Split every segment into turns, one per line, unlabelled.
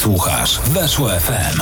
Słuchasz Weszło FM.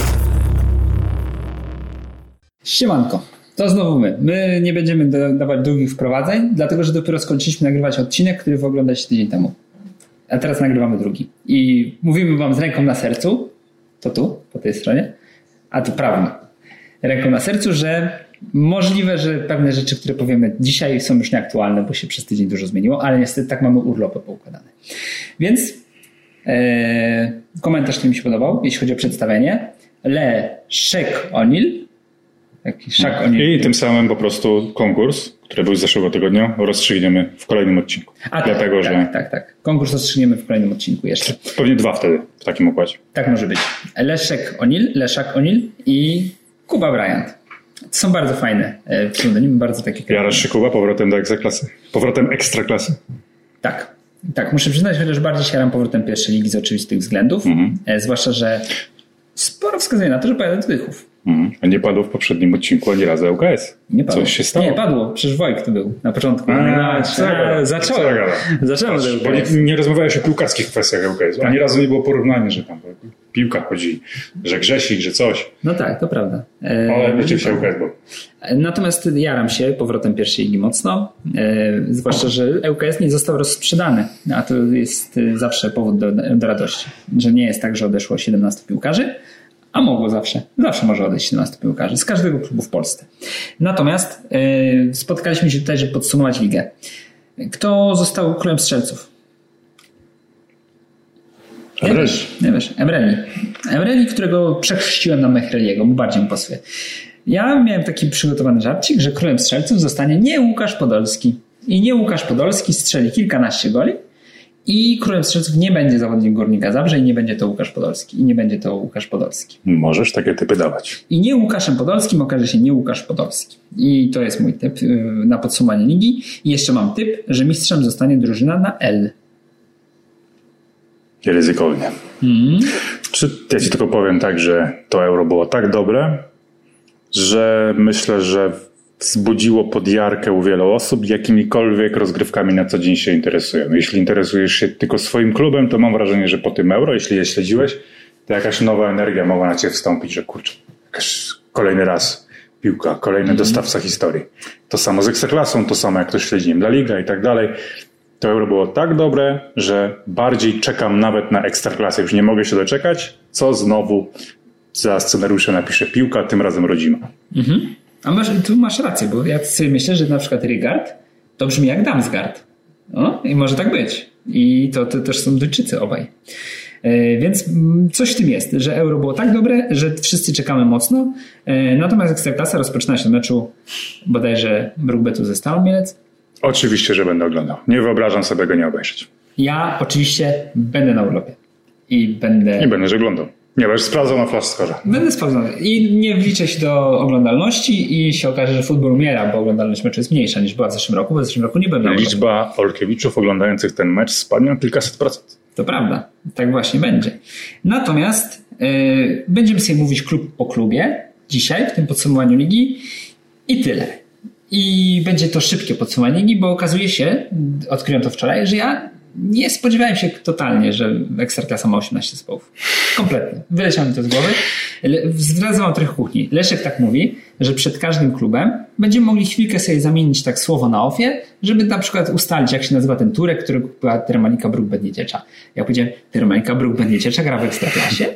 Siemanko, to znowu my. My nie będziemy dawać długich wprowadzeń, dlatego że dopiero skończyliśmy nagrywać odcinek, który wy oglądaliście tydzień temu. A teraz nagrywamy drugi. I mówimy wam z ręką na sercu, to tu, po tej stronie, a tu prawą. Ręką na sercu, że możliwe, że pewne rzeczy, które powiemy dzisiaj, są już nieaktualne, bo się przez tydzień dużo zmieniło, ale niestety tak mamy urlopy poukładane. Więc komentarz, który mi się podobał, jeśli chodzi o przedstawienie. Le Shek Onil.
I tym samym po prostu konkurs, który był z zeszłego tygodnia, rozstrzygniemy w kolejnym odcinku.
Tak. Konkurs rozstrzygniemy w kolejnym odcinku jeszcze.
Pewnie 2 wtedy w takim układzie.
Tak może być. Leszek Onil i Kuba Bryant. To są bardzo fajne pseudonimy, bardzo takie...
Jarasz się, Kuba, powrotem do ekstraklasy. Powrotem ekstraklasy.
Tak, muszę przyznać, chociaż bardziej się jaram powrotem pierwszej ligi z oczywistych względów. Zwłaszcza, że sporo wskazuje na to, że pojadę do Tychów.
A nie padło w poprzednim odcinku ani razu ŁKS.
Nie padło.
Coś się stało?
Nie padło, przecież Wojk to był na początku. Zacząłem.
Bo nie rozmawiałeś o piłkarskich kwestiach ŁKS. Ani razu nie było porównania, że tam piłka chodzi, że Grzesik, że coś.
No tak, to prawda.
Ale wiecie się ŁKS był.
Natomiast jaram się powrotem pierwszej ligi mocno. Zwłaszcza, że ŁKS nie został rozsprzedany. A to jest zawsze powód do radości. Że nie jest tak, że odeszło 17 piłkarzy, a mogło zawsze może odejść 17 piłkarzy z każdego klubu w Polsce. Natomiast spotkaliśmy się tutaj, żeby podsumować ligę. Kto został królem strzelców? Emreli, którego przechrzciłem na Mechreliego, bo bardziej mi pasuje. Ja miałem taki przygotowany żarcik, że królem strzelców zostanie nie Łukasz Podolski. I nie Łukasz Podolski strzeli kilkanaście goli. I królem strzelców nie będzie zawodnik Górnika Zabrze i nie będzie to Łukasz Podolski.
Możesz takie typy dawać.
I nie Łukaszem Podolskim okaże się nie Łukasz Podolski. I to jest mój typ na podsumowanie ligi. I jeszcze mam typ, że mistrzem zostanie drużyna na L.
Ryzykownie. Ja ci tylko powiem tak, że to euro było tak dobre, że myślę, że wzbudziło podjarkę u wielu osób, jakimikolwiek rozgrywkami na co dzień się interesują. Jeśli interesujesz się tylko swoim klubem, to mam wrażenie, że po tym euro, jeśli je śledziłeś, to jakaś nowa energia mogła na ciebie wstąpić, że kurczę, kolejny raz piłka, kolejny dostawca historii. To samo z Ekstraklasą, to samo jak to śledzi La Liga i tak dalej. To euro było tak dobre, że bardziej czekam nawet na Ekstraklasę. Już nie mogę się doczekać, co znowu za scenariusze napisze piłka, tym razem rodzima.
A tu masz rację, bo ja sobie myślę, że na przykład Rigard to brzmi jak Damsgaard. I może tak być. I to też są Duńczycy obaj. Więc coś w tym jest, że euro było tak dobre, że wszyscy czekamy mocno. Natomiast Ekstraklasa rozpoczyna się od meczu bodajże Brugbetu ze Stalą Mielec.
Oczywiście, że będę oglądał. Nie wyobrażam sobie go nie obejrzeć.
Ja oczywiście będę na urlopie. I
będę oglądał. Nie, bo już sprawdzał na Flashscore.
Będę sprawdzał. I nie wliczę się do oglądalności i się okaże, że futbol umiera, bo oglądalność meczu jest mniejsza niż była w zeszłym roku, bo w zeszłym roku nie byłem na urlopie.
Liczba Olkiewiczów oglądających ten mecz spadnie o kilkaset procent.
To prawda. Tak właśnie będzie. Natomiast będziemy sobie mówić klub po klubie dzisiaj w tym podsumowaniu ligi i tyle. I będzie to szybkie podsumowanie ligi, bo okazuje się, odkryłem to wczoraj, że ja nie spodziewałem się totalnie, że Ekstraklasa ma 18 zespołów. Kompletnie. Wyleciało mi to z głowy. Zdradzę wam trochę kuchni. Leszek tak mówi, że przed każdym klubem będziemy mogli chwilkę sobie zamienić tak słowo na ofie, żeby na przykład ustalić, jak się nazywa ten Turek, którego była Termalika Bruk-Bednieciecza. Ja powiedziałem, Termalika Bruk-Bednieciecza gra w Ekstraklasie?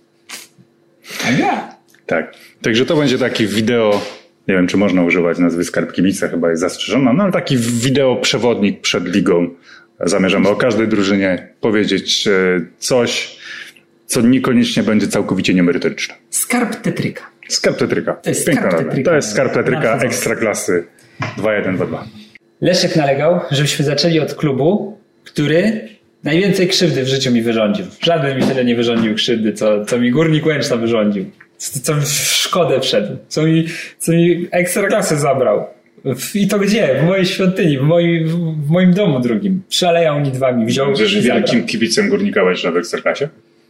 A gra.
Tak. Także to będzie taki wideo, nie wiem, czy można używać nazwy Skarb Kibica, chyba jest zastrzeżona, no ale taki wideo przewodnik przed ligą. Zamierzamy o każdej drużynie powiedzieć coś, co niekoniecznie będzie całkowicie niemerytoryczne.
Skarb Tetryka.
To jest piękna nazwa. To jest Skarb Tetryka Ekstraklasy 2-1-2-2.
Leszek nalegał, żebyśmy zaczęli od klubu, który najwięcej krzywdy w życiu mi wyrządził. Żaden mi tyle nie wyrządził krzywdy, co mi Górnik Łęczna wyrządził. Co mi w szkodę wszedł. Co mi Ekstraklasę zabrał. I to gdzie? W mojej świątyni, w moim domu drugim. Przy Aleją Nidwami wziął.
Będziesz wielkim kibicem Górnika Łęczna w Ekstraklasie?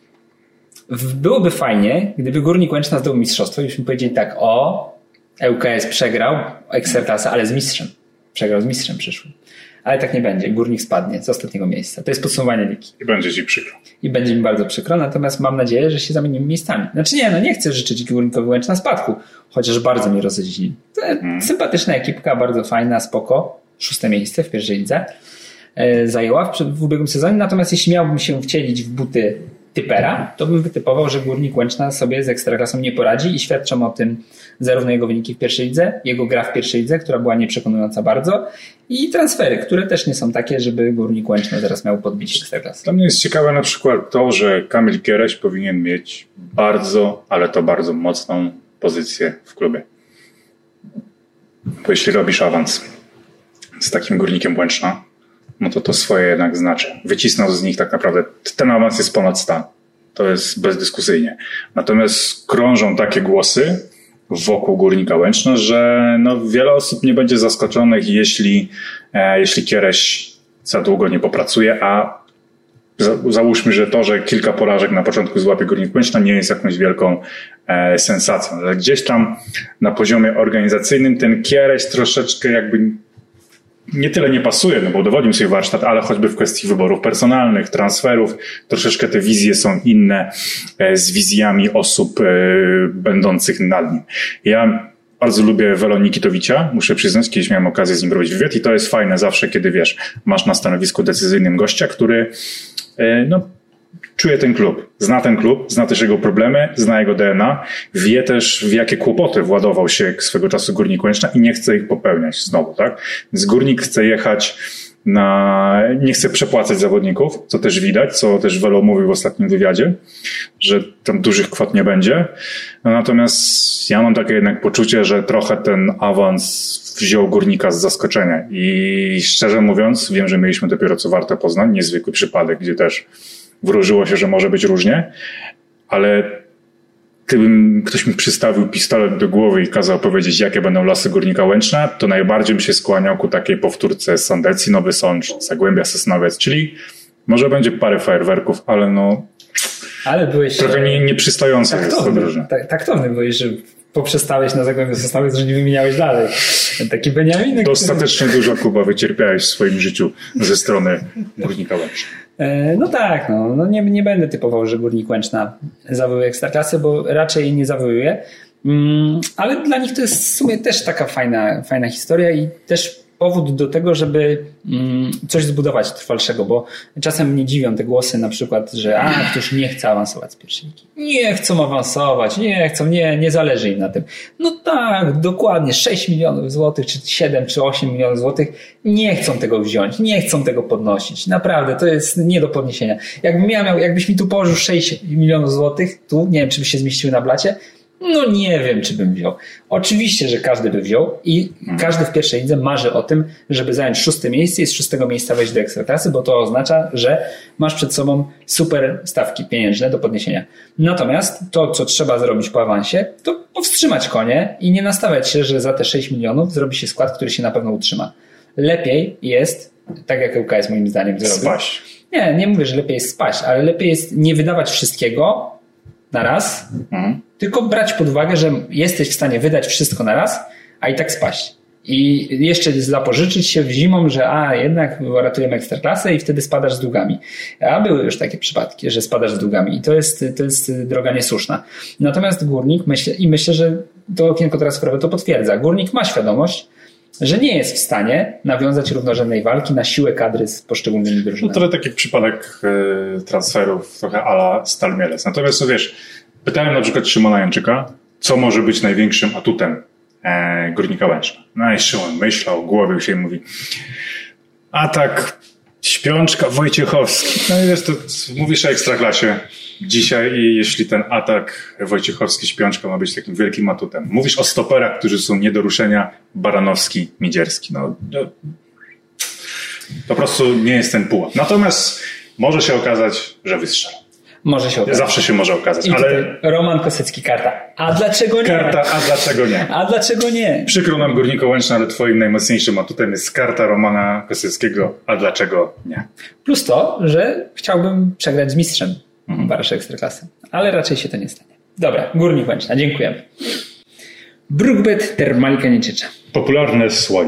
Byłoby fajnie, gdyby Górnik Łęczna zdobył mistrzostwo i byśmy powiedzieli tak, ŁKS przegrał Ekstraklasę, ale z mistrzem. Przegrał z mistrzem przyszłym. Ale tak nie będzie. Górnik spadnie z ostatniego miejsca. To jest podsumowanie ligi.
I będzie ci przykro.
I będzie mi bardzo przykro, natomiast mam nadzieję, że się zamienimy miejscami. Znaczy nie chcę życzyć Górnikowi Łęczna spadku, chociaż bardzo mnie rozjeździli. Sympatyczna ekipka, bardzo fajna, spoko. 6. miejsce w pierwszej lidze zajęła w ubiegłym sezonie, natomiast jeśli miałbym się wcielić w buty typera, to bym wytypował, że Górnik Łęczna sobie z Ekstraklasą nie poradzi i świadczą o tym zarówno jego wyniki w pierwszej lidze, jego gra w pierwszej lidze, która była nieprzekonująca bardzo, i transfery, które też nie są takie, żeby Górnik Łęczna zaraz miał podbić Ekstraklasę.
Dla mnie jest ciekawe na przykład to, że Kamil Kiereś powinien mieć bardzo, ale to bardzo mocną pozycję w klubie. Bo jeśli robisz awans z takim Górnikiem Łęczna, no to swoje jednak znaczy. Wycisnął z nich tak naprawdę, ten awans jest ponad stan. To jest bezdyskusyjnie. Natomiast krążą takie głosy wokół Górnika Łęczna, że no wiele osób nie będzie zaskoczonych, jeśli Kiereś za długo nie popracuje, a załóżmy, że to, że kilka porażek na początku złapie Górnik Łęczna, nie jest jakąś wielką sensacją. Ale gdzieś tam na poziomie organizacyjnym ten Kiereś troszeczkę jakby nie tyle nie pasuje, no bo udowodnił sobie warsztat, ale choćby w kwestii wyborów personalnych, transferów, troszeczkę te wizje są inne z wizjami osób będących nad nim. Ja bardzo lubię Welo Nikitowicia, muszę przyznać, kiedyś miałem okazję z nim robić wywiad i to jest fajne zawsze, kiedy wiesz, masz na stanowisku decyzyjnym gościa, który czuje ten klub, zna też jego problemy, zna jego DNA, wie też, w jakie kłopoty władował się swego czasu Górnik Łęczna i nie chce ich popełniać znowu, tak? Więc Górnik chce jechać nie chce przepłacać zawodników, co też widać, co też Welo mówił w ostatnim wywiadzie, że tam dużych kwot nie będzie. Natomiast ja mam takie jednak poczucie, że trochę ten awans wziął Górnika z zaskoczenia i szczerze mówiąc, wiem, że mieliśmy dopiero co Wartę Poznań, niezwykły przypadek, gdzie też wróżyło się, że może być różnie, ale gdybym ktoś mi przystawił pistolet do głowy i kazał powiedzieć, jakie będą losy Górnika Łęczna, to najbardziej bym się skłaniał ku takiej powtórce Sandecji, Nowy Sącz, Zagłębia Sosnowiec, czyli może będzie parę fajerwerków, ale byłeś trochę nieprzystający jest to drużyna.
Taktowny byłeś, że poprzestałeś na Zagłębiu Sosnowiec, że nie wymieniałeś dalej. Taki Beniaminek.
Dostatecznie dużo, Kuba, wycierpiałeś w swoim życiu ze strony Górnika Łęczna.
No tak, nie będę typował, że Górnik Łęczna zawołuje Ekstraklasę, bo raczej jej nie zawołuje, ale dla nich to jest w sumie też taka fajna historia i też powód do tego, żeby coś zbudować trwalszego, bo czasem mnie dziwią te głosy na przykład, że ktoś nie chce awansować z pierwszej ligi. Nie chcą awansować, nie zależy im na tym. No tak, dokładnie, 6 milionów złotych, czy 7, czy 8 milionów złotych, nie chcą tego wziąć, nie chcą tego podnosić. Naprawdę, to jest nie do podniesienia. Jakbyś mi tu położył 6 milionów złotych, nie wiem, czy by się zmieściły na blacie, no nie wiem, czy bym wziął. Oczywiście, że każdy by wziął i każdy w pierwszej lidze marzy o tym, żeby zająć 6. miejsce i z 6. miejsca wejść do Ekstraklasy, bo to oznacza, że masz przed sobą super stawki pieniężne do podniesienia. Natomiast to, co trzeba zrobić po awansie, to powstrzymać konie i nie nastawiać się, że za te 6 milionów zrobi się skład, który się na pewno utrzyma. Lepiej jest, tak jak ŁKS moim zdaniem zrobił.
Spaść.
Nie mówię, że lepiej jest spaść, ale lepiej jest nie wydawać wszystkiego na raz, tylko brać pod uwagę, że jesteś w stanie wydać wszystko na raz, a i tak spaść. I jeszcze zapożyczyć się zimą, że jednak ratujemy Ekstraklasę i wtedy spadasz z długami. A były już takie przypadki, że spadasz z długami i to jest droga niesłuszna. Natomiast Górnik, myślę, że to okienko transferowe to potwierdza. Górnik ma świadomość, że nie jest w stanie nawiązać równorzędnej walki na siłę kadry z poszczególnymi drużynami.
No to taki przypadek transferów trochę à la Stal Mielec. Natomiast wiesz, pytałem na przykład Szymona Janczyka, co może być największym atutem Górnika Łęczna. No i Szymon myślał, głowił się i mówi atak, Śpiączka, Wojciechowski. No i wiesz, to mówisz o Ekstraklasie dzisiaj i jeśli ten atak Wojciechowski, Śpiączka ma być takim wielkim atutem. Mówisz o stoperach, którzy są nie do ruszenia, Baranowski, Midzierski. No, po prostu nie jest ten pułap. Natomiast może się okazać, że wystrzela.
Może się okazać.
Zawsze się może okazać. Ale
Roman Kosecki, karta. A dlaczego nie?
A dlaczego nie?
A dlaczego nie?
Przykro nam Górnika Łęczna, ale twoim najmocniejszym atutem jest karta Romana Koseckiego. A dlaczego nie?
Plus to, że chciałbym przegrać z mistrzem Warszawy Ekstraklasy. Ale raczej się to nie stanie. Dobra, Górnik Łęczna, dziękujemy. Brukbet Termalika Nieczycza.
Popularne słonie.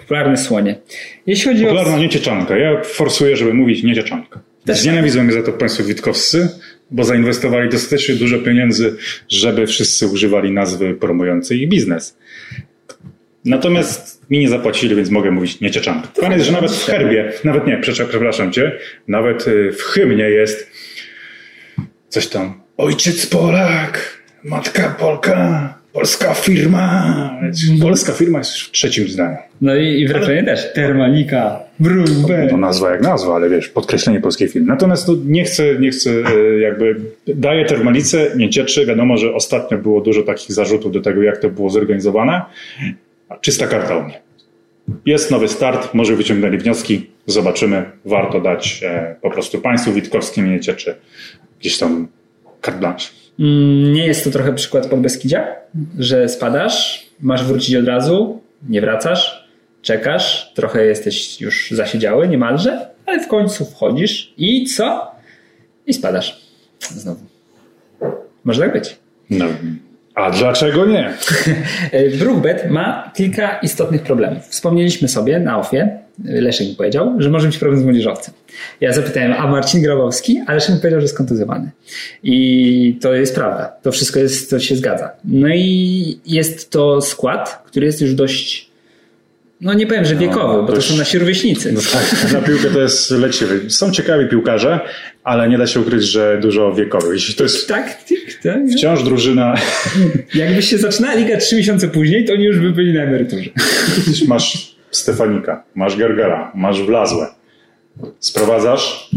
popularne słonie. Jeśli chodzi
Popularna niecieczanka. Ja forsuję, żeby mówić niecieczanka. Znienawidzą mnie za to państwo witkowscy, bo zainwestowali dostatecznie dużo pieniędzy, żeby wszyscy używali nazwy promującej ich biznes. Natomiast mi nie zapłacili, więc mogę mówić niecieczanka. Fajne jest, że nawet w herbie, przepraszam cię, nawet w hymnie jest coś tam. Ojciec Polak, matka Polka, polska firma. Polska firma jest już w trzecim zdaniu.
No i w refrenie też. Termalika, Brubet.
To nazwa jak nazwa, ale wiesz, podkreślenie polskiej firmy. Natomiast tu nie chcę jakby daję Termalice, nie cieczy. Wiadomo, że ostatnio było dużo takich zarzutów do tego, jak to było zorganizowane. Czysta karta u mnie. Jest nowy start, może wyciągnęli wnioski, zobaczymy. Warto dać po prostu państwu witkowskim nie cieczy gdzieś tam carte blanche.
Nie jest to trochę przykład Podbeskidzia? Że spadasz, masz wrócić od razu, nie wracasz, czekasz, trochę jesteś już zasiedziały niemalże, ale w końcu wchodzisz i co? I spadasz. Znowu. Może tak być.
No. A dlaczego nie?
Brookbet ma kilka istotnych problemów. Wspomnieliśmy sobie na ofie, Leszek mi powiedział, że może być problem z młodzieżowcem. Ja zapytałem, a Marcin Grabowski? A Leszek mi powiedział, że jest kontuzjowany. I to jest prawda. To wszystko to się zgadza. No i jest to skład, który jest już dość, no nie powiem, że wiekowy, bo to są nasi rówieśnicy.
No tak, na piłkę to jest leciwy. Są ciekawi piłkarze, ale nie da się ukryć, że dużo wiekowych. Jeśli to jest wciąż drużyna...
Jakby się zaczynała liga 3 miesiące później, to oni już by byli na emeryturze.
Masz Stefanika, masz Gergela, masz Wlazłe. Sprowadzasz?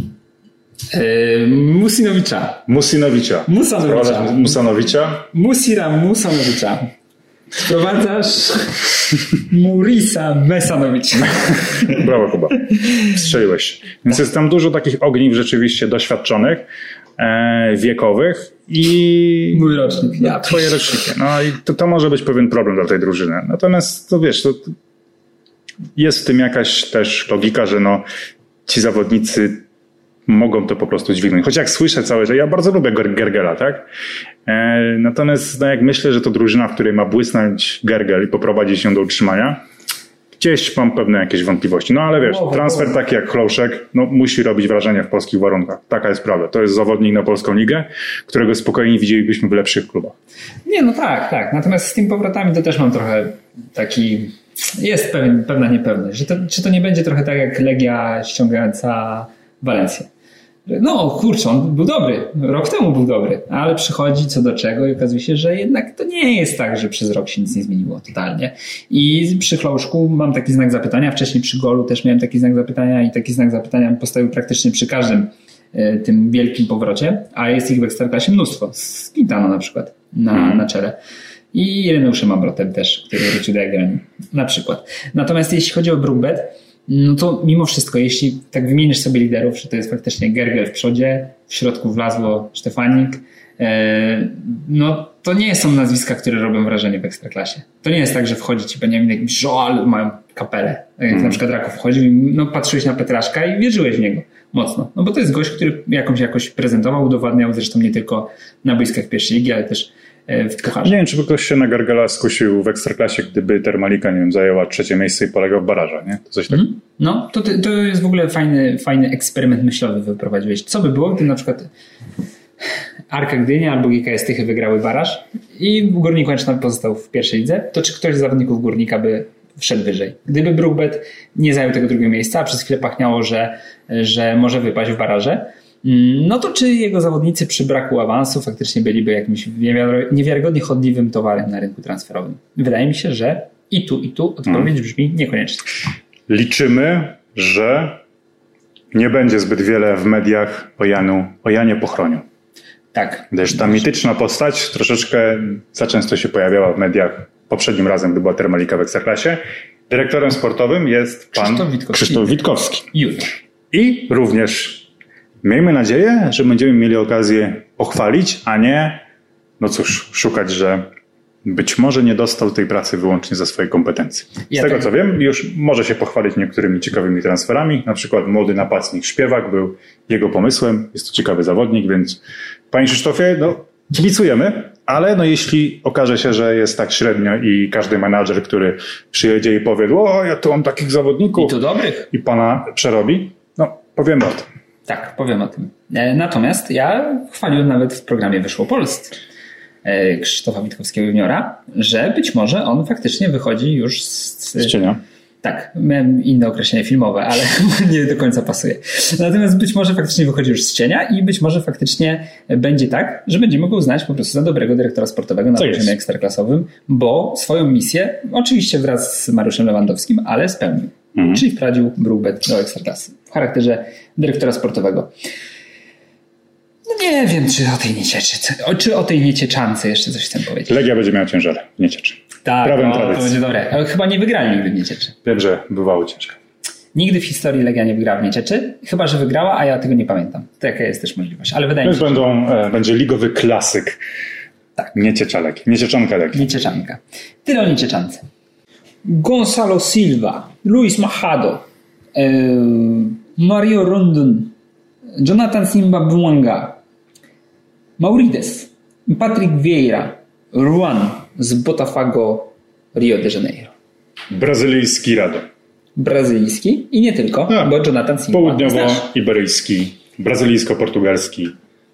Musanowicza. Musanowicza. Sprowadzasz Murisa Mesanowicza.
Brawo, Kuba. Strzeliłeś. Więc jest tam dużo takich ogniw rzeczywiście doświadczonych, wiekowych i...
Mój rocznik.
Twoje roczniki. No i to może być pewien problem dla tej drużyny. Natomiast to wiesz, to jest w tym jakaś też logika, że no ci zawodnicy mogą to po prostu dźwignąć. Choć jak słyszę całe, że ja bardzo lubię Gergela, tak? Natomiast no jak myślę, że to drużyna, w której ma błysnąć Gergel i poprowadzić ją do utrzymania, gdzieś mam pewne jakieś wątpliwości. No ale wiesz, transfer taki jak Chlouszek, no musi robić wrażenie w polskich warunkach. Taka jest prawda. To jest zawodnik na polską ligę, którego spokojnie widzielibyśmy w lepszych klubach.
Nie, no tak. Natomiast z tymi powrotami to też mam trochę taki... Jest pewna niepewność, że czy to nie będzie trochę tak jak Legia ściągająca Walencję. No kurczę, on był dobry. Rok temu był dobry, ale przychodzi co do czego i okazuje się, że jednak to nie jest tak, że przez rok się nic nie zmieniło totalnie. I przy Chlouszku mam taki znak zapytania. Wcześniej przy Golu też miałem taki znak zapytania i taki znak zapytania postawił praktycznie przy każdym tym wielkim powrocie, a jest ich w Ekstraklasie mnóstwo. Z Quintana na przykład na czele. I Ireneuszem Ambrotem też, który wrócił do Jagiellonii na przykład. Natomiast jeśli chodzi o Brookbet, no to mimo wszystko, jeśli tak wymienisz sobie liderów, że to jest faktycznie Gergel w przodzie, w środku Wlazło Stefanik, no to nie są nazwiska, które robią wrażenie w Ekstraklasie. To nie jest tak, że wchodzi ci Beniamin jakimś, ale mają kapelę. Jak na przykład Raków wchodził i no, patrzyłeś na Petraszka i wierzyłeś w niego mocno. No bo to jest gość, który jakąś jakoś prezentował, udowadniał zresztą nie tylko na boiskach pierwszej ligi, ale też w pucharze.
Nie wiem, czy by ktoś się na Gergela skusił w Ekstraklasie, gdyby Termalika, nie wiem, zajęła 3. miejsce i polegał w barażach, nie? To coś tak.
No, to jest w ogóle fajny eksperyment myślowy wyprowadziłeś. Co by było, gdy na przykład Arka Gdynia albo GKS Tychy wygrały baraż i Górnik Łęczna pozostał w pierwszej lidze, to czy ktoś z zawodników Górnika by wszedł wyżej? Gdyby Brookbet nie zajął tego drugiego miejsca, a przez chwilę pachniało, że może wypaść w baraże, no to czy jego zawodnicy przy braku awansu faktycznie byliby jakimś niewiarygodnie chodliwym towarem na rynku transferowym? Wydaje mi się, że i tu odpowiedź brzmi niekoniecznie.
Liczymy, że nie będzie zbyt wiele w mediach o Janie Pochroniu.
Tak.
Gdyż ta mityczna postać troszeczkę za często się pojawiała w mediach poprzednim razem, gdy była Termalika w Ekstraklasie. Dyrektorem sportowym jest pan Krzysztof Witkowski. I również miejmy nadzieję, że będziemy mieli okazję pochwalić, a nie, no cóż, szukać, że być może nie dostał tej pracy wyłącznie za swoje kompetencje. Z tego co wiem, już może się pochwalić niektórymi ciekawymi transferami. Na przykład młody napastnik Śpiewak był jego pomysłem. Jest to ciekawy zawodnik, więc panie Krzysztofie, no kibicujemy, Ale no jeśli okaże się, że jest tak średnio i każdy menadżer, który przyjedzie i powie, o ja tu mam takich zawodników
i to dobrych
i pana przerobi, no powiemy o tym.
Tak, powiem o tym. Natomiast ja chwaliłem nawet w programie Wyszło Polsce Krzysztofa Witkowskiego juniora, że być może on faktycznie wychodzi już z
cienia.
Tak, miałem inne określenie filmowe, ale nie do końca pasuje. Natomiast być może faktycznie wychodzi już z cienia i być może faktycznie będzie tak, że będziemy go uznać po prostu za dobrego dyrektora sportowego na poziomie ekstraklasowym, bo swoją misję, oczywiście wraz z Mariuszem Lewandowskim, ale spełnił. Czyli wprowadził Brookbet do ekstraklasy w charakterze dyrektora sportowego. No nie wiem, czy o tej niecieczance jeszcze coś chcę powiedzieć.
Legia będzie miała ciężary w Niecieczy.
Tak, to będzie dobre. Ale chyba nie wygrali nigdy w Niecieczy.
Wiem, że bywało ciężko.
Nigdy w historii Legia nie wygrała w Niecieczy, chyba że wygrała, a ja tego nie pamiętam. Taka jest też możliwość, ale wydaje mi się,
będzie ligowy klasyk.
Tak.
Niecieczanka Legii.
Niecieczanka. Tyle o Niecieczance. Gonzalo Silva, Luis Machado, Mario Rondon, Jonathan Simba Bwanga, Maurides, Patrick Vieira, Ruan z Botafogo Rio de Janeiro.
Brazylijski Radom.
Brazylijski i nie tylko, bo Jonathan Simba.
Południowo-iberyjski, brazylijsko-portugalski.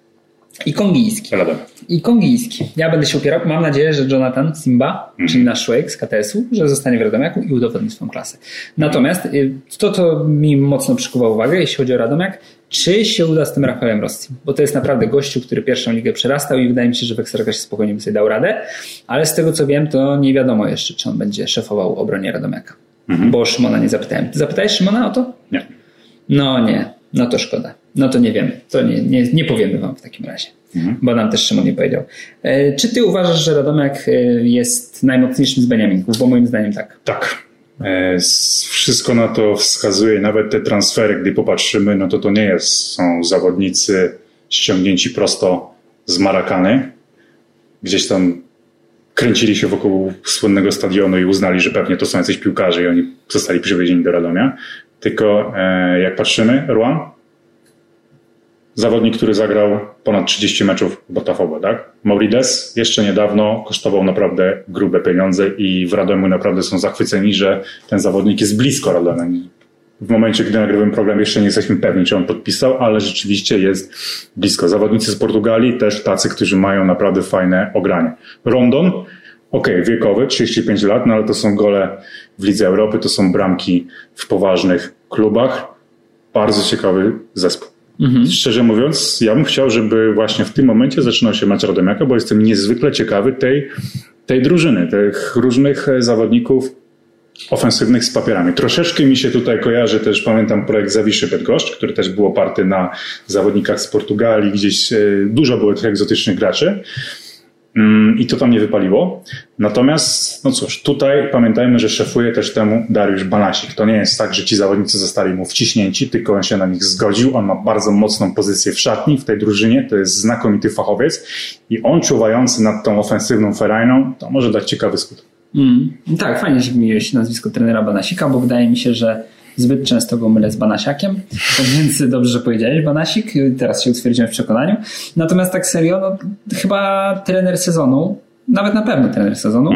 I kongijski. Ja będę się upierał. Mam nadzieję, że Jonathan Simba, czyli nasz człowiek z KTS-u, że zostanie w Radomiaku i udowodni swoją klasę. Natomiast to mi mocno przykuwa uwagę, jeśli chodzi o Radomiak, czy się uda z tym Rafaelem Rossim, bo to jest naprawdę gościu, który pierwszą ligę przerastał i wydaje mi się, że w Ekstraklasie spokojnie by sobie dał radę, ale z tego co wiem, to nie wiadomo jeszcze, czy on będzie szefował obronie Radomiaka, bo Szymona nie zapytałem. Ty zapytałeś Szymona o to?
Nie.
No nie, no to szkoda. No to nie wiemy, to nie powiemy wam w takim razie, bo nam też Szymon nie powiedział. Czy ty uważasz, że Radomiak jest najmocniejszym z Beniaminków? Bo moim zdaniem tak.
Tak. Wszystko na to wskazuje, nawet te transfery, gdy popatrzymy, no to nie są zawodnicy ściągnięci prosto z Marakany. Gdzieś tam kręcili się wokół słynnego stadionu i uznali, że pewnie to są jacyś piłkarze i oni zostali przywiezieni do Radomia. Tylko jak patrzymy, Ruan, zawodnik, który zagrał ponad 30 meczów w Botafogo, tak? Maurides jeszcze niedawno kosztował naprawdę grube pieniądze i w Radomiu naprawdę są zachwyceni, że ten zawodnik jest blisko Radomia. W momencie, gdy nagrywamy program, jeszcze nie jesteśmy pewni, czy on podpisał, ale rzeczywiście jest blisko. Zawodnicy z Portugalii też tacy, którzy mają naprawdę fajne ogranie. Rondon, wiekowy, 35 lat, no ale to są gole w Lidze Europy, to są bramki w poważnych klubach. Bardzo ciekawy zespół. Szczerze mówiąc, ja bym chciał, żeby właśnie w tym momencie zaczynał się mecz Radomiaka, bo jestem niezwykle ciekawy tej drużyny, tych różnych zawodników ofensywnych z papierami. Troszeczkę mi się tutaj kojarzy też, pamiętam projekt Zawiszy Bydgoszcz, który też był oparty na zawodnikach z Portugalii, gdzieś dużo było tych egzotycznych graczy. I to tam nie wypaliło. Natomiast, no cóż, tutaj pamiętajmy, że szefuje też temu Dariusz Banasik. To nie jest tak, że ci zawodnicy zostali mu wciśnięci, tylko on się na nich zgodził. On ma bardzo mocną pozycję w szatni, w tej drużynie. To jest znakomity fachowiec i on czuwający nad tą ofensywną ferajną, to może dać ciekawy skutek.
Tak, fajnie, że wymieniłeś nazwisko trenera Banasika, bo wydaje mi się, że zbyt często go mylę z Banasiakiem, więc dobrze, że powiedziałeś Banasik, teraz się utwierdziłem w przekonaniu. Natomiast tak serio, no, chyba trener sezonu, nawet na pewno trener sezonu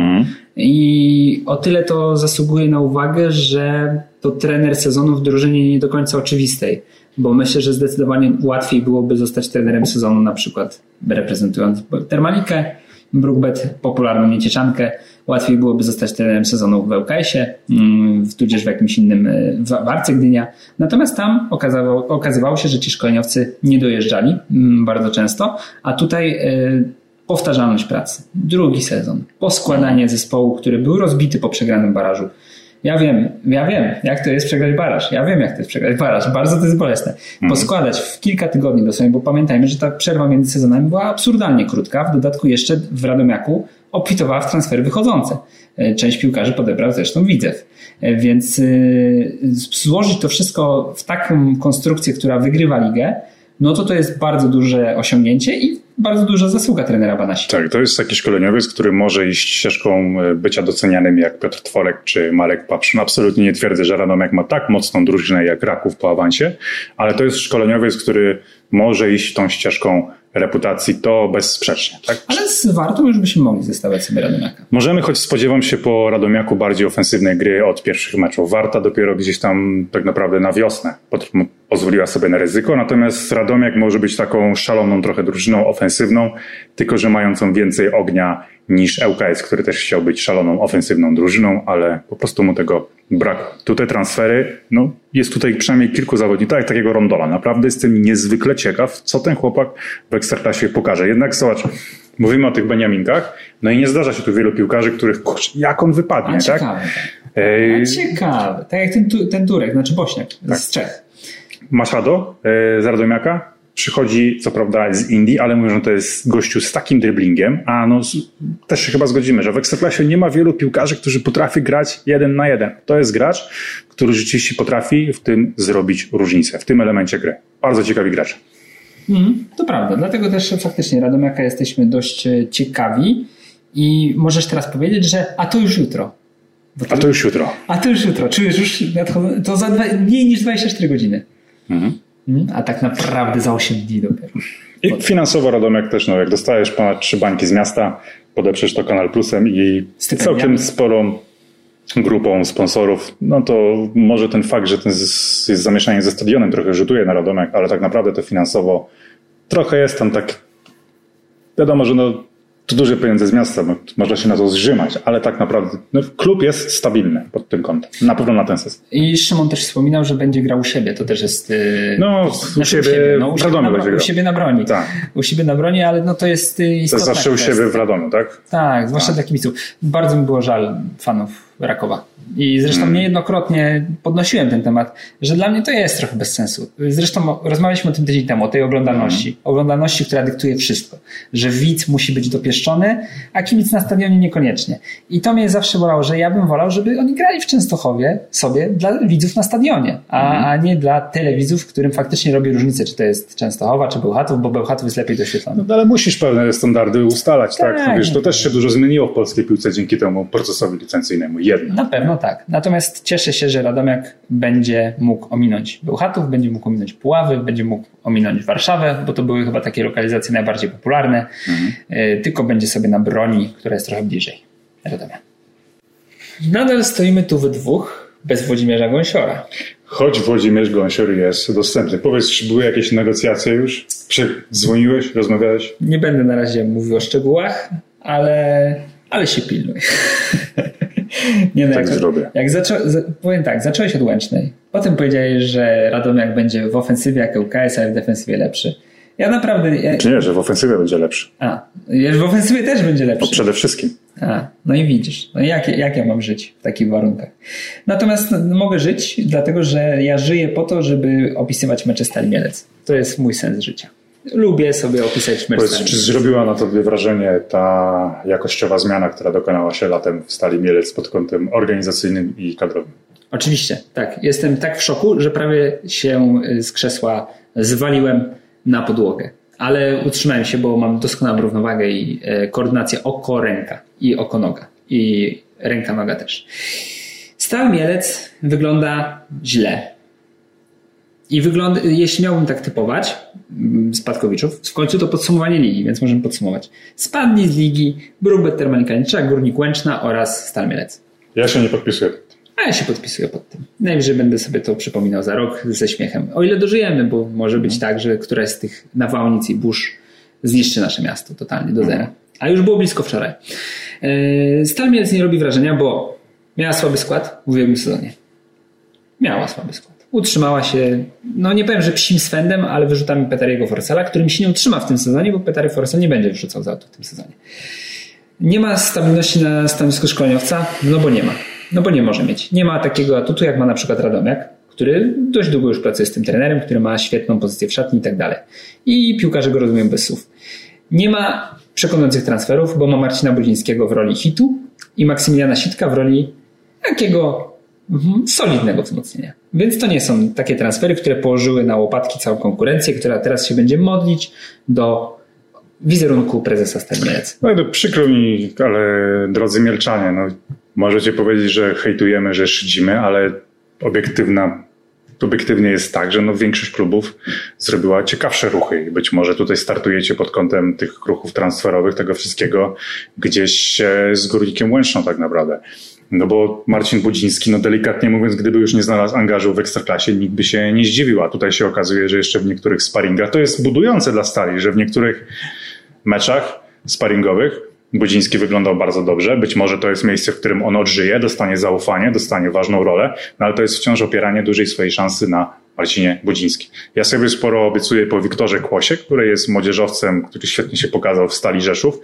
i o tyle to zasługuje na uwagę, że to trener sezonu w drużynie nie do końca oczywistej, bo myślę, że zdecydowanie łatwiej byłoby zostać trenerem sezonu, na przykład reprezentując Termalikę, Brookbet, popularną Niecieczankę. Łatwiej byłoby zostać trenerem sezonu w ŁKS-ie, tudzież w jakimś innym w Arce Gdynia. Natomiast tam okazywało się, że ci szkoleniowcy nie dojeżdżali bardzo często, a tutaj powtarzalność pracy. Drugi sezon, poskładanie zespołu, który był rozbity po przegranym barażu. Ja wiem, jak to jest przegrać baraż. Bardzo to jest bolesne. Poskładać w kilka tygodni dosłownie, bo pamiętajmy, że ta przerwa między sezonami była absurdalnie krótka. W dodatku jeszcze w Radomiaku obfitowała w transfery wychodzące. Część piłkarzy podebrał zresztą Widzew. Więc złożyć to wszystko w taką konstrukcję, która wygrywa ligę, no to jest bardzo duże osiągnięcie i bardzo duża zasługa trenera Banasika.
Tak, to jest taki szkoleniowiec, który może iść ścieżką bycia docenianym jak Piotr Tworek czy Marek Papszyn. Absolutnie nie twierdzę, że Radomiak ma tak mocną drużynę jak Raków po awansie, ale to jest szkoleniowiec, który może iść tą ścieżką reputacji, to bezsprzecznie. Tak?
Ale z Wartą już byśmy mogli zestawiać sobie Radomiaka.
Możemy, choć spodziewam się po Radomiaku bardziej ofensywnej gry od pierwszych meczów. Warta dopiero gdzieś tam tak naprawdę na wiosnę pozwoliła sobie na ryzyko, natomiast Radomiak może być taką szaloną trochę drużyną ofensywną, tylko że mającą więcej ognia niż ŁKS, który też chciał być szaloną ofensywną drużyną, ale po prostu mu tego brak. Tutaj transfery, jest tutaj przynajmniej kilku zawodników, tak takiego Rondola. Naprawdę jestem niezwykle ciekaw, co ten chłopak w Ekstraklasie pokaże. Jednak zobacz, mówimy o tych Beniaminkach, i nie zdarza się tu wielu piłkarzy, których, jak on wypadnie, tak?
Ciekawe. Tak jak ten Turek, Bośniak z Czech.
Machado z Radomiaka przychodzi, co prawda z Indii, ale mówią, że to jest gościu z takim driblingiem, też się chyba zgodzimy, że w Ekstraklasie nie ma wielu piłkarzy, którzy potrafi grać 1 na 1. To jest gracz, który rzeczywiście potrafi w tym zrobić różnicę, w tym elemencie gry. Bardzo ciekawi gracze.
To prawda, dlatego też faktycznie Radomiaka jesteśmy dość ciekawi i możesz teraz powiedzieć, że to już jutro.
A to już jutro.
Czujesz już to za mniej niż 24 godziny. A tak naprawdę za 8 dni dopiero.
I finansowo Radomiak też, jak dostajesz ponad 3 bańki z miasta, podeprzesz to Kanal Plusem i całkiem sporą grupą sponsorów, to może ten fakt, że ten jest zamieszanie ze stadionem trochę rzutuje na Radomiak, ale tak naprawdę to finansowo trochę jest tam tak, wiadomo, że to duże pieniądze z miasta, bo można się na to zrzymać, ale tak naprawdę klub jest stabilny pod tym kątem. Na pewno na ten sezon.
I Szymon też wspominał, że będzie grał u siebie. To też jest...
u siebie w Radomiu będzie grał.
U siebie na broni.
Tak.
U siebie na broni, ale to jest istotna
to jest zawsze u siebie w Radomiu, tak?
Tak, zwłaszcza dla kibiców. Bardzo mi było żal fanów Rakowa. I zresztą niejednokrotnie podnosiłem ten temat, że dla mnie to jest trochę bez sensu. Zresztą rozmawialiśmy o tym tydzień temu, o tej oglądalności. Oglądalności, która dyktuje wszystko. Że widz musi być dopieszczony, a kibic na stadionie niekoniecznie. I to mnie zawsze bolało, że ja bym wolał, żeby oni grali w Częstochowie sobie dla widzów na stadionie, a nie dla telewidzów, którym faktycznie robi różnicę, czy to jest Częstochowa, czy Bełchatów, bo Bełchatów jest lepiej doświetlony.
Ale musisz pewne standardy ustalać, tak? Wiesz, to też się dużo zmieniło w polskiej piłce dzięki temu procesowi licencyjnemu.
Na pewno tak. Natomiast cieszę się, że Radomiak będzie mógł ominąć Bełchatów, będzie mógł ominąć Puławy, będzie mógł ominąć Warszawę, bo to były chyba takie lokalizacje najbardziej popularne. Tylko będzie sobie na broni, która jest trochę bliżej Radomia. Nadal stoimy tu we dwóch, bez Włodzimierza Gąsiora.
Choć Włodzimierz Gąsior jest dostępny. Powiedz, czy były jakieś negocjacje już? Czy dzwoniłeś, rozmawiałeś?
Nie będę na razie mówił o szczegółach, ale się pilnuj.
Tak zrobię.
Powiem tak, zacząłeś od Łęcznej. Potem powiedziałeś, że Radomiak będzie w ofensywie jak ŁKS, a w defensywie lepszy. Ja naprawdę...
Czy nie, że w ofensywie będzie lepszy.
W ofensywie też będzie lepszy.
Przede wszystkim.
I widzisz. Jak ja mam żyć w takich warunkach? Natomiast mogę żyć, dlatego że ja żyję po to, żeby opisywać mecze Stali Mielec. To jest mój sens życia. Lubię sobie opisać mecz.
Powiedz, czy zrobiła na tobie wrażenie ta jakościowa zmiana, która dokonała się latem w Stali Mielec pod kątem organizacyjnym i kadrowym?
Oczywiście, tak. Jestem tak w szoku, że prawie się z krzesła zwaliłem na podłogę. Ale utrzymałem się, bo mam doskonałą równowagę i koordynację oko-ręka i oko-noga. I ręka-noga też. Stal Mielec wygląda źle. I jeśli miałbym tak typować spadkowiczów, w końcu to podsumowanie ligi, więc możemy podsumować. Spadli z ligi Bruk Termalikanicza, Górnik Łęczna oraz Stal Mielec.
Ja się nie podpisuję.
A ja się podpisuję pod tym. Najwyżej będę sobie to przypominał za rok ze śmiechem. O ile dożyjemy, bo może być tak, że któraś z tych nawałnic i burz zniszczy nasze miasto totalnie do zera. A już było blisko wczoraj. Stal Mielec nie robi wrażenia, bo miała słaby skład w ubiegłym sezonie. Miała słaby skład. Utrzymała się, nie powiem, że psim swędem, ale wyrzutami Petariego Forsela, którym się nie utrzyma w tym sezonie, bo Petary Forsel nie będzie wrzucał za auto w tym sezonie. Nie ma stabilności na stanowisku szkoleniowca, bo nie ma. Bo nie może mieć. Nie ma takiego atutu, jak ma na przykład Radomiak, który dość długo już pracuje z tym trenerem, który ma świetną pozycję w szatni i tak dalej. I piłkarze go rozumieją bez słów. Nie ma przekonujących transferów, bo ma Marcina Budzińskiego w roli hitu i Maksymiliana Sitka w roli takiego solidnego wzmocnienia. Więc to nie są takie transfery, które położyły na łopatki całą konkurencję, która teraz się będzie modlić do wizerunku prezesa Stali Mielec.
Przykro mi, ale drodzy Mielczanie, możecie powiedzieć, że hejtujemy, że szydzimy, ale obiektywna obiektywnie jest tak, że no większość klubów zrobiła ciekawsze ruchy i być może tutaj startujecie pod kątem tych ruchów transferowych, tego wszystkiego gdzieś z Górnikiem Łęczną tak naprawdę. No bo Marcin Budziński, no delikatnie mówiąc, gdyby już nie znalazł angażu w Ekstraklasie, nikt by się nie zdziwił, a tutaj się okazuje, że jeszcze w niektórych sparingach, to jest budujące dla Stali, że w niektórych meczach sparingowych Budziński wyglądał bardzo dobrze. Być może to jest miejsce, w którym on odżyje, dostanie zaufanie, dostanie ważną rolę, no ale to jest wciąż opieranie dużej swojej szansy na Marcinie Budzińskim. Ja sobie sporo obiecuję po Wiktorze Kłosie, który jest młodzieżowcem, który świetnie się pokazał w Stali Rzeszów.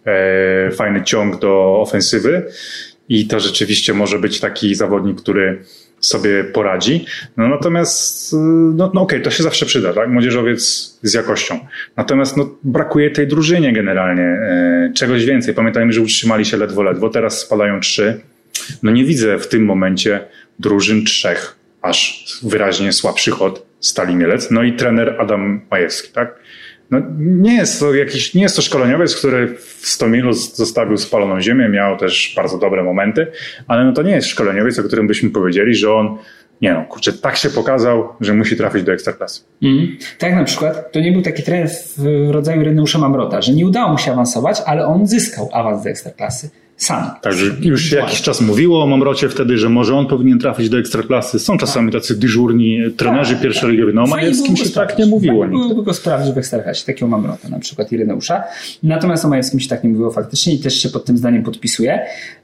Fajny ciąg do ofensywy i to rzeczywiście może być taki zawodnik, który sobie poradzi. No natomiast, okej, to się zawsze przyda, tak? Młodzieżowiec z jakością. Natomiast brakuje tej drużynie generalnie, czegoś więcej. Pamiętajmy, że utrzymali się ledwo, teraz spadają 3. No nie widzę w tym momencie drużyn 3, aż wyraźnie słabszych od Stali Mielec. No i trener Adam Majewski, tak? No nie jest to szkoleniowiec, który w Stomilu zostawił spaloną ziemię, miał też bardzo dobre momenty, ale no to nie jest szkoleniowiec, o którym byśmy powiedzieli, że on tak się pokazał, że musi trafić do Ekstraklasy.
Tak na przykład, to nie był taki trener w rodzaju Reneusza Mamrota, że nie udało mu się awansować, ale on zyskał awans do Ekstraklasy. Sam.
Także już się jakiś czas mówiło o Mamrocie wtedy, że może on powinien trafić do Ekstraklasy. Są czasami tacy dyżurni trenerzy pierwszoligowi. No o Majewskim się tak nie mówiło.
Byłoby go sprawdzić w Ekstraklasie, takiego Mamrota na przykład i Reneusza. Natomiast o Majewskim się tak nie mówiło faktycznie i też się pod tym zdaniem podpisuje.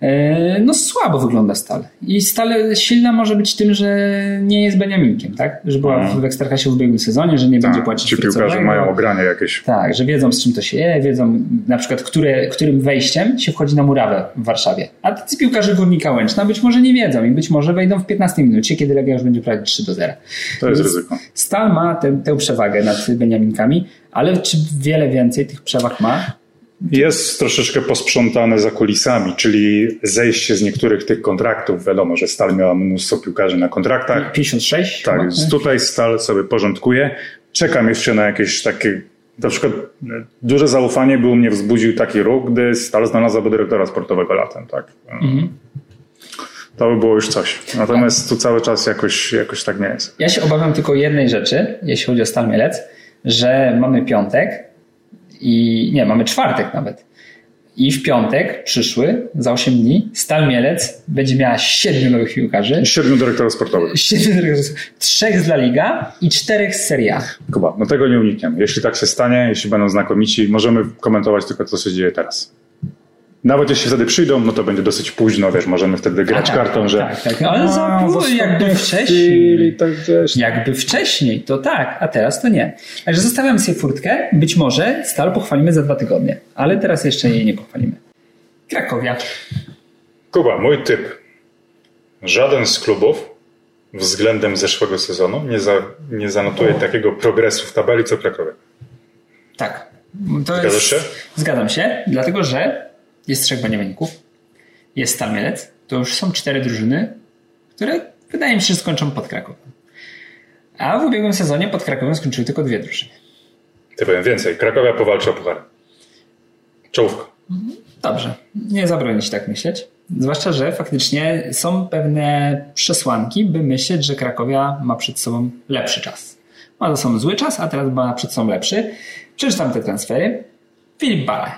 No słabo wygląda Stal. I Stal silna może być tym, że nie jest Beniaminkiem, tak? Że była w Ekstraklasie w ubiegłym sezonie, że nie będzie płacić
ci piłkarze mają ogranie jakieś.
Tak, że wiedzą z czym to się je, wiedzą na przykład którym wejściem się wchodzi na murawę w Warszawie. A tacy piłkarze Górnika Łęczna być może nie wiedzą i być może wejdą w 15 minucie, kiedy Legia już będzie prowadzić 3-0.
To jest ryzyko.
Stal ma tę przewagę nad Beniaminkami, ale czy wiele więcej tych przewag ma?
Jest troszeczkę posprzątane za kulisami, czyli zejście z niektórych tych kontraktów. Wiadomo, że Stal miała mnóstwo piłkarzy na kontraktach.
56?
Tak, więc tutaj Stal sobie porządkuje. Czekam jeszcze na jakieś takie. Na przykład duże zaufanie by u mnie wzbudził taki ruch, gdy Stal znalazłaby dyrektora sportowego latem. Tak? To by było już coś. Natomiast tu cały czas jakoś tak nie jest.
Ja się obawiam tylko jednej rzeczy, jeśli chodzi o Stal Mielec, że mamy piątek mamy czwartek nawet. I w piątek przyszły, za 8 dni, Stal Mielec będzie miała 7 nowych piłkarzy.
7 dyrektorów sportowych.
3 z La Liga i 4 z Serie A.
Kuba, no tego nie unikniemy. Jeśli tak się stanie, jeśli będą znakomici, możemy komentować tylko to, co się dzieje teraz. Nawet jeśli wtedy przyjdą, no to będzie dosyć późno, możemy wtedy grać kartą, że...
Tak. Ale jakby wcześniej, jakby wcześniej, to tak, a teraz to nie. Także zostawiam sobie furtkę, być może Stal pochwalimy za 2 tygodnie, ale teraz jeszcze jej nie pochwalimy. Krakowia.
Kuba, mój typ. Żaden z klubów względem zeszłego sezonu nie zanotuje takiego progresu w tabeli, co Krakowia.
Tak.
Zgadzasz się?
Zgadzam się, dlatego że jest 3 Beniaminków, jest Stal Mielec, to już są 4 drużyny, które wydaje mi się, że skończą pod Krakowem. A w ubiegłym sezonie pod Krakowem skończyły tylko 2 drużyny.
Ty powiem więcej, Krakowia powalczy o puchar. Czołówka.
Dobrze, nie zabronię ci tak myśleć. Zwłaszcza, że faktycznie są pewne przesłanki, by myśleć, że Krakowia ma przed sobą lepszy czas. Ma za sobą zły czas, a teraz ma przed sobą lepszy. Przeczytam te transfery. Filip Balaj.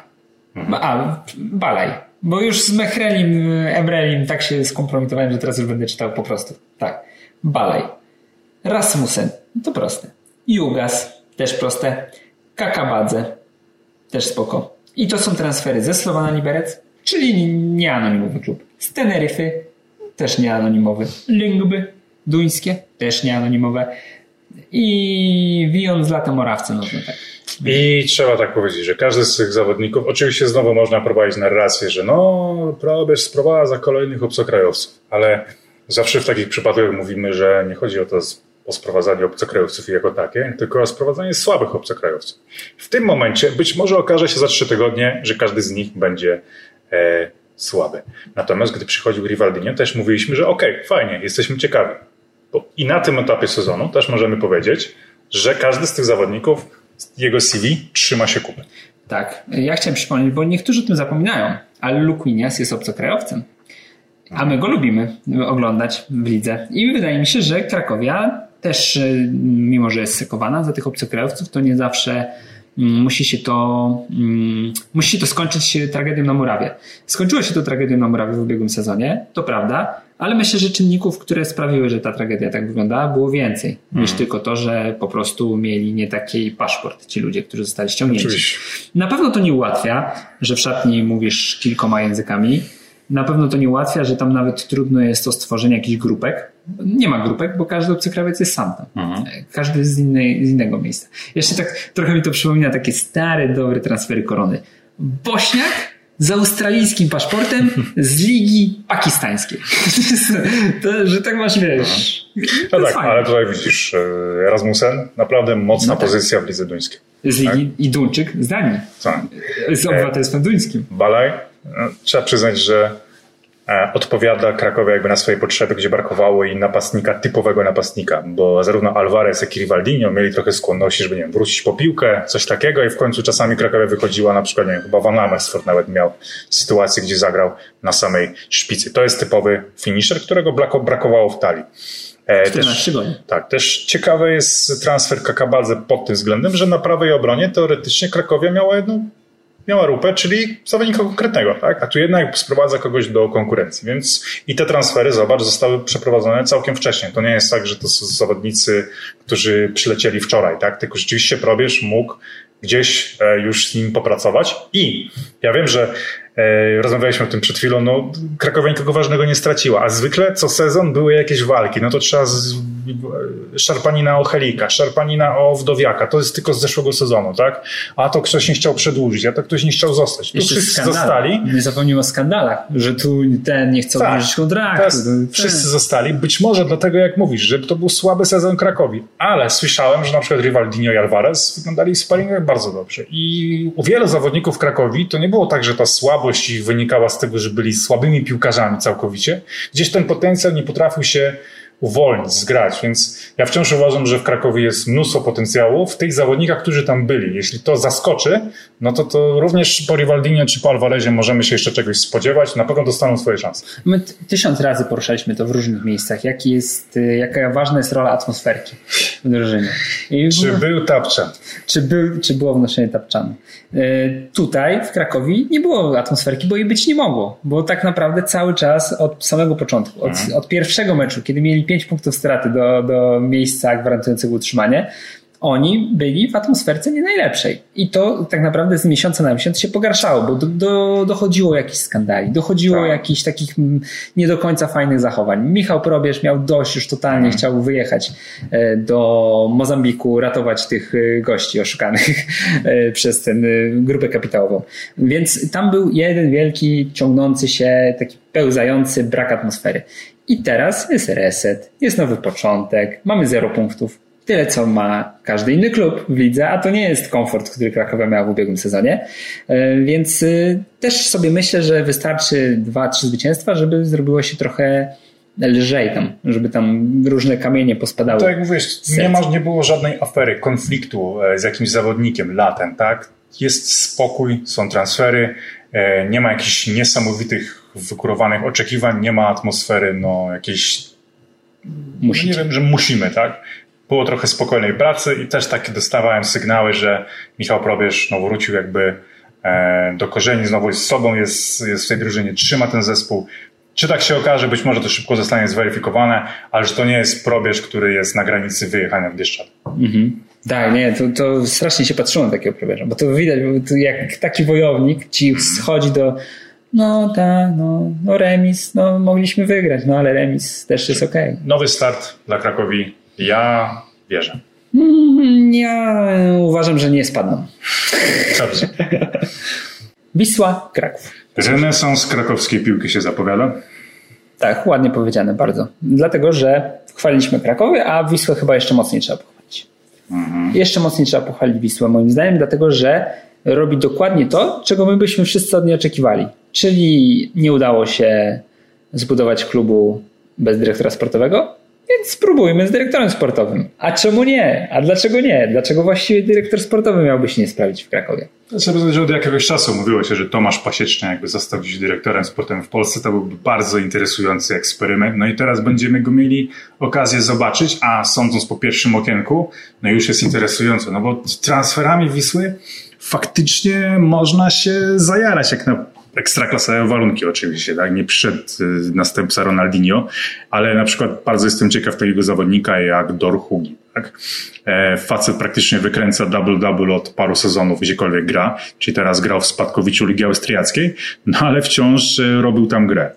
Balaj. Bo już z Mechrelim, Emrelim tak się skompromitowałem, że teraz już będę czytał po prostu. Tak. Balaj. Rasmussen. To proste. Jugas. Też proste. Kakabadze. Też spoko. I to są transfery ze Slowana Liberec, czyli nieanonimowy klub. Z Teneryfy. Też nieanonimowy. Lyngby. Duńskie. Też nieanonimowe. I Wion z Lata Morawce. No tak.
I trzeba tak powiedzieć, że każdy z tych zawodników, oczywiście znowu można prowadzić narrację, że Probierz sprowadza kolejnych obcokrajowców, ale zawsze w takich przypadkach mówimy, że nie chodzi o sprowadzanie obcokrajowców jako takie, tylko o sprowadzanie słabych obcokrajowców. W tym momencie być może okaże się za 3 tygodnie, że każdy z nich będzie słaby. Natomiast gdy przychodził Rivaldinho, też mówiliśmy, że fajnie, jesteśmy ciekawi. I na tym etapie sezonu też możemy powiedzieć, że każdy z tych zawodników, jego CV trzyma się kupy.
Tak, ja chciałem przypomnieć, bo niektórzy o tym zapominają, ale Luquinias jest obcokrajowcem. A my go lubimy oglądać w lidze. I wydaje mi się, że Krakowia też, mimo że jest sekowana za tych obcokrajowców, to nie zawsze musi się to skończyć tragedią na murawie. Skończyło się to tragedią na murawie w ubiegłym sezonie, to prawda, ale myślę, że czynników, które sprawiły, że ta tragedia tak wyglądała, było więcej niż tylko to, że po prostu mieli nie taki paszport ci ludzie, którzy zostali ściągnięci.
Oczywiście.
Na pewno to nie ułatwia, że w szatni mówisz kilkoma językami. Na pewno to nie ułatwia, że tam nawet trudno jest o stworzenie jakichś grupek. Nie ma grupek, bo każdy obcokrajowiec jest sam tam. Każdy z innego miejsca. Jeszcze tak trochę mi to przypomina takie stare, dobre transfery Korony. Bośniak z australijskim paszportem z ligi pakistańskiej. To, że tak masz, wiesz.
No tak, ale tutaj widzisz, Rasmussen, naprawdę mocna pozycja w lidze duńskiej.
Z ligi i Duńczyk z Danii. Z obywatelstwem duńskim.
Balaj, trzeba przyznać, że odpowiada Krakowie jakby na swoje potrzeby, gdzie brakowało i napastnika, typowego napastnika, bo zarówno Alvarez, jak i Rivaldinho mieli trochę skłonności, żeby, nie wiem, wrócić po piłkę, coś takiego i w końcu czasami Krakowie wychodziła, na przykład, nie wiem, chyba Van Amersfoort nawet miał sytuację, gdzie zagrał na samej szpicy. To jest typowy finisher, którego brakowało w Talii.
14 godzin.
Tak, też ciekawy jest transfer Kakabadze pod tym względem, że na prawej obronie teoretycznie Krakowia miała rupę, czyli zawodnika konkretnego, tak? A tu jednak sprowadza kogoś do konkurencji, więc i te transfery, zobacz, zostały przeprowadzone całkiem wcześnie. To nie jest tak, że to są zawodnicy, którzy przylecieli wczoraj, tak? Tylko rzeczywiście Probierz mógł gdzieś już z nim popracować i ja wiem, że rozmawialiśmy o tym przed chwilą, no Krakowia nikogo ważnego nie straciła, a zwykle co sezon były jakieś walki, no to trzeba szarpanina o Helika, szarpanina o Wdowiaka, to jest tylko z zeszłego sezonu, tak? A to ktoś nie chciał przedłużyć, a to ktoś nie chciał zostać. Tu wszyscy zostali.
Nie zapomnijmy o skandalach, że tu ten nie chciał wierzyć kontraktu.
Wszyscy zostali, być może dlatego jak mówisz, że to był słaby sezon Krakowi, ale słyszałem, że na przykład Rivaldinho i Alvarez wyglądali w sparingach bardzo dobrze i u wielu zawodników Krakowi to nie było tak, że ta słabość ich wynikała z tego, że byli słabymi piłkarzami całkowicie. Gdzieś ten potencjał nie potrafił się uwolnić, zgrać, więc ja wciąż uważam, że w Krakowie jest mnóstwo potencjału w tych zawodnikach, którzy tam byli. Jeśli to zaskoczy, no to również po Rivaldinho czy po Alvarezie możemy się jeszcze czegoś spodziewać, na pewno dostaną swoje szanse.
My 1000 razy poruszaliśmy to w różnych miejscach. Jaka ważna jest rola atmosferki w drużynie.
Czy był tapczan?
Czy było wnoszenie tapczanu? Tutaj w Krakowie nie było atmosferki, bo jej być nie mogło, bo tak naprawdę cały czas od samego początku, od pierwszego meczu, kiedy mieli 5 punktów straty do miejsca gwarantującego utrzymanie, oni byli w atmosferce nie najlepszej. I to tak naprawdę z miesiąca na miesiąc się pogarszało, bo dochodziło jakichś skandali, dochodziło jakichś takich nie do końca fajnych zachowań. Michał Probierz miał dość, już totalnie chciał wyjechać do Mozambiku, ratować tych gości oszukanych przez tę grupę kapitałową. Więc tam był jeden wielki, ciągnący się, taki pełzający brak atmosfery. I teraz jest reset, jest nowy początek, mamy 0 punktów. Tyle, co ma każdy inny klub w lidze, a to nie jest komfort, który Krakowia miała w ubiegłym sezonie. Więc też sobie myślę, że wystarczy 2-3 zwycięstwa, żeby zrobiło się trochę lżej tam, żeby tam różne kamienie pospadały.
To jak mówisz, nie było żadnej afery, konfliktu z jakimś zawodnikiem latem, tak? Jest spokój, są transfery, nie ma jakichś niesamowitych, wykurowanych oczekiwań, nie ma atmosfery, no jakiejś... Nie wiem, że musimy, tak? Było trochę spokojnej pracy i też takie dostawałem sygnały, że Michał Probierz wrócił jakby do korzeni, znowu z sobą, jest w tej drużynie, trzyma ten zespół. Czy tak się okaże, być może to szybko zostanie zweryfikowane, ale że to nie jest Probierz, który jest na granicy wyjechania w Bieszczady.
Tak, nie, to strasznie się patrzyło na takiego Probierza, bo to widać, bo to jak taki wojownik ci schodzi do remis, mogliśmy wygrać, ale remis też jest okej.
Nowy start dla Krakowi. Ja wierzę.
Ja uważam, że nie spadną.
Dobrze.
Wisła, Kraków.
Renesans krakowskiej piłki się zapowiada?
Tak, ładnie powiedziane, bardzo. Dlatego, że chwaliliśmy Krakowie, a Wisłę chyba jeszcze mocniej trzeba pochwalić. Jeszcze mocniej trzeba pochwalić Wisłę, moim zdaniem, dlatego, że robi dokładnie to, czego my byśmy wszyscy od niej oczekiwali. Czyli nie udało się zbudować klubu bez dyrektora sportowego. Więc spróbujmy z dyrektorem sportowym. A czemu nie? A dlaczego nie? Dlaczego właściwie dyrektor sportowy miałby się nie sprawić w Krakowie?
Od jakiegoś czasu mówiło się, że Tomasz Pasieczny jakby został gdzieś dyrektorem sportowym w Polsce. To byłby bardzo interesujący eksperyment. No i teraz będziemy go mieli okazję zobaczyć, a sądząc po pierwszym okienku, no już jest interesująco, no bo transferami Wisły faktycznie można się zajarać jak na ekstraklasowe warunki oczywiście, tak? Nie przyszedł następca Ronaldinho, ale na przykład bardzo jestem ciekaw takiego zawodnika jak Dor Hugi, tak? Facet praktycznie wykręca double od paru sezonów, gdziekolwiek gra, czyli teraz grał w Spadkowiczu Ligi Austriackiej, no ale wciąż robił tam grę.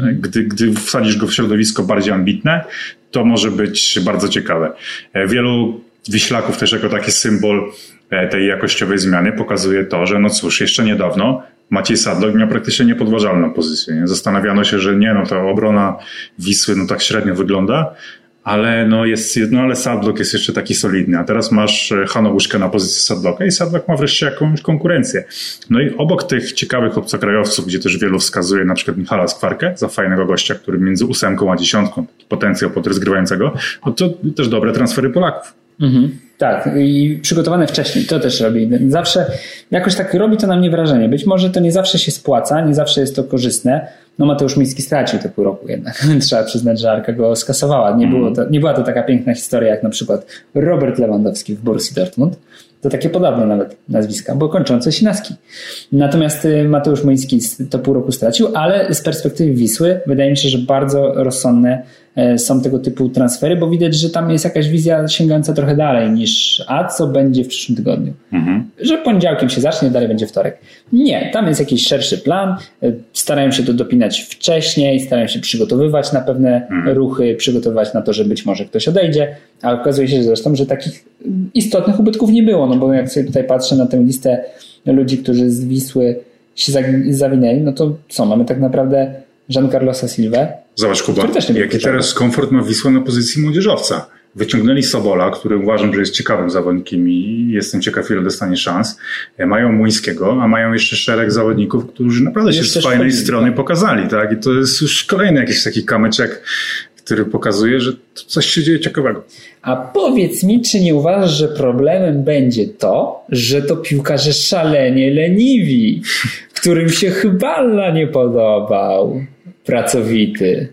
Gdy wsadzisz go w środowisko bardziej ambitne, to może być bardzo ciekawe. Wielu Wiślaków też jako taki symbol tej jakościowej zmiany pokazuje to, że no cóż, jeszcze niedawno Maciej Sadlok miał praktycznie niepodważalną pozycję. Nie? Zastanawiano się, że nie, no ta obrona Wisły no tak średnio wygląda, ale ale Sadlok jest jeszcze taki solidny. A teraz masz Hanouszkę na pozycji Sadloka i Sadlok ma wreszcie jakąś konkurencję. No i obok tych ciekawych obcokrajowców, gdzie też wielu wskazuje na przykład Michala Skwarkę za fajnego gościa, który między 8 a 10, taki potencjał podrozgrywającego, no to też dobre transfery Polaków.
Tak, i przygotowane wcześniej, to też robi. Zawsze jakoś tak robi to na mnie wrażenie. Być może to nie zawsze się spłaca, nie zawsze jest to korzystne. No Mateusz Miński stracił te pół roku jednak. Trzeba przyznać, że Arka go skasowała. Nie była to taka piękna historia jak na przykład Robert Lewandowski w Borussii Dortmund. To takie podobne nawet nazwiska, bo kończące Sinaski. Natomiast Mateusz Miński to pół roku stracił, ale z perspektywy Wisły wydaje mi się, że bardzo rozsądne są tego typu transfery, bo widać, że tam jest jakaś wizja sięgająca trochę dalej niż co będzie w przyszłym tygodniu. Że poniedziałkiem się zacznie, dalej będzie wtorek. Nie, tam jest jakiś szerszy plan, starają się to dopinać wcześniej, starają się przygotowywać na pewne ruchy, przygotowywać na to, że być może ktoś odejdzie, a okazuje się zresztą, że takich istotnych ubytków nie było, no bo jak sobie tutaj patrzę na tę listę ludzi, którzy z Wisły się zawinęli, no to co, mamy tak naprawdę Giancarlosa Silvę.
Zobacz, Kuba, jaki teraz komfort ma Wisła na pozycji młodzieżowca. Wyciągnęli Sobola, który uważam, że jest ciekawym zawodnikiem i jestem ciekaw, ile dostanie szans. Mają Młyńskiego, a mają jeszcze szereg zawodników, którzy naprawdę się z fajnej strony pokazali. Tak? I to jest już kolejny jakiś taki kamyczek, który pokazuje, że coś się dzieje ciekawego.
A powiedz mi, czy nie uważasz, że problemem będzie to, że to piłkarze szalenie leniwi, którym się Chyballa nie podobał, pracowity?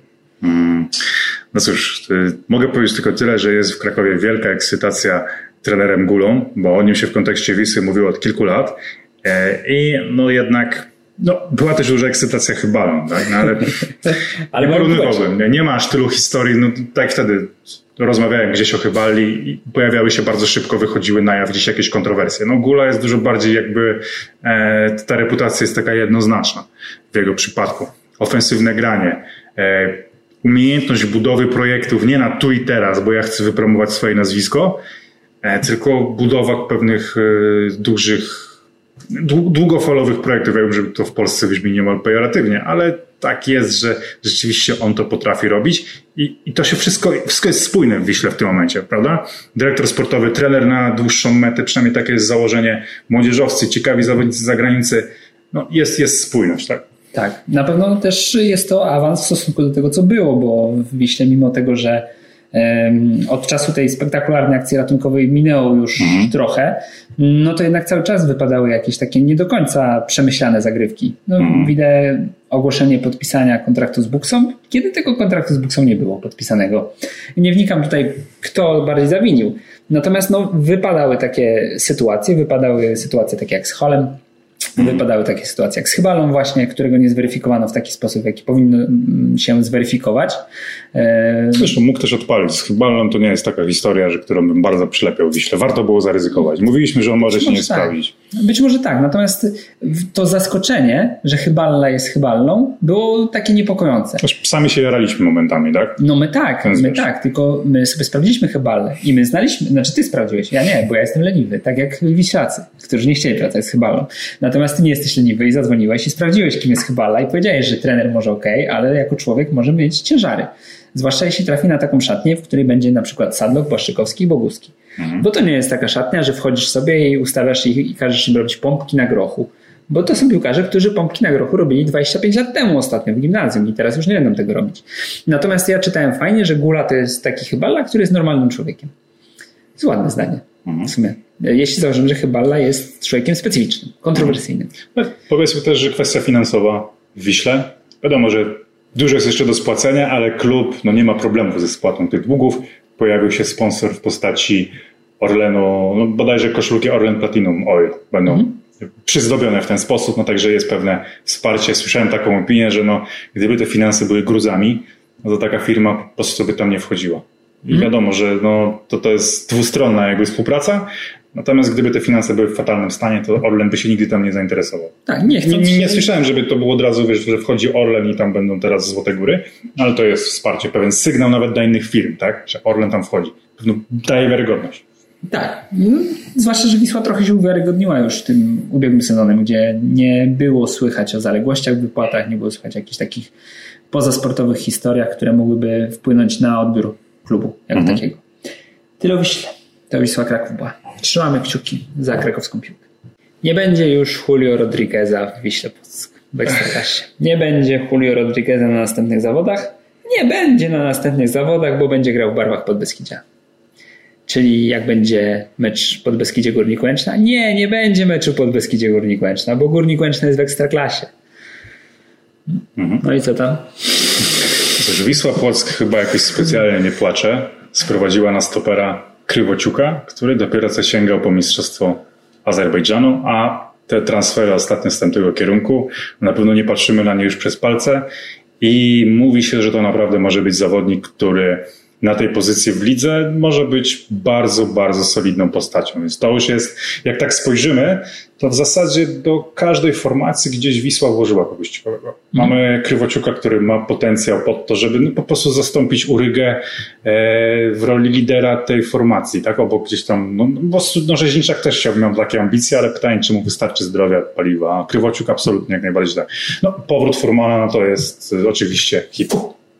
No cóż, mogę powiedzieć tylko tyle, że jest w Krakowie wielka ekscytacja trenerem Gulą, bo o nim się w kontekście Wisły mówiło od kilku lat i no jednak była też duża ekscytacja Chybalą, tak? No, ale nie porównywałbym. Nie ma aż tylu historii, no tak wtedy rozmawiałem gdzieś o Chybali i pojawiały się bardzo szybko, wychodziły na jaw gdzieś jakieś kontrowersje. No Gula jest dużo bardziej jakby, ta reputacja jest taka jednoznaczna w jego przypadku. Ofensywne granie, umiejętność budowy projektów nie na tu i teraz, bo ja chcę wypromować swoje nazwisko, tylko budowa pewnych dużych, długofalowych projektów. Ja wiem, żeby to w Polsce brzmi niemal pejoratywnie, ale tak jest, że rzeczywiście on to potrafi robić i to się wszystko jest spójne w Wiśle w tym momencie, prawda? Dyrektor sportowy, trener na dłuższą metę, przynajmniej takie jest założenie, młodzieżowcy, ciekawi zawodnicy z zagranicy, no jest spójność, tak?
Tak, na pewno też jest to awans w stosunku do tego, co było, bo w Wiśle mimo tego, że od czasu tej spektakularnej akcji ratunkowej minęło już trochę, no to jednak cały czas wypadały jakieś takie nie do końca przemyślane zagrywki. Widzę ogłoszenie podpisania kontraktu z Buksą, kiedy tego kontraktu z Buksą nie było podpisanego. Nie wnikam tutaj, kto bardziej zawinił. Natomiast wypadały takie sytuacje, takie jak z Holem, wypadały takie sytuacje jak z Chybalą właśnie, którego nie zweryfikowano w taki sposób, w jaki powinno się zweryfikować.
Zresztą mógł też odpalić. Z Chybalą to nie jest taka historia, którą bym bardzo przylepiał w Wiśle. Warto było zaryzykować. Mówiliśmy, że on może się nie sprawdzić.
Być może tak, natomiast to zaskoczenie, że Chyballa jest Chybalą, było takie niepokojące.
Sami się jaraliśmy momentami, tak?
No my tak, tylko my sobie sprawdziliśmy Chyballę i my znaliśmy, znaczy ty sprawdziłeś, ja nie, bo ja jestem leniwy, tak jak Wiślacy, którzy nie chcieli pracować z Chyballą. Natomiast ty nie jesteś leniwy i zadzwoniłeś i sprawdziłeś, kim jest Chyballa i powiedziałeś, że trener może ale jako człowiek może mieć ciężary. Zwłaszcza jeśli trafi na taką szatnię, w której będzie na przykład Sadlok, Błaszczykowski i Boguski. Bo to nie jest taka szatnia, że wchodzisz sobie i ustawiasz ich i każesz im robić pompki na grochu. Bo to są piłkarze, którzy pompki na grochu robili 25 lat temu ostatnio w gimnazjum i teraz już nie będą tego robić. Natomiast ja czytałem fajnie, że Gula to jest taki Chyballa, który jest normalnym człowiekiem. To jest ładne zdanie w sumie. Jeśli założymy, że Chyballa jest człowiekiem specyficznym, kontrowersyjnym.
No, powiedzmy też, że kwestia finansowa w Wiśle. Wiadomo, że dużo jest jeszcze do spłacenia, ale klub nie ma problemu ze spłatą tych długów. Pojawił się sponsor w postaci Orlenu, bodajże koszulki Orlen Platinum Oil będą przyzdobione w ten sposób, także jest pewne wsparcie. Słyszałem taką opinię, że gdyby te finanse były gruzami, to taka firma po prostu by tam nie wchodziła. I wiadomo, że to jest dwustronna jakby współpraca, natomiast gdyby te finanse były w fatalnym stanie, to Orlen by się nigdy tam nie zainteresował.
Tak,
nie słyszałem, żeby to było od razu, że wchodzi Orlen i tam będą teraz Złote Góry, ale to jest wsparcie, pewien sygnał nawet dla innych firm, tak, że Orlen tam wchodzi. Daje wiarygodność.
Tak, zwłaszcza, że Wisła trochę się uwiarygodniła już tym ubiegłym sezonem, gdzie nie było słychać o zaległościach w wypłatach, nie było słychać o jakichś takich pozasportowych historiach, które mogłyby wpłynąć na odbiór klubu jako takiego. Tyle o Wiśle. To Wisła Kraków była. Trzymamy kciuki za krakowską piłkę. Nie będzie już Julio Rodrigueza w Wiśle Płock w Ekstraklasie. Nie będzie Julio Rodrigueza na następnych zawodach. Nie będzie na następnych zawodach, bo będzie grał w barwach Podbeskidzia. Czyli jak będzie mecz Podbeskidzie Górnik Łęczna? Nie będzie meczu Podbeskidzie Górnik Łęczna, bo Górnik Łęczna jest w Ekstraklasie. No i co tam?
Cóż, Wisła Płock chyba jakoś specjalnie nie płacze. Sprowadziła na stopera Krywociuka, który dopiero co sięgał po mistrzostwo Azerbejdżanu, a te transfery ostatnio z tamtego kierunku, na pewno nie patrzymy na nie już przez palce i mówi się, że to naprawdę może być zawodnik, który na tej pozycji w lidze może być bardzo, bardzo solidną postacią. Więc to już jest, jak tak spojrzymy, to w zasadzie do każdej formacji gdzieś Wisła włożyła kogoś ciekawego. Mamy Krywociuka, który ma potencjał pod to, żeby po prostu zastąpić Urygę w roli lidera tej formacji, tak? Obok gdzieś tam, bo Rzeźniczak też miał takie ambicje, ale pytanie, czy mu wystarczy zdrowia, paliwa. A Krywociuk absolutnie jak najbardziej tak. Powrót Furmana to jest oczywiście hit.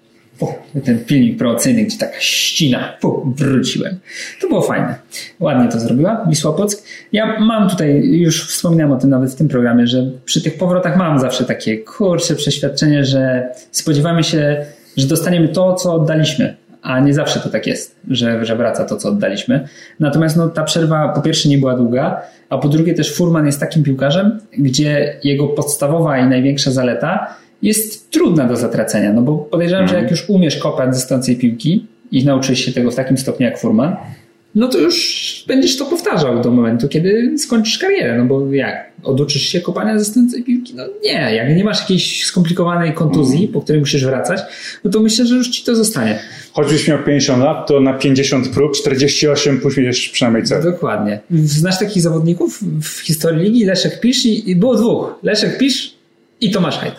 Ten filmik promocyjny, gdzie taka ścina, wróciłem. To było fajne. Ładnie to zrobiła Wisła Płock. Ja mam tutaj, już wspominałem o tym nawet w tym programie, że przy tych powrotach mam zawsze takie przeświadczenie, że spodziewamy się, że dostaniemy to, co oddaliśmy, a nie zawsze to tak jest, że wraca to, co oddaliśmy. Natomiast ta przerwa po pierwsze nie była długa, a po drugie też Furman jest takim piłkarzem, gdzie jego podstawowa i największa zaleta jest trudna do zatracenia, bo podejrzewam, że jak już umiesz kopać ze stojącej piłki i nauczysz się tego w takim stopniu jak Furman, to już będziesz to powtarzał do momentu, kiedy skończysz karierę, bo jak? Oduczysz się kopania ze stojącej piłki? Nie, jak nie masz jakiejś skomplikowanej kontuzji, po której musisz wracać, to myślę, że już ci to zostanie.
Choćbyś miał 50 lat, to na 50 prób, 48 pójdziesz przynajmniej cel.
Dokładnie. Znasz takich zawodników w historii ligi? Leszek Pisz i było dwóch. Leszek Pisz i Tomasz Hajd.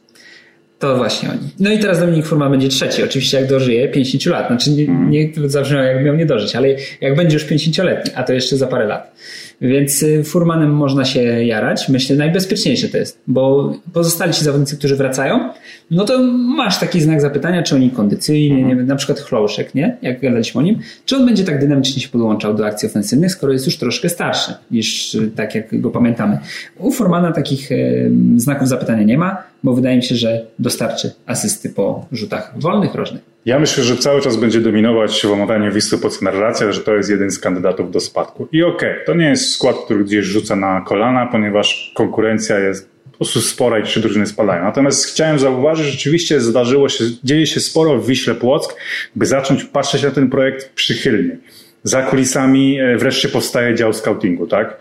To właśnie oni. I teraz Dominik Furman będzie trzeci. Oczywiście jak dożyje 50 lat. Znaczy nie zabrzmiało jak miał nie dożyć, ale jak będzie już 50-letni, a to jeszcze za parę lat. Więc Furmanem można się jarać. Myślę, najbezpieczniejsze to jest, bo pozostali ci zawodnicy, którzy wracają, to masz taki znak zapytania, czy oni kondycyjnie, nie wiem, na przykład Chlouszek, nie? Jak gadaliśmy o nim, czy on będzie tak dynamicznie się podłączał do akcji ofensywnych, skoro jest już troszkę starszy niż tak jak go pamiętamy. U Furmana takich znaków zapytania nie ma, bo wydaje mi się, że dostarczy asysty po rzutach wolnych, rożnych.
Ja myślę, że cały czas będzie dominować w omawianiu Wisły Płock narracja, że to jest jeden z kandydatów do spadku. I to nie jest skład, który gdzieś rzuca na kolana, ponieważ konkurencja jest po prostu spora i 3 drużyny spadają. Natomiast chciałem zauważyć, że rzeczywiście dzieje się sporo w Wiśle Płock, by zacząć patrzeć na ten projekt przychylnie. Za kulisami wreszcie powstaje dział scoutingu, tak?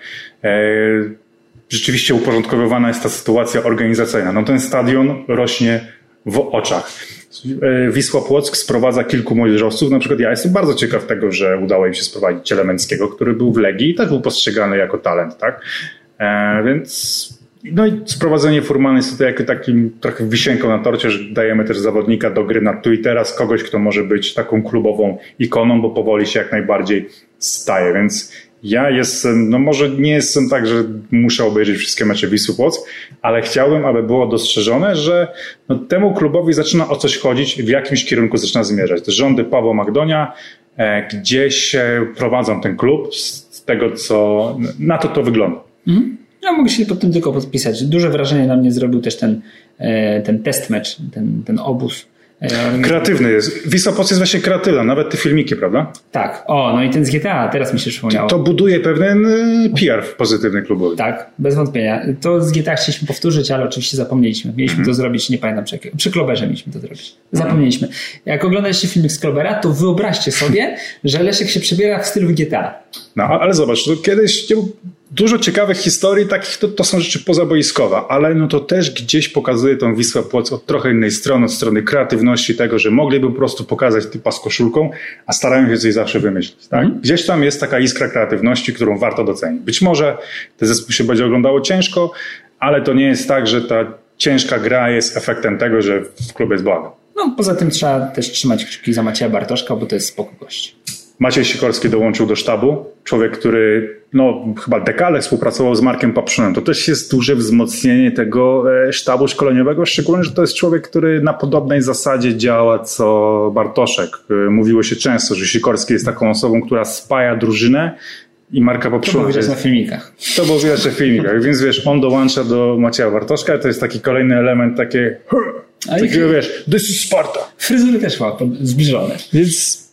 Rzeczywiście uporządkowywana jest ta sytuacja organizacyjna. Ten stadion rośnie w oczach. Wisła Płock sprowadza kilku młodzieżowców. Na przykład ja jestem bardzo ciekaw tego, że udało im się sprowadzić Cielemeńskiego, który był w Legii i też był postrzegany jako talent, tak? Więc i sprowadzenie Furmana jest tutaj jako takim trochę wisienką na torcie, że dajemy też zawodnika do gry na tu i teraz, kogoś, kto może być taką klubową ikoną, bo powoli się jak najbardziej staje, więc ja jestem, może nie jestem tak, że muszę obejrzeć wszystkie mecze Wisły Płock, ale chciałbym, aby było dostrzeżone, że temu klubowi zaczyna o coś chodzić, w jakimś kierunku zaczyna zmierzać. Te rządy Pawła Magdonia gdzieś prowadzą ten klub z tego, co na to wygląda.
Ja mogę się pod tym tylko podpisać. Duże wrażenie na mnie zrobił też ten test mecz, ten obóz.
Kreatywny jest. Wisła Płock jest właśnie kreatywna, nawet te filmiki, prawda?
Tak. No i ten z GTA, teraz mi się przypomniało.
To buduje pewien PR pozytywny klubowy.
Tak, bez wątpienia. To z GTA chcieliśmy powtórzyć, ale oczywiście zapomnieliśmy. Mieliśmy to zrobić, nie pamiętam przy Kloberze mieliśmy to zrobić. Zapomnieliśmy. Jak oglądaliście filmik z Klobera, to wyobraźcie sobie, że Leszek się przebiera w stylu GTA.
No, ale zobacz, to kiedyś dużo ciekawych historii, takich to są rzeczy pozaboiskowe, ale no to też gdzieś pokazuje tą Wisłę Płock od trochę innej strony, od strony kreatywności tego, że mogliby po prostu pokazać typa z koszulką, a starają się coś zawsze wymyślić. Tak? Gdzieś tam jest taka iskra kreatywności, którą warto docenić. Być może ten zespół się będzie oglądało ciężko, ale to nie jest tak, że ta ciężka gra jest efektem tego, że w klubie jest błaga.
No poza tym trzeba też trzymać kciuki za Macieja Bartoszka, bo to jest spoko gość.
Maciej Sikorski dołączył do sztabu. Człowiek, który chyba dekadę współpracował z Markiem Paprzunem. To też jest duże wzmocnienie tego sztabu szkoleniowego, szczególnie, że to jest człowiek, który na podobnej zasadzie działa co Bartoszek. Mówiło się często, że Sikorski jest taką osobą, która spaja drużynę i Marka Papszuna.
To było widać na filmikach.
To było widać na filmikach, więc wiesz, on dołącza do Macieja Bartoszka, to jest taki kolejny element takiego wiesz, this is Sparta.
Fryzury też ma zbliżone.
Więc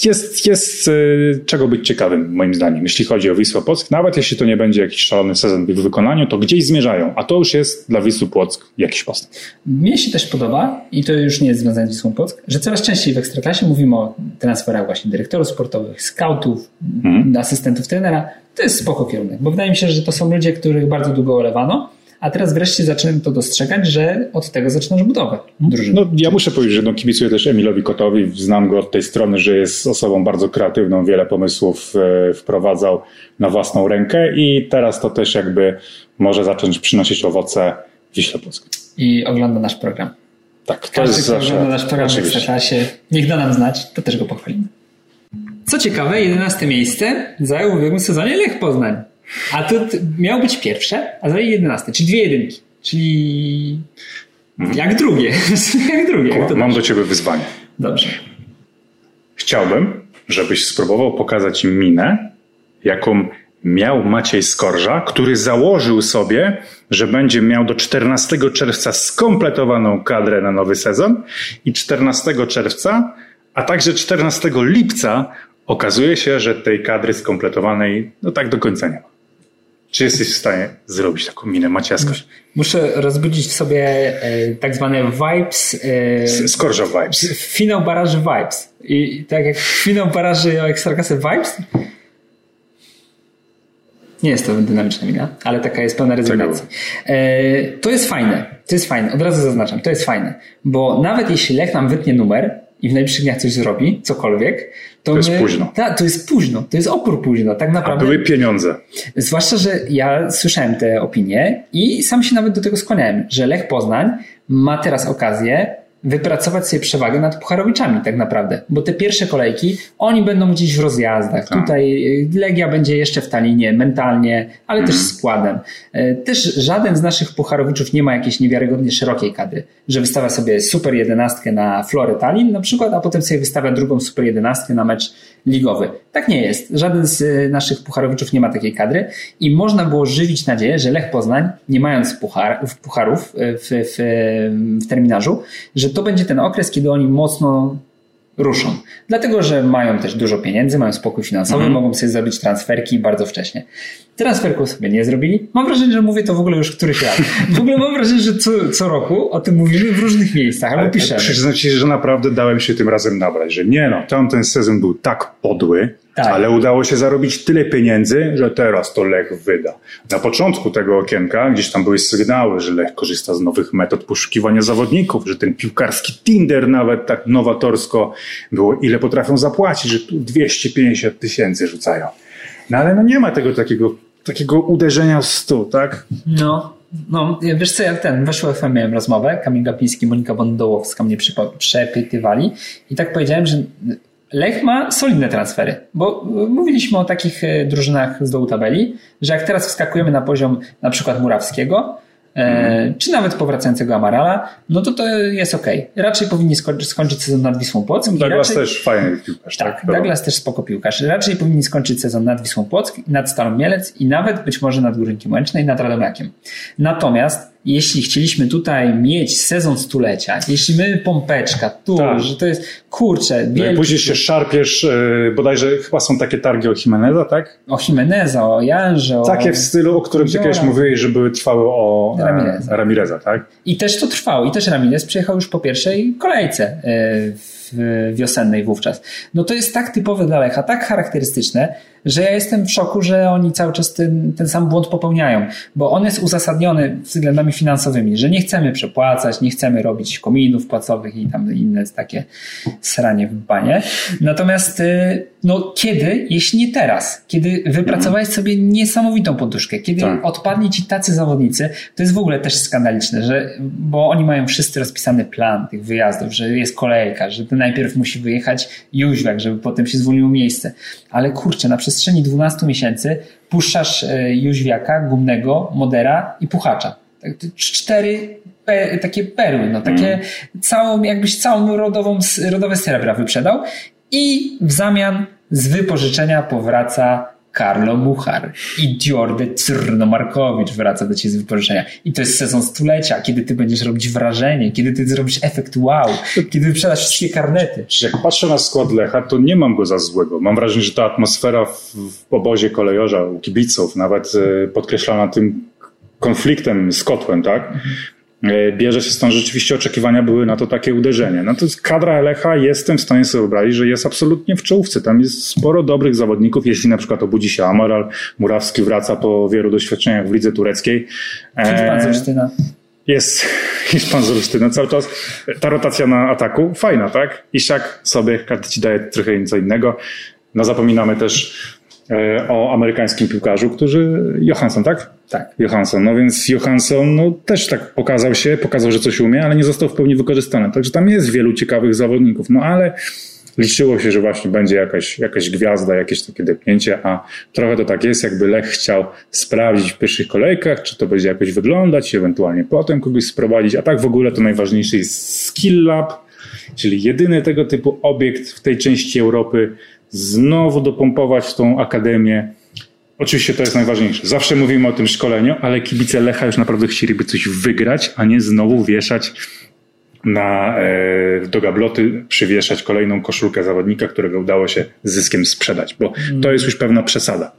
jest czego być ciekawym, moim zdaniem, jeśli chodzi o Wisłę Płock. Nawet jeśli to nie będzie jakiś szalony sezon w ich wykonaniu, to gdzieś zmierzają, a to już jest dla Wisły Płock jakiś postęp.
Mnie się też podoba, i to już nie jest związane z Wisłą Płock, że coraz częściej w Ekstraklasie mówimy o transferach właśnie dyrektorów sportowych, scoutów, asystentów trenera. To jest spoko kierunek, bo wydaje mi się, że to są ludzie, których bardzo długo olewano, a teraz wreszcie zaczynam to dostrzegać, że od tego zaczynasz budowę drużyny.
No, ja muszę powiedzieć, że kibicuję też Emilowi Kotowi. Znam go od tej strony, że jest osobą bardzo kreatywną, wiele pomysłów wprowadzał na własną rękę i teraz to też jakby może zacząć przynosić owoce Wiśle Płock.
I ogląda nasz program.
Tak, to
każdy,
jest
kto
zawsze,
ogląda nasz program w Ekstraklasie, niech da nam znać, to też go pochwalimy. Co ciekawe, 11 miejsce zajął w ubiegłym sezonie Lech Poznań. A to miało być pierwsze, a zajęli 11, czyli 2 jedynki. Czyli jak drugie. Jak drugie.
Mam do ciebie wyzwanie.
Dobrze.
Chciałbym, żebyś spróbował pokazać im minę, jaką miał Maciej Skorża, który założył sobie, że będzie miał do 14 czerwca skompletowaną kadrę na nowy sezon i 14 czerwca, a także 14 lipca okazuje się, że tej kadry skompletowanej tak do końca nie ma. Czy jesteś w stanie zrobić taką minę Macieja?
Muszę rozbudzić w sobie tak zwane vibes.
Skorża vibes.
Finał baraży vibes. I tak jak finał baraży o Ekstraklasę vibes. Nie jest to dynamiczna mina, ale taka jest pełna rezygnacji. To jest fajne. To jest fajne. Od razu zaznaczam. To jest fajne. Bo nawet jeśli Lech nam wytnie numer i w najbliższych dniach coś zrobi, cokolwiek, to jest późno. To jest późno. To jest opór późno. Tak naprawdę.
A były pieniądze.
Zwłaszcza, że ja słyszałem te opinie i sam się nawet do tego skłaniałem, że Lech Poznań ma teraz okazję wypracować sobie przewagę nad Pucharowiczami tak naprawdę, bo te pierwsze kolejki oni będą gdzieś w rozjazdach. Tak. Tutaj Legia będzie jeszcze w Tallinie mentalnie, ale też składem. Też żaden z naszych Pucharowiczów nie ma jakiejś niewiarygodnie szerokiej kadry, że wystawia sobie super 11 na Florę Tallinn na przykład, a potem sobie wystawia drugą super 11 na mecz ligowy. Tak nie jest. Żaden z naszych Pucharowiczów nie ma takiej kadry i można było żywić nadzieję, że Lech Poznań, nie mając pucharów w terminarzu, że to będzie ten okres, kiedy oni mocno ruszą. Dlatego, że mają też dużo pieniędzy, mają spokój finansowy, mogą sobie zrobić transferki bardzo wcześnie. Transferków sobie nie zrobili. Mam wrażenie, że mówię to w ogóle już któryś raz. W ogóle mam wrażenie, że co roku o tym mówimy w różnych miejscach, albo piszemy.
Przyznam ci, że naprawdę dałem się tym razem nabrać, że tamten sezon był tak podły, ale udało się zarobić tyle pieniędzy, że teraz to Lech wyda. Na początku tego okienka gdzieś tam były sygnały, że Lech korzysta z nowych metod poszukiwania zawodników, że ten piłkarski Tinder nawet tak nowatorsko było, ile potrafią zapłacić, że tu 250 000 rzucają. No ale nie ma tego takiego uderzenia w stół, tak?
No, wiesz co, ja weszło FM miałem rozmowę, Kamil Gapiński, Monika Bondołowska mnie przepytywali i tak powiedziałem, że Lech ma solidne transfery, bo mówiliśmy o takich drużynach z dołu tabeli, że jak teraz wskakujemy na poziom na przykład Murawskiego, czy nawet powracającego Amarala, no to jest okej. Raczej powinni skończyć sezon nad Wisłą Płock.
Douglas też fajny piłkarz.
Tak, Douglas też spoko piłkarz. Raczej powinni skończyć sezon nad Wisłą Płock, nad Stalą Mielec i nawet być może nad Górnikiem Łęczna i nad Radomiakiem. Natomiast jeśli chcieliśmy tutaj mieć sezon stulecia, jeśli my pompeczka, że to jest kurczę.
No i później się szarpiesz, bodajże chyba są takie targi o Jimeneza, tak?
O Jimeneza, o Janże.
Takie w stylu, o którym ty kiedyś mówiłeś, że były trwały o Ramireza, tak?
I też to trwało. I też Ramirez przyjechał już po pierwszej kolejce wiosennej wówczas. No to jest tak typowe dla Lecha, tak charakterystyczne, że ja jestem w szoku, że oni cały czas ten sam błąd popełniają, bo on jest uzasadniony względami finansowymi, że nie chcemy przepłacać, nie chcemy robić kominów płacowych i tam inne takie sranie w banie. Natomiast no kiedy, jeśli nie teraz, kiedy wypracowałeś sobie niesamowitą poduszkę, kiedy odpadli ci tacy zawodnicy, to jest w ogóle też skandaliczne, bo oni mają wszyscy rozpisany plan tych wyjazdów, że jest kolejka, że ty najpierw musi wyjechać Jóźwiak, żeby potem się zwolniło miejsce. Ale kurczę, na przestrzeni 12 miesięcy puszczasz Jóźwiaka, Gumnego, Modera i Puchacza. 4 takie perły, no takie jakbyś całą rodowe srebra wyprzedał i w zamian z wypożyczenia powraca Karlo Muchar i Djordje Crnomarkowicz wraca do ciebie z wypożyczenia. I to jest sezon stulecia, kiedy ty będziesz robić wrażenie, kiedy ty zrobisz efekt wow, kiedy wyprzedasz wszystkie karnety.
Jak patrzę na skład Lecha, to nie mam go za złego. Mam wrażenie, że ta atmosfera w obozie kolejorza, u kibiców, nawet podkreślana tym konfliktem z kotłem, tak? Bierze się stąd, że rzeczywiście oczekiwania były na to takie uderzenie. No to jest kadra Lecha, jestem w stanie sobie wyobrazić, że jest absolutnie w czołówce. Tam jest sporo dobrych zawodników, jeśli na przykład obudzi się Amaral, Murawski wraca po wielu doświadczeniach w lidze tureckiej.
Hiszpan z Olsztyna.
Jest Hiszpan z Olsztyna. Cały czas ta rotacja na ataku fajna, tak? Iszak sobie, każdy ci daje trochę co innego. No zapominamy też o amerykańskim piłkarzu, Johansson, tak?
Tak.
Johansson. No więc Johansson też tak pokazał, że coś umie, ale nie został w pełni wykorzystany. Także tam jest wielu ciekawych zawodników. No ale liczyło się, że właśnie będzie jakaś gwiazda, jakieś takie depnięcie, a trochę to tak jest, jakby Lech chciał sprawdzić w pierwszych kolejkach, czy to będzie jakoś wyglądać, ewentualnie potem kogoś sprowadzić, a tak w ogóle to najważniejszy jest Skill Lab, czyli jedyny tego typu obiekt w tej części Europy, znowu dopompować w tą akademię. Oczywiście to jest najważniejsze. Zawsze mówimy o tym szkoleniu, ale kibice Lecha już naprawdę chcieliby coś wygrać, a nie znowu wieszać do gabloty, przywieszać kolejną koszulkę zawodnika, którego udało się z zyskiem sprzedać, bo to jest już pewna przesada.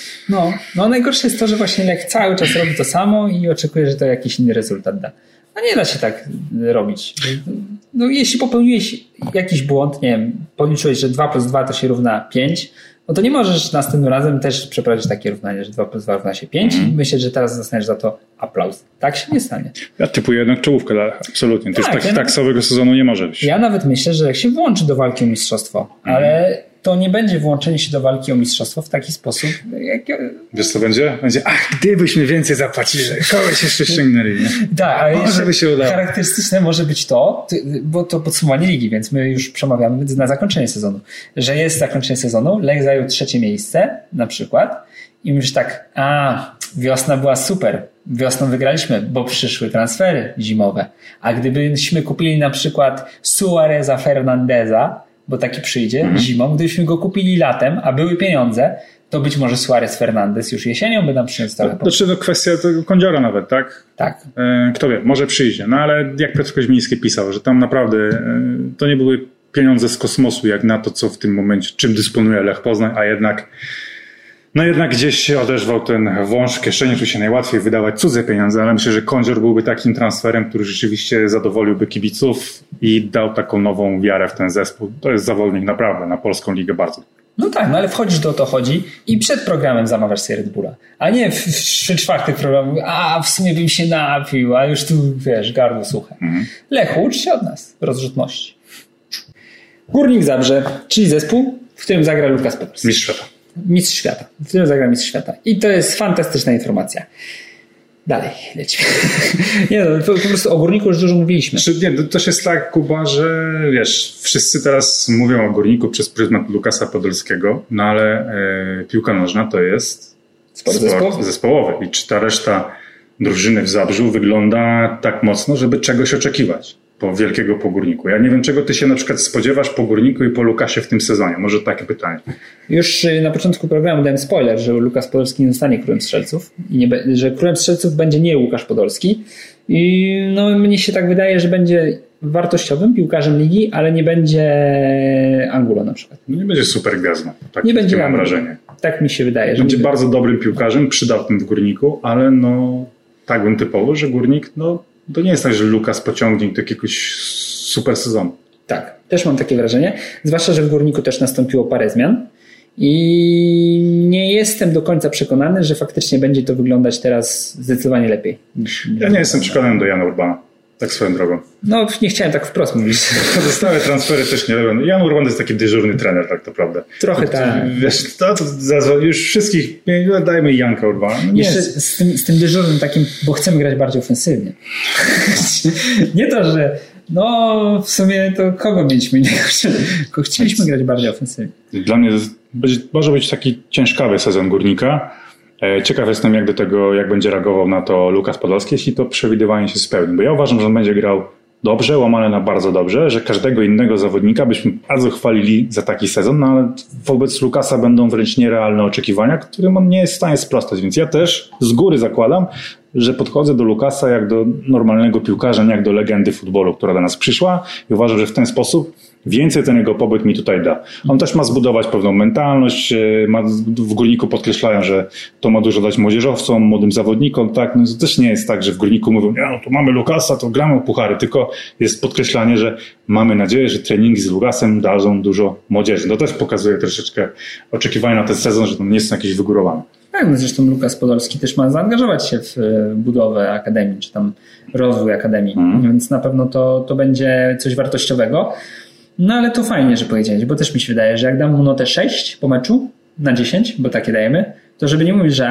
No najgorsze jest to, że właśnie Lech cały czas robi to samo i oczekuje, że to jakiś inny rezultat da. A nie da się tak robić. No jeśli popełniłeś jakiś błąd, nie wiem, policzyłeś, że 2 + 2 to się równa 5, no to nie możesz następnym razem też przeprowadzić takie równanie, że 2 + 2 równa się 5 i myśleć, że teraz dostaniesz za to aplauz. Tak się nie stanie.
Ja typuję jednak czołówkę dla Lecha. Absolutnie. To już tak całego sezonu nie może być.
Ja nawet myślę, że jak się włączy do walki o mistrzostwo, ale to nie będzie włączenie się do walki o mistrzostwo w taki sposób, jak...
Wiesz co będzie? Będzie, gdybyśmy więcej zapłacili, że kogoś jeszcze ściągnęli, nie?
Tak, ale
może by się udało.
Charakterystyczne może być to, bo to podsumowanie ligi, więc my już przemawiamy na zakończenie sezonu, że jest zakończenie sezonu, Lech zajął 3. miejsce na przykład i mówisz tak, wiosna była super, wiosną wygraliśmy, bo przyszły transfery zimowe, a gdybyśmy kupili na przykład Suareza Fernandeza, bo taki przyjdzie zimą, gdybyśmy go kupili latem, a były pieniądze, to być może Suarez Fernandez już jesienią by nam przyniósł trochę.
To kwestia tego Kądziora nawet, tak?
Tak.
Kto wie, może przyjdzie. No ale jak Piotr Koźmiński pisał, że tam naprawdę to nie były pieniądze z kosmosu, jak na to, co w tym momencie, czym dysponuje Lech Poznań, a jednak gdzieś się odezwał ten wąż w kieszeni, tu się najłatwiej wydawać cudze pieniądze, ale myślę, że Kądzior byłby takim transferem, który rzeczywiście zadowoliłby kibiców i dał taką nową wiarę w ten zespół. To jest zawodnik naprawdę na polską ligę bardzo.
No tak, ale wchodzisz do o to chodzi i przed programem zamawiasz sobie Red Bulla, a nie w 3/4 programu, w sumie bym się napił, a już tu gardło suche. Lech, ucz się od nas rozrzutności. Górnik Zabrze, czyli zespół, w którym zagra Lukas Podolski. Mistrz świata. W którym zagra mistrz świata. I to jest fantastyczna informacja. Dalej, lecimy. Nie po prostu o Górniku już dużo mówiliśmy.
To też jest tak, Kuba, że wszyscy teraz mówią o Górniku przez pryzmat Lukasa Podolskiego, no ale piłka nożna to jest sport zespołowy. I czy ta reszta drużyny w Zabrzu wygląda tak mocno, żeby czegoś oczekiwać po wielkiego po Górniku. Ja nie wiem, czego ty się na przykład spodziewasz po Górniku i po Lukasie w tym sezonie. Może takie pytanie.
Już na początku programu dałem spoiler, że Lukas Podolski nie zostanie królem strzelców i że królem strzelców będzie nie Łukasz Podolski. I no, mnie się tak wydaje, że będzie wartościowym piłkarzem ligi, ale nie będzie Angulo na przykład.
No nie będzie super gwiazdą. Tak,
nie będzie
mam wrażenie.
Tak mi się wydaje.
Będzie bardzo dobrym piłkarzem, przydatnym w Górniku, ale no tak bym typowo, że Górnik, no to nie jest tak, że Lukas pociągnie do jakiegoś super sezonu.
Tak, też mam takie wrażenie. Zwłaszcza, że w Górniku też nastąpiło parę zmian i nie jestem do końca przekonany, że faktycznie będzie to wyglądać teraz zdecydowanie lepiej.
Ja nie jestem przekonany do Jana Urbana. Tak swoją drogą.
No, nie chciałem tak wprost mówić.
Pozostałe transfery też nie robią. Jan Urban to jest taki dyżurny trener, tak naprawdę.
Trochę tak.
Wiesz, to już wszystkich, dajmy Janka Urbana. No
jeszcze z tym dyżurnym takim, bo chcemy grać bardziej ofensywnie. Nie to, że no w sumie to kogo mieliśmy? Tylko chcieliśmy grać bardziej ofensywnie.
Dla mnie może być taki ciężkawy sezon Górnika. Ciekaw jestem, jak będzie reagował na to Lukas Podolski, jeśli to przewidywanie się spełni. Bo ja uważam, że on będzie grał dobrze, łamane na bardzo dobrze, że każdego innego zawodnika byśmy bardzo chwalili za taki sezon, no ale wobec Lukasa będą wręcz nierealne oczekiwania, którym on nie jest w stanie sprostać. Więc ja też z góry zakładam, że podchodzę do Lukasa jak do normalnego piłkarza, nie jak do legendy futbolu, która do nas przyszła i uważam, że w ten sposób więcej ten jego pobyt mi tutaj da. On też ma zbudować pewną mentalność, w Górniku podkreślają, że to ma dużo dać młodzieżowcom, młodym zawodnikom, tak? No to też nie jest tak, że w Górniku mówią, no to mamy Lukasa, to gramy o puchary, tylko jest podkreślanie, że mamy nadzieję, że treningi z Lukasem dadzą dużo młodzieży. To też pokazuje troszeczkę oczekiwania na ten sezon, że to nie są jakieś wygórowane.
Tak, no zresztą Lukas Podolski też ma zaangażować się w budowę akademii, czy tam rozwój akademii, więc na pewno to będzie coś wartościowego. No ale to fajnie, że powiedziałeś, bo też mi się wydaje, że jak dam mu notę 6 po meczu na 10, bo takie dajemy, to żeby nie mówić, że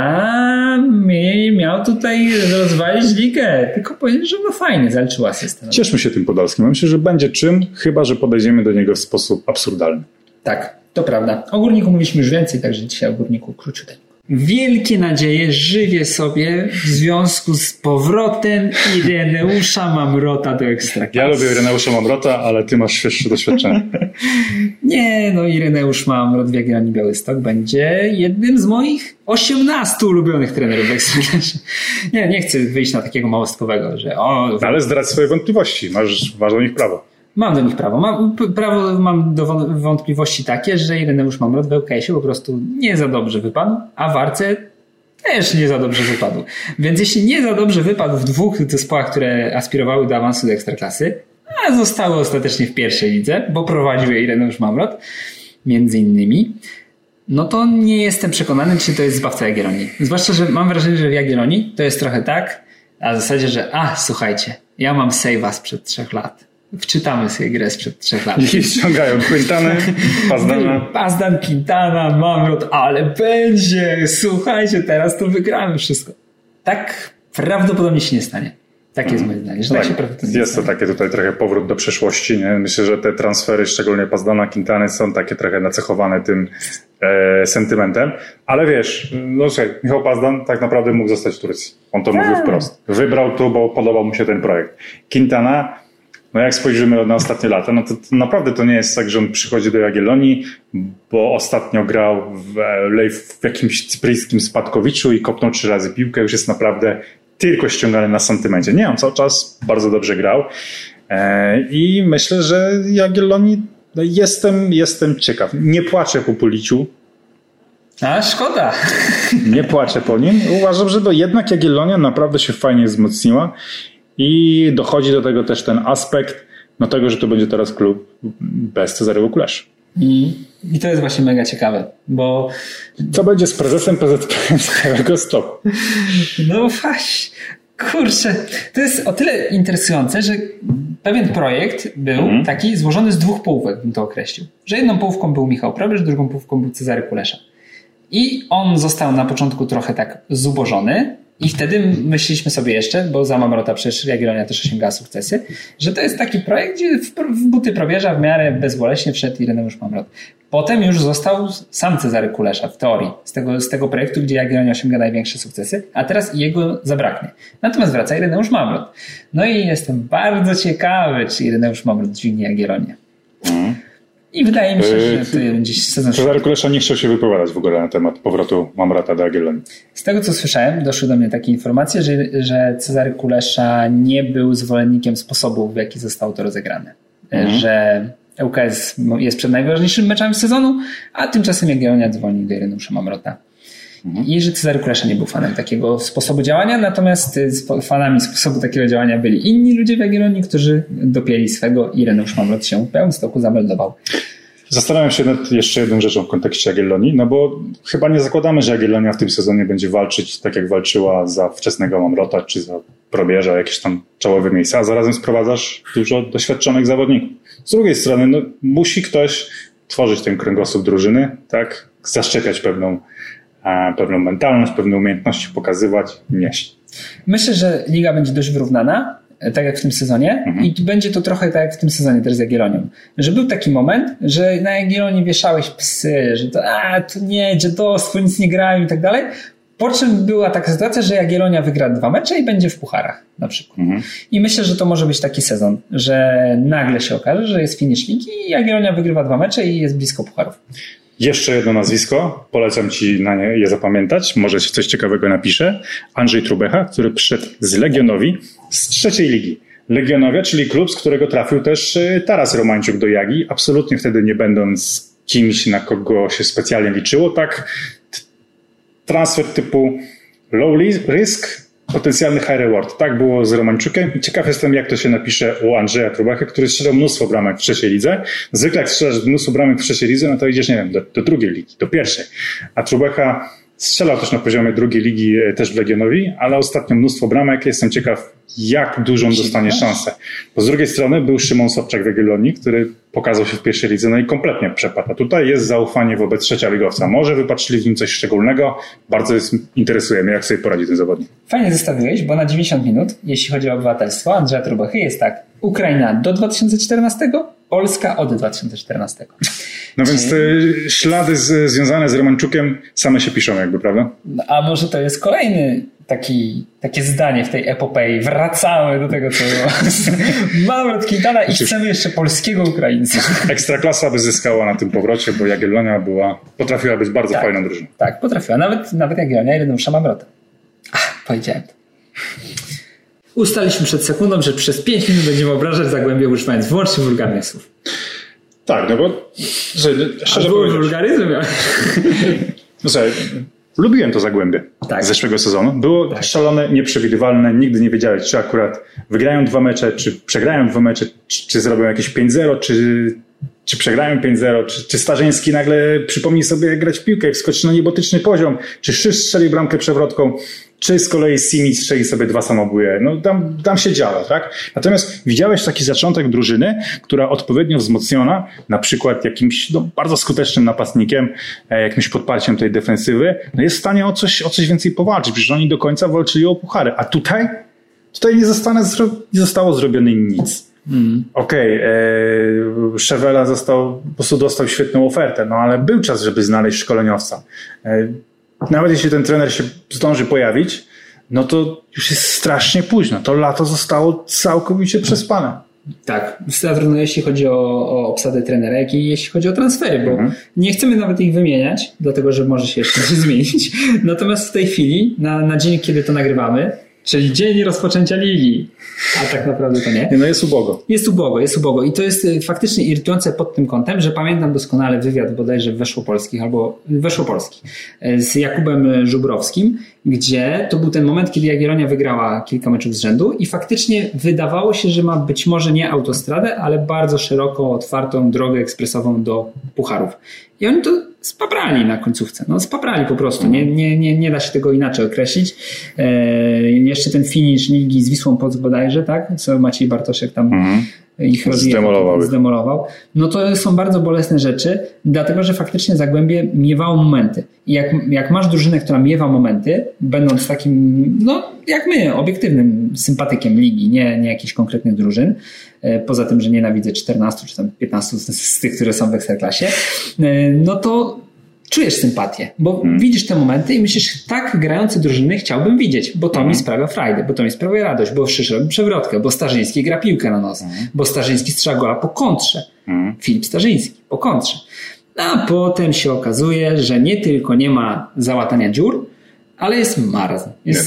miał tutaj rozwalić ligę, tylko powiedzieć, że no fajnie, zaliczył asystę.
Cieszmy się tym Podolskim. Myślę, że będzie czym, chyba że podejdziemy do niego w sposób absurdalny.
Tak, to prawda. O Górniku mówiliśmy już więcej, także dzisiaj o Górniku króciuteńko. Wielkie nadzieje żywię sobie w związku z powrotem Ireneusza Mamrota do Ekstraklasy.
Ja lubię Ireneusza Mamrota, ale ty masz świeższe doświadczenie.
Nie, no Ireneusz Mamrot w Jagiellonii Białystok będzie jednym z moich 18 ulubionych trenerów w Ekstraklasie. Nie chcę wyjść na takiego małostkowego, że
ale zdradź swoje wątpliwości, masz do nich prawo.
Mam do nich prawo. Mam do wątpliwości takie, że Ireneusz Mamrot w ŁKS-ie po prostu nie za dobrze wypadł, a w Arce też nie za dobrze wypadł. Więc jeśli nie za dobrze wypadł w dwóch zespołach, które aspirowały do awansu do Ekstraklasy, a zostały ostatecznie w pierwszej lidze, bo prowadził je Ireneusz Mamrot, między innymi, no to nie jestem przekonany, czy to jest zbawca Jagiellonii. Zwłaszcza, że mam wrażenie, że w Jagiellonii to jest trochę tak, a w zasadzie, że słuchajcie, ja mam save'a sprzed 3 lat. Wczytamy sobie grę sprzed 3 lat.
I ściągają Quintanę, Pazdana.
Pazdan, Quintana, Mamrot, ale będzie, słuchajcie, teraz to wygramy wszystko. Tak prawdopodobnie się nie stanie. Tak jest moje zdanie, że tak się prawdopodobnie
jest to takie tutaj trochę powrót do przeszłości. Nie? Myślę, że te transfery, szczególnie Pazdana, Quintany, są takie trochę nacechowane tym sentymentem. Ale wiesz, no słuchaj, Michał Pazdan tak naprawdę mógł zostać w Turcji. On to mówił wprost. Wybrał tu, bo podobał mu się ten projekt. Quintana, no jak spojrzymy na ostatnie lata, no to naprawdę to nie jest tak, że on przychodzi do Jagiellonii, bo ostatnio grał w jakimś cypryjskim Spadkowiczu i kopnął 3 razy piłkę, już jest naprawdę tylko ściągany na sentymencie. Nie, on cały czas bardzo dobrze grał i myślę, że Jagiellonii jestem ciekaw. Nie płaczę po Puliciu.
A szkoda.
Nie płaczę po nim. Uważam, że jednak Jagiellonia naprawdę się fajnie wzmocniła. I dochodzi do tego też ten aspekt tego, że to będzie teraz klub bez Cezarego Kuleszy.
I to jest właśnie mega ciekawe, bo...
Co będzie z prezesem PZPN z Białegostoku?
No właśnie, kurczę, to jest o tyle interesujące, że pewien projekt był taki złożony z 2 połówek, bym to określił. Że jedną połówką był Michał Probierz, drugą połówką był Cezary Kulesza. I on został na początku trochę tak zubożony, I wtedy myśleliśmy sobie jeszcze, bo za Mamrota przecież Jagiellonia też osiągała sukcesy, że to jest taki projekt, gdzie w buty probierza w miarę bezboleśnie wszedł Ireneusz Mamrot. Potem już został sam Cezary Kulesza w teorii z tego projektu, gdzie Jagiellonia osiąga największe sukcesy, a teraz jego zabraknie. Natomiast wraca Ireneusz Mamrot. No i jestem bardzo ciekawy, czy Ireneusz Mamrot dźwignie Jagiellonię. I wydaje mi się, że to gdzieś sezon...
Cezary Kulesza nie chciał się wypowiadać w ogóle na temat powrotu Mamrota do Jagiellonii.
Z tego, co słyszałem, doszły do mnie takie informacje, że Cezary Kulesza nie był zwolennikiem sposobu, w jaki zostało to rozegrane. Że ŁKS jest przed najważniejszymi meczami sezonu, a tymczasem Jagiellonia dzwoni do Ireneusza Mamrota. I że Cezary Kulesza nie był fanem takiego sposobu działania, natomiast fanami sposobu takiego działania byli inni ludzie w Jagiellonii, którzy dopięli swego i Ireneusz Mamrot się w Białymstoku zameldował.
Zastanawiam się nad jeszcze jedną rzeczą w kontekście Jagiellonii, no bo chyba nie zakładamy, że Jagiellonia w tym sezonie będzie walczyć tak jak walczyła za wczesnego Mamrota czy za probierza, jakieś tam czołowe miejsca, a zarazem sprowadzasz dużo doświadczonych zawodników. Z drugiej strony no, musi ktoś tworzyć ten kręgosłup drużyny, tak? Zaszczepiać pewną mentalność, pewne umiejętności pokazywać i nieść.
Myślę, że liga będzie dość wyrównana, tak jak w tym sezonie i będzie to trochę tak jak w tym sezonie też z Jagiellonią. Że był taki moment, że na Jagiellonii wieszałeś psy, że to nie, dziadostwo, nic nie grają i tak dalej. Po czym była taka sytuacja, że Jagiellonia wygra 2 mecze i będzie w pucharach na przykład. I myślę, że to może być taki sezon, że nagle się okaże, że jest finish ligi i Jagiellonia wygrywa 2 mecze i jest blisko pucharów. Jeszcze
jedno nazwisko, polecam ci na nie je zapamiętać, może się coś ciekawego napiszę. Andrzej Trubecha, który przyszedł z Legionowi z 3. ligi. Legionowia, czyli klub, z którego trafił też Taras Romańczuk do Jagi, absolutnie wtedy nie będąc kimś, na kogo się specjalnie liczyło, tak transfer typu low risk, potencjalny high reward. Tak było z Romańczukiem i ciekaw jestem, jak to się napisze u Andrzeja Trubechy, który strzelał mnóstwo bramek w 3. lidze. Zwykle jak strzelasz mnóstwo bramek w 3. lidze, no to idziesz, nie wiem, do 2. ligi, do 1. A Trubecha strzelał też na poziomie 2. ligi też w Legionowi, ale ostatnio mnóstwo bramek. Jestem ciekaw, jak dużą dostanie szansę. Bo z drugiej strony był Szymon Sobczak w Jagiellonii, który pokazał się w 1. lidze, no i kompletnie przepadł. A tutaj jest zaufanie wobec trzecioligowca. Może wypatrzyli w nim coś szczególnego. Bardzo interesuje mnie, jak sobie poradzi ten zawodnik.
Fajnie zestawiłeś, bo na 90 minut, jeśli chodzi o obywatelstwo Andrzeja Trubechy, jest tak. Ukraina do 2014, Polska od 2014.
No więc te ślady związane z Romańczukiem same się piszą jakby, prawda?
A może to jest kolejny takie zdanie w tej epopei. Wracamy do tego, co było. Mamrot, Quintana i chcemy jeszcze polskiego Ukraińca.
Ekstraklasa by zyskała na tym powrocie, bo Jagiellonia potrafiła być bardzo fajną drużyną.
Tak, potrafiła. Nawet Jagiellonia Ireneusza Mamrota. powiedziałem to. Ustaliśmy przed sekundą, że przez 5 minut będziemy obrażać Zagłębie, używając wyłącznie wulgarnych słów.
Tak, no bo
szczerze powiedziawszy, wulgaryzm?
No słuchaj, lubiłem to Zagłębie z zeszłego sezonu. Było szalone, nieprzewidywalne, nigdy nie wiedziałeś, czy akurat wygrają 2 mecze, czy przegrają 2 mecze, czy zrobią jakieś 5-0, czy przegrają 5-0, czy Starzyński nagle przypomni sobie, jak grać w piłkę i wskoczy na niebotyczny poziom, czy Szysz strzeli bramkę przewrotką, czy z kolei Simi strzeli sobie 2 samobóje. No tam się działo, tak? Natomiast widziałeś taki zaczątek drużyny, która odpowiednio wzmocniona, na przykład jakimś bardzo skutecznym napastnikiem, jakimś podparciem tej defensywy, no jest w stanie o coś więcej powalczyć, przecież oni do końca walczyli o puchary. A tutaj nie zostało zrobione nic. Szewela po prostu dostał świetną ofertę, no ale był czas, żeby znaleźć szkoleniowca. Nawet jeśli ten trener się zdąży pojawić, no to już jest strasznie późno. To lato zostało całkowicie przespane.
Tak, zarówno jeśli chodzi o obsadę trenera, jak i jeśli chodzi o transfery, bo nie chcemy nawet ich wymieniać, dlatego że może się jeszcze zmienić. Natomiast w tej chwili, na dzień, kiedy to nagrywamy, czyli dzień rozpoczęcia ligi, a tak naprawdę to nie.
No jest ubogo.
Jest ubogo. I to jest faktycznie irytujące pod tym kątem, że pamiętam doskonale wywiad bodajże Weszłopolskich z Jakubem Żubrowskim, gdzie to był ten moment, kiedy Jagiellonia wygrała kilka meczów z rzędu i faktycznie wydawało się, że ma być może nie autostradę, ale bardzo szeroko otwartą drogę ekspresową do pucharów. I oni to spaprali na końcówce. No spaprali po prostu. Nie da się tego inaczej określić. Jeszcze ten finish ligi z Wisłą Płock bodajże, tak? Co Maciej Bartoszek tam ich zdemolował, no to są bardzo bolesne rzeczy, dlatego że faktycznie Zagłębie miewało momenty. I jak masz drużynę, która miewa momenty, będąc takim, no jak my, obiektywnym sympatykiem ligi, nie jakichś konkretnych drużyn, poza tym, że nienawidzę 14 czy tam 15 z tych, które są w Ekstraklasie, no to czujesz sympatię, bo widzisz te momenty i myślisz, tak grające drużyny chciałbym widzieć, bo to mi sprawia frajdę, bo to mi sprawia radość, bo przyszedł przewrotkę, bo Starzyński gra piłkę na nos, bo Starzyński strzela gola po kontrze. Filip Starzyński po kontrze. A potem się okazuje, że nie tylko nie ma załatania dziur, ale jest marazm.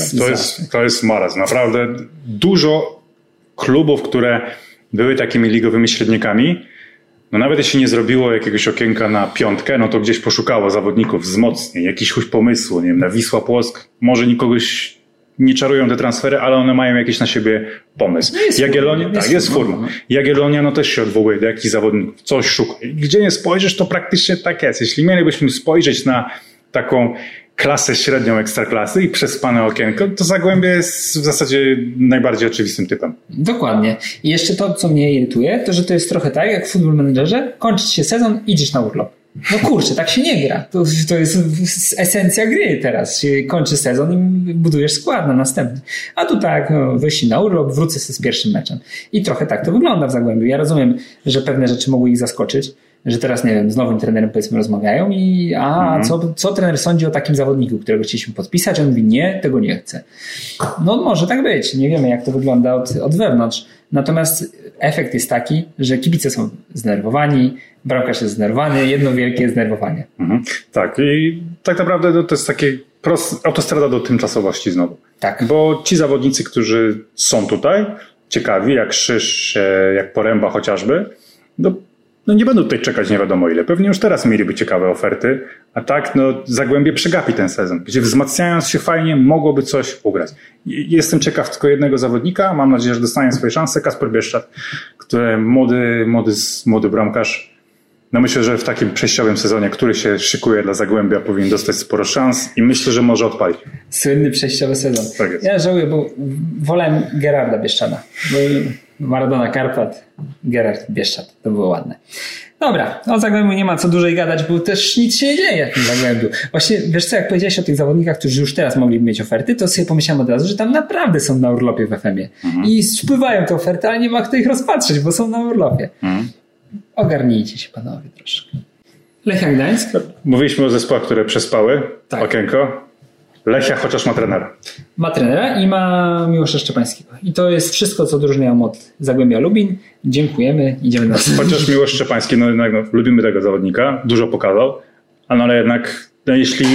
To jest marazm. Naprawdę dużo klubów, które były takimi ligowymi średnikami, no nawet jeśli nie zrobiło jakiegoś okienka na piątkę, no to gdzieś poszukało zawodników wzmocnień, jakichś pomysłu, nie wiem, na Wisła Płock, może nikogoś nie czarują te transfery, ale one mają jakiś na siebie pomysł. Jagiellonia, jest forma. Jagiellonia, no też się odwołuje do jakichś zawodników, coś szuka. Gdzie nie spojrzysz, to praktycznie tak jest. Jeśli mielibyśmy spojrzeć na taką klasę średnią ekstraklasy i przespane okienko, to Zagłębie jest w zasadzie najbardziej oczywistym typem.
Dokładnie. I jeszcze to, co mnie irytuje, to, że to jest trochę tak, jak w Football Managerze, kończy się sezon, idziesz na urlop. No kurczę, tak się nie gra. To jest esencja gry teraz. Się kończy sezon i budujesz skład na następny. A tu tak, wyjść na urlop, wrócę sobie z pierwszym meczem. I trochę tak to wygląda w Zagłębiu. Ja rozumiem, że pewne rzeczy mogły ich zaskoczyć, że teraz, nie wiem, z nowym trenerem powiedzmy rozmawiają i co trener sądzi o takim zawodniku, którego chcieliśmy podpisać? On mówi, nie, tego nie chcę. No może tak być. Nie wiemy, jak to wygląda od wewnątrz. Natomiast efekt jest taki, że kibice są zdenerwowani, bramkarz jest zdenerwowany, jedno wielkie zdenerwowanie.
Tak, i tak naprawdę to jest takie autostrada do tymczasowości znowu.
Tak.
Bo ci zawodnicy, którzy są tutaj, ciekawi, jak Szysz, jak Poręba chociażby, no nie będą tutaj czekać nie wiadomo ile. Pewnie już teraz mieliby ciekawe oferty, a tak Zagłębie przegapi ten sezon, gdzie wzmacniając się fajnie mogłoby coś ugrać. Jestem ciekaw tylko jednego zawodnika, mam nadzieję, że dostanie swoje szanse, Kasper Bieszczad, który młody bramkarz. No myślę, że w takim przejściowym sezonie, który się szykuje dla Zagłębia, powinien dostać sporo szans i myślę, że może odpalić.
Słynny przejściowy sezon.
Tak jest.
Ja żałuję, bo wolałem Gerarda Bieszczada. Maradona Karpat, Gerard Bieszczad. To było ładne. Dobra, o Zagłębiu nie ma co dłużej gadać, bo też nic się nie dzieje w tym Zagłębiu. Właśnie, wiesz co, jak powiedziałeś o tych zawodnikach, którzy już teraz mogliby mieć oferty, to sobie pomyślałem od razu, że tam naprawdę są na urlopie w FM-ie. I spływają te oferty, ale nie ma kto ich rozpatrzeć, bo są na urlopie. Ogarnijcie się panowie troszkę. Lechia Gdańsk.
Mówiliśmy o zespołach, które przespały okienko. Lechia chociaż ma trenera.
Ma trenera i ma Miłosza Szczepańskiego. I to jest wszystko, co drużyny od Zagłębia Lubin. Dziękujemy. Idziemy na
Chociaż Miłosz Szczepański, lubimy tego zawodnika. Dużo pokazał. Ale jednak, jeśli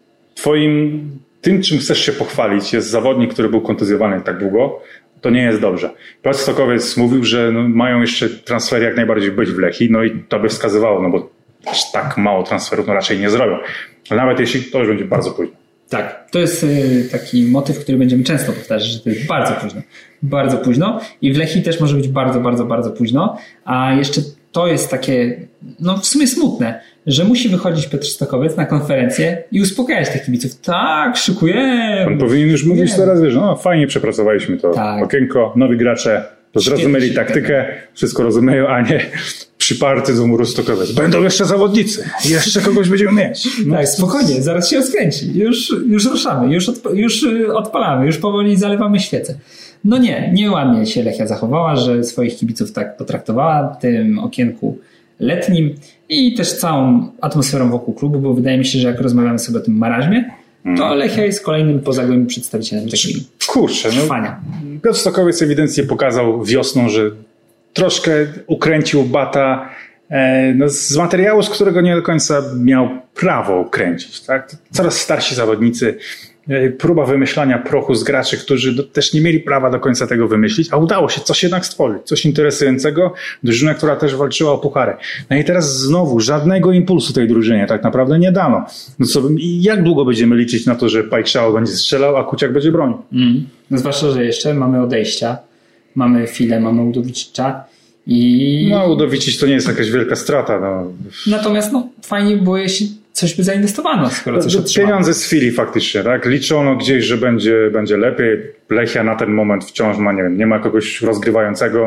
tym, czym chcesz się pochwalić, jest zawodnik, który był kontuzjowany tak długo, to nie jest dobrze. Piotr Stokowiec mówił, że mają jeszcze transfery jak najbardziej być w Lechii, i to by wskazywało, bo aż tak mało transferów raczej nie zrobią. Ale nawet jeśli, to już będzie bardzo późno.
Tak, to jest taki motyw, który będziemy często powtarzać, że to jest bardzo późno. Bardzo późno i w Lechii też może być bardzo, bardzo, bardzo późno, a jeszcze to jest takie, w sumie smutne, że musi wychodzić Piotr Stokowiec na konferencję i uspokajać tych kibiców. Tak, szykujemy.
On powinien już mówić teraz, fajnie przepracowaliśmy to okienko, nowi gracze zrozumieli taktykę, wszystko rozumieją, a nie przyparty z umoru Stokowiec. Będą jeszcze zawodnicy, jeszcze kogoś będziemy mieć.
Tak, spokojnie, zaraz się rozkręci. Już ruszamy, już odpalamy, już powoli zalewamy świecę. Nieładnie się Lechia zachowała, że swoich kibiców tak potraktowała w tym okienku letnim i też całą atmosferą wokół klubu, bo wydaje mi się, że jak rozmawiamy sobie o tym marazmie, to Lechia jest kolejnym po Zagłębiu przedstawicielem takiego trwania.
Piotr Stokowiec ewidentnie pokazał wiosną, że troszkę ukręcił bata z materiału, z którego nie do końca miał prawo kręcić. Tak? Coraz starsi zawodnicy, próba wymyślania prochu z graczy, którzy też nie mieli prawa do końca tego wymyślić, a udało się coś jednak stworzyć, coś interesującego, drużyna, która też walczyła o puchary. I teraz znowu żadnego impulsu tej drużynie tak naprawdę nie dano. Jak długo będziemy liczyć na to, że Pajkszał będzie strzelał, a Kuciak będzie bronił?
Zwłaszcza, że jeszcze mamy odejścia, mamy Filę, mamy Udowicza i...
Udowicic to nie jest jakaś wielka strata.
Natomiast fajnie było, jeśli coś by zainwestowano, skoro coś otrzymano.
Pieniądze z Fili faktycznie, tak? Liczono gdzieś, że będzie lepiej. Lechia na ten moment wciąż ma, nie ma kogoś rozgrywającego.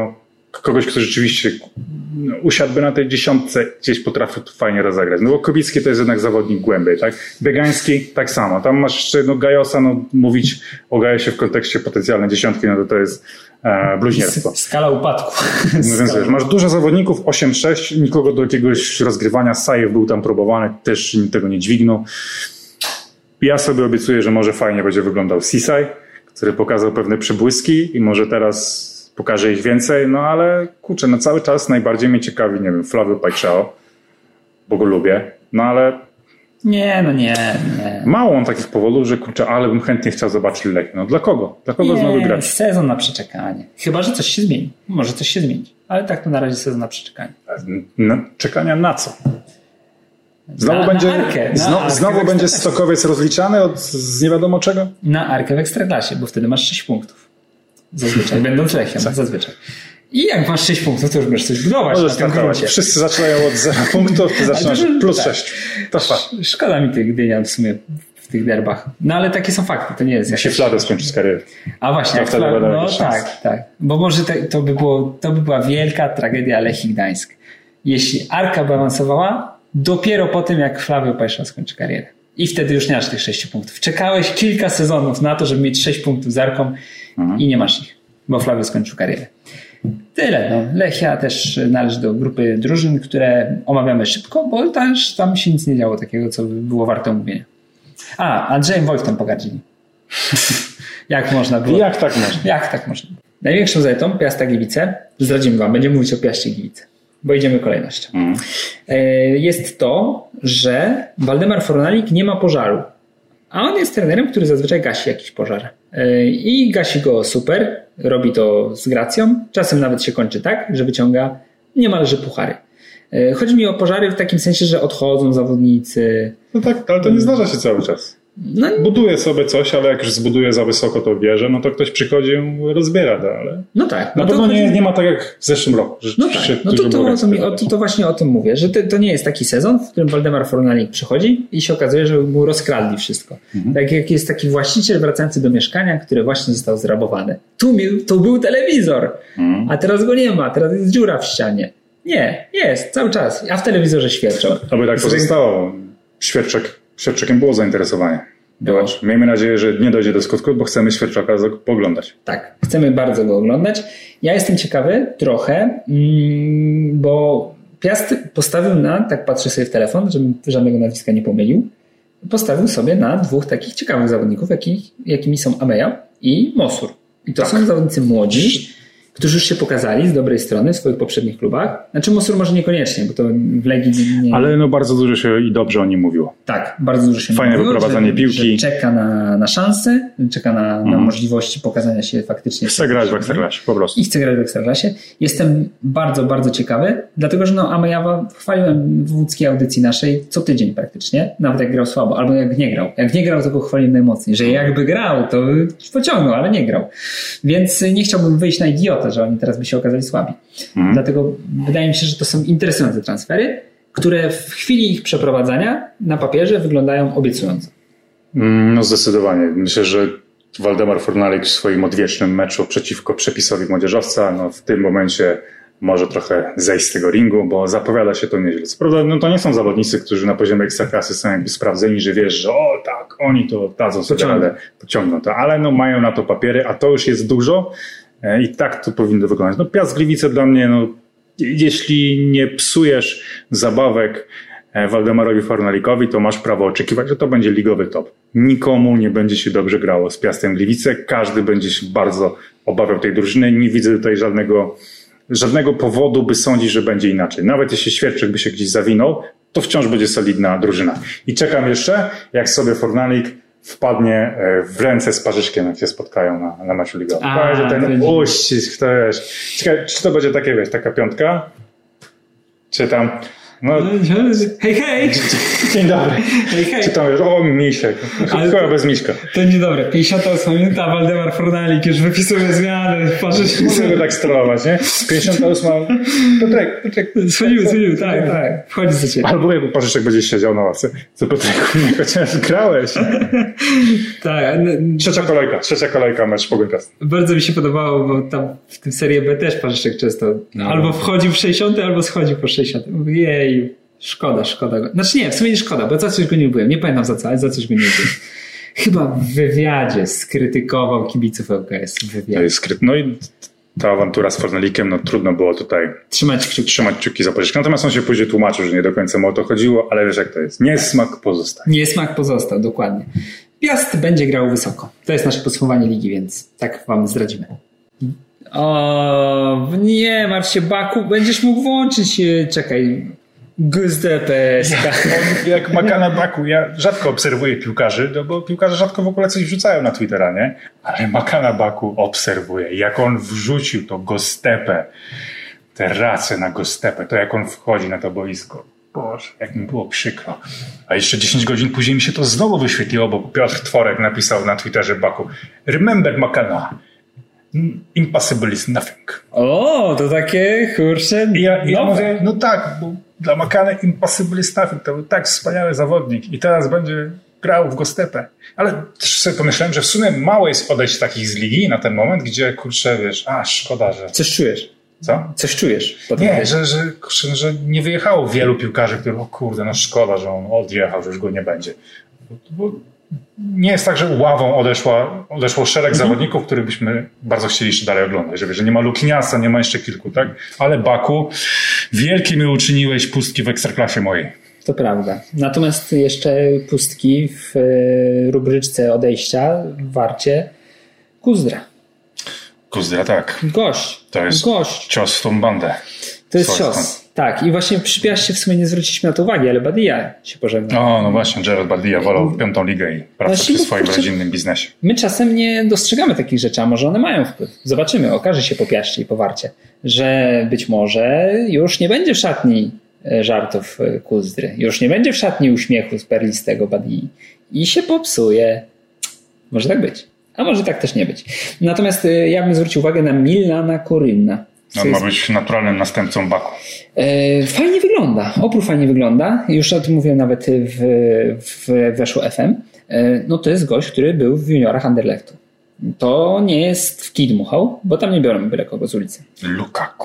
kogoś, kto rzeczywiście usiadłby na tej dziesiątce, gdzieś potrafił to fajnie rozegrać. No bo Kubicki to jest jednak zawodnik głębiej, tak? Biegański tak samo. Tam masz jeszcze Gajosa, mówić o Gajosie w kontekście potencjalnej dziesiątki, no to jest bluźnierstwo.
Skala upadku.
No więc wiesz, masz dużo zawodników, 8-6, nikogo do jakiegoś rozgrywania. Sajew był tam próbowany, też tego nie dźwignął. Ja sobie obiecuję, że może fajnie będzie wyglądał Sisaj, który pokazał pewne przebłyski i może teraz pokaże ich więcej, no ale kurczę, no cały czas najbardziej mnie ciekawi, nie wiem, Flavio Paixão, bo go lubię, no ale
Nie.
mało on takich powodów, że kurczę, ale bym chętnie chciał zobaczyć Lech. No dla kogo? Dla kogo znowu grać?
Sezon na przeczekanie. Chyba, że coś się zmieni. Może coś się zmienić. Ale tak to na razie sezon na przeczekanie.
Czekania na co? Znowu
Arkę
będzie Stokowiec rozliczany z nie wiadomo czego?
Na Arkę w Ekstraklasie, bo wtedy masz 6 punktów. Zazwyczaj, będąc Lechem, zazwyczaj. I jak masz 6 punktów, to już możesz coś budować.
Możesz startować. Wszyscy zaczynają od 0 punktów, ty zaczynasz plus 6. To
szkoda mi tych dynian w sumie w tych derbach. No ale takie są fakty, to nie jest...
Jak się Flado skończy z kariery.
A właśnie, tak. Bo może to by była wielka tragedia Lechii Gdańsk. Jeśli Arka by awansowała, dopiero po tym, jak Flavio Paixão skończy karierę. I wtedy już nie masz tych 6 punktów. Czekałeś kilka sezonów na to, żeby mieć 6 punktów z Arką i nie masz ich, bo Flavio skończył karierę. Tyle. No. Lechia też należy do grupy drużyn, które omawiamy szybko, bo też tam się nic nie działo takiego, co by było warte omówienia. Andrzejem Wojtem pogardzili. Jak można było?
Jak tak można?
Największą zaletą Piasta Gliwice, zdradzimy wam, będziemy mówić o Piaście Gliwice, bo idziemy kolejnością. Jest to, że Waldemar Fornalik nie ma pożaru, a on jest trenerem, który zazwyczaj gasi jakiś pożar. I gasi go super, robi to z gracją, czasem nawet się kończy tak, że wyciąga niemalże puchary. Chodzi mi o pożary w takim sensie, że odchodzą zawodnicy.
No tak, ale to nie zdarza się cały czas. Buduje sobie coś, ale jak już zbuduje za wysoko to bierze, no to ktoś przychodzi i rozbiera dalej.
No tak.
Na pewno nie ma tak jak w zeszłym roku.
No tak, to właśnie o tym mówię, że to nie jest taki sezon, w którym Waldemar Fornalik przychodzi i się okazuje, że mu rozkradli wszystko. Tak jak jest taki właściciel wracający do mieszkania, które właśnie został zrabowane. Tu był telewizor, a teraz go nie ma, teraz jest dziura w ścianie. Nie, jest, cały czas, a w telewizorze świerczą.
Aby tak pozostało. Świerczekiem było zainteresowanie. Miejmy nadzieję, że nie dojdzie do skutku, bo chcemy Świerczaka poglądać.
Tak, chcemy bardzo go oglądać. Ja jestem ciekawy trochę, bo Piast postawił tak patrzę sobie w telefon, żebym żadnego nazwiska nie pomylił, postawił sobie na 2 takich ciekawych zawodników, jakimi są Ameja i Mosur. I to są zawodnicy młodzi, którzy już się pokazali z dobrej strony w swoich poprzednich klubach. Znaczy Mosur może niekoniecznie, bo to w Legii nie...
Ale bardzo dużo się i dobrze o nim mówiło.
Tak, bardzo dużo się
Fajne mówiło, wyprowadzanie piłki.
Że czeka na szansę, czeka na możliwości pokazania się faktycznie.
Chce grać w Ekstraklasie, po prostu.
I chce grać w Ekstraklasie. Jestem bardzo, bardzo ciekawy, dlatego że Amejawa chwaliłem w łódzkiej audycji naszej co tydzień praktycznie, nawet jak grał słabo, albo jak nie grał. Jak nie grał, to go chwaliłem najmocniej, że jakby grał, to pociągnął, ale nie grał. Więc nie chciałbym wyjść na idiotę, że oni teraz by się okazali słabi. Dlatego wydaje mi się, że to są interesujące transfery, które w chwili ich przeprowadzania na papierze wyglądają obiecująco.
No zdecydowanie. Myślę, że Waldemar Fornalik w swoim odwiecznym meczu przeciwko przepisowi młodzieżowca w tym momencie może trochę zejść z tego ringu, bo zapowiada się to nieźle. Co prawda to nie są zawodnicy, którzy na poziomie Ekstraklasy są jakby sprawdzeni, że wiesz, że tak, oni to dadzą sobie radę, pociągną to, ale mają na to papiery, a to już jest dużo. I tak to powinno wyglądać. Piast Gliwice dla mnie, jeśli nie psujesz zabawek Waldemarowi Fornalikowi, to masz prawo oczekiwać, że to będzie ligowy top. Nikomu nie będzie się dobrze grało z Piastem Gliwice. Każdy będzie się bardzo obawiał tej drużyny. Nie widzę tutaj żadnego powodu, by sądzić, że będzie inaczej. Nawet jeśli Świerczek by się gdzieś zawinął, to wciąż będzie solidna drużyna. I czekam jeszcze, jak sobie Fornalik wpadnie w ręce z Parzyszkiem, jak się spotkają na meczu ligowym. Ten uścisk, to wiesz. Ciekawe, czy to będzie takie, taka piątka? Czy tam No.
Hej!
Dzień dobry.
Hej!
Czy tam wiesz, o Misiek. Chyba bez Miśka.
To niedobre. 58 minuta, Waldemar Fornalik już wypisuje zmiany.
Mogę tak strolować, nie? 58. Piotrek.
Schodził, tak. Wchodzi za ciebie.
Albo jak Parzyczek będzie siedział na ławce. Co Piotrek, nie chociaż grałeś.
Tak.
Trzecia kolejka mecz Pogórkas.
Bardzo mi się podobało, bo tam w tym Serie B też Parzyczek często albo wchodził w 60, albo schodził po 60. Jej, szkoda go. Znaczy nie, w sumie nie szkoda, bo za coś go nie lubiłem. Nie pamiętam za co, ale za coś go nie lubiłem. Chyba w wywiadzie skrytykował kibiców ŁKS.
To jest No i ta awantura z Fornalikiem, no trudno było tutaj trzymać kciuki za Parzyczka. Natomiast on się później tłumaczył, że nie do końca mu o to chodziło, ale wiesz jak to jest. Niesmak pozostał, dokładnie. Piast będzie grał wysoko. To jest nasze podsumowanie ligi, więc tak wam zdradzimy. O, nie martw się, Baku, będziesz mógł włączyć, czekaj, Guzdę PSK. Jak Makana Baku, ja rzadko obserwuję piłkarzy, no bo piłkarze rzadko w ogóle coś wrzucają na Twittera, nie? Ale Makana Baku obserwuję. Jak on wrzucił to Gostepę, te race na Gostepę, to jak on wchodzi na to boisko. Boże, jak mi było przykro. A jeszcze 10 godzin później mi się to znowu wyświetliło, bo Piotr Tworek napisał na Twitterze Baku: Remember Makana. Impossible is nothing.
O, to takie, kurczę.
I ja mówię, no tak, bo dla Makany Impossible is nothing. To był tak wspaniały zawodnik i teraz będzie grał w Gostepę. Ale też sobie pomyślałem, że w sumie mało jest odejść takich z ligi na ten moment, gdzie kurczę, wiesz, szkoda, że...
Coś czujesz?
Co?
Coś czujesz?
Nie, że nie wyjechało wielu piłkarzy, których, o kurde, no szkoda, że on odjechał, że już go nie będzie. Bo nie jest tak, że ławą odeszło szereg zawodników, których byśmy bardzo chcieli jeszcze dalej oglądać. Że nie ma Lukiniasa, nie ma jeszcze kilku, tak? Ale Baku, wielkie mi uczyniłeś pustki w ekstraklasie mojej.
To prawda. Natomiast jeszcze pustki w rubryczce odejścia w Warcie Kuzdra, tak. Gość.
To jest cios w tą bandę.
To jest cios. Tak. I właśnie przy Piaście w sumie nie zwróciliśmy na to uwagi, ale Badia się pożegnał.
No właśnie, Gerard Badia wolał 5. ligę i pracę przy swoim rodzinnym biznesie.
My czasem nie dostrzegamy takich rzeczy, a może one mają wpływ. Zobaczymy, okaże się po Piaście i po Warcie, że być może już nie będzie w szatni żartów Kuzdry, już nie będzie w szatni uśmiechu z perlistego Badii i się popsuje. Może tak być. A może tak też nie być. Natomiast ja bym zwrócił uwagę na Milana Korynna.
On ma być naturalnym następcą Baku.
Fajnie wygląda. Oprócz fajnie wygląda. Już o tym mówiłem nawet w Weszło FM. No to jest gość, który był w juniorach Anderlechtu. To nie jest w kij dmuchał, bo tam nie biorą byle kogo z ulicy.
Lukaku.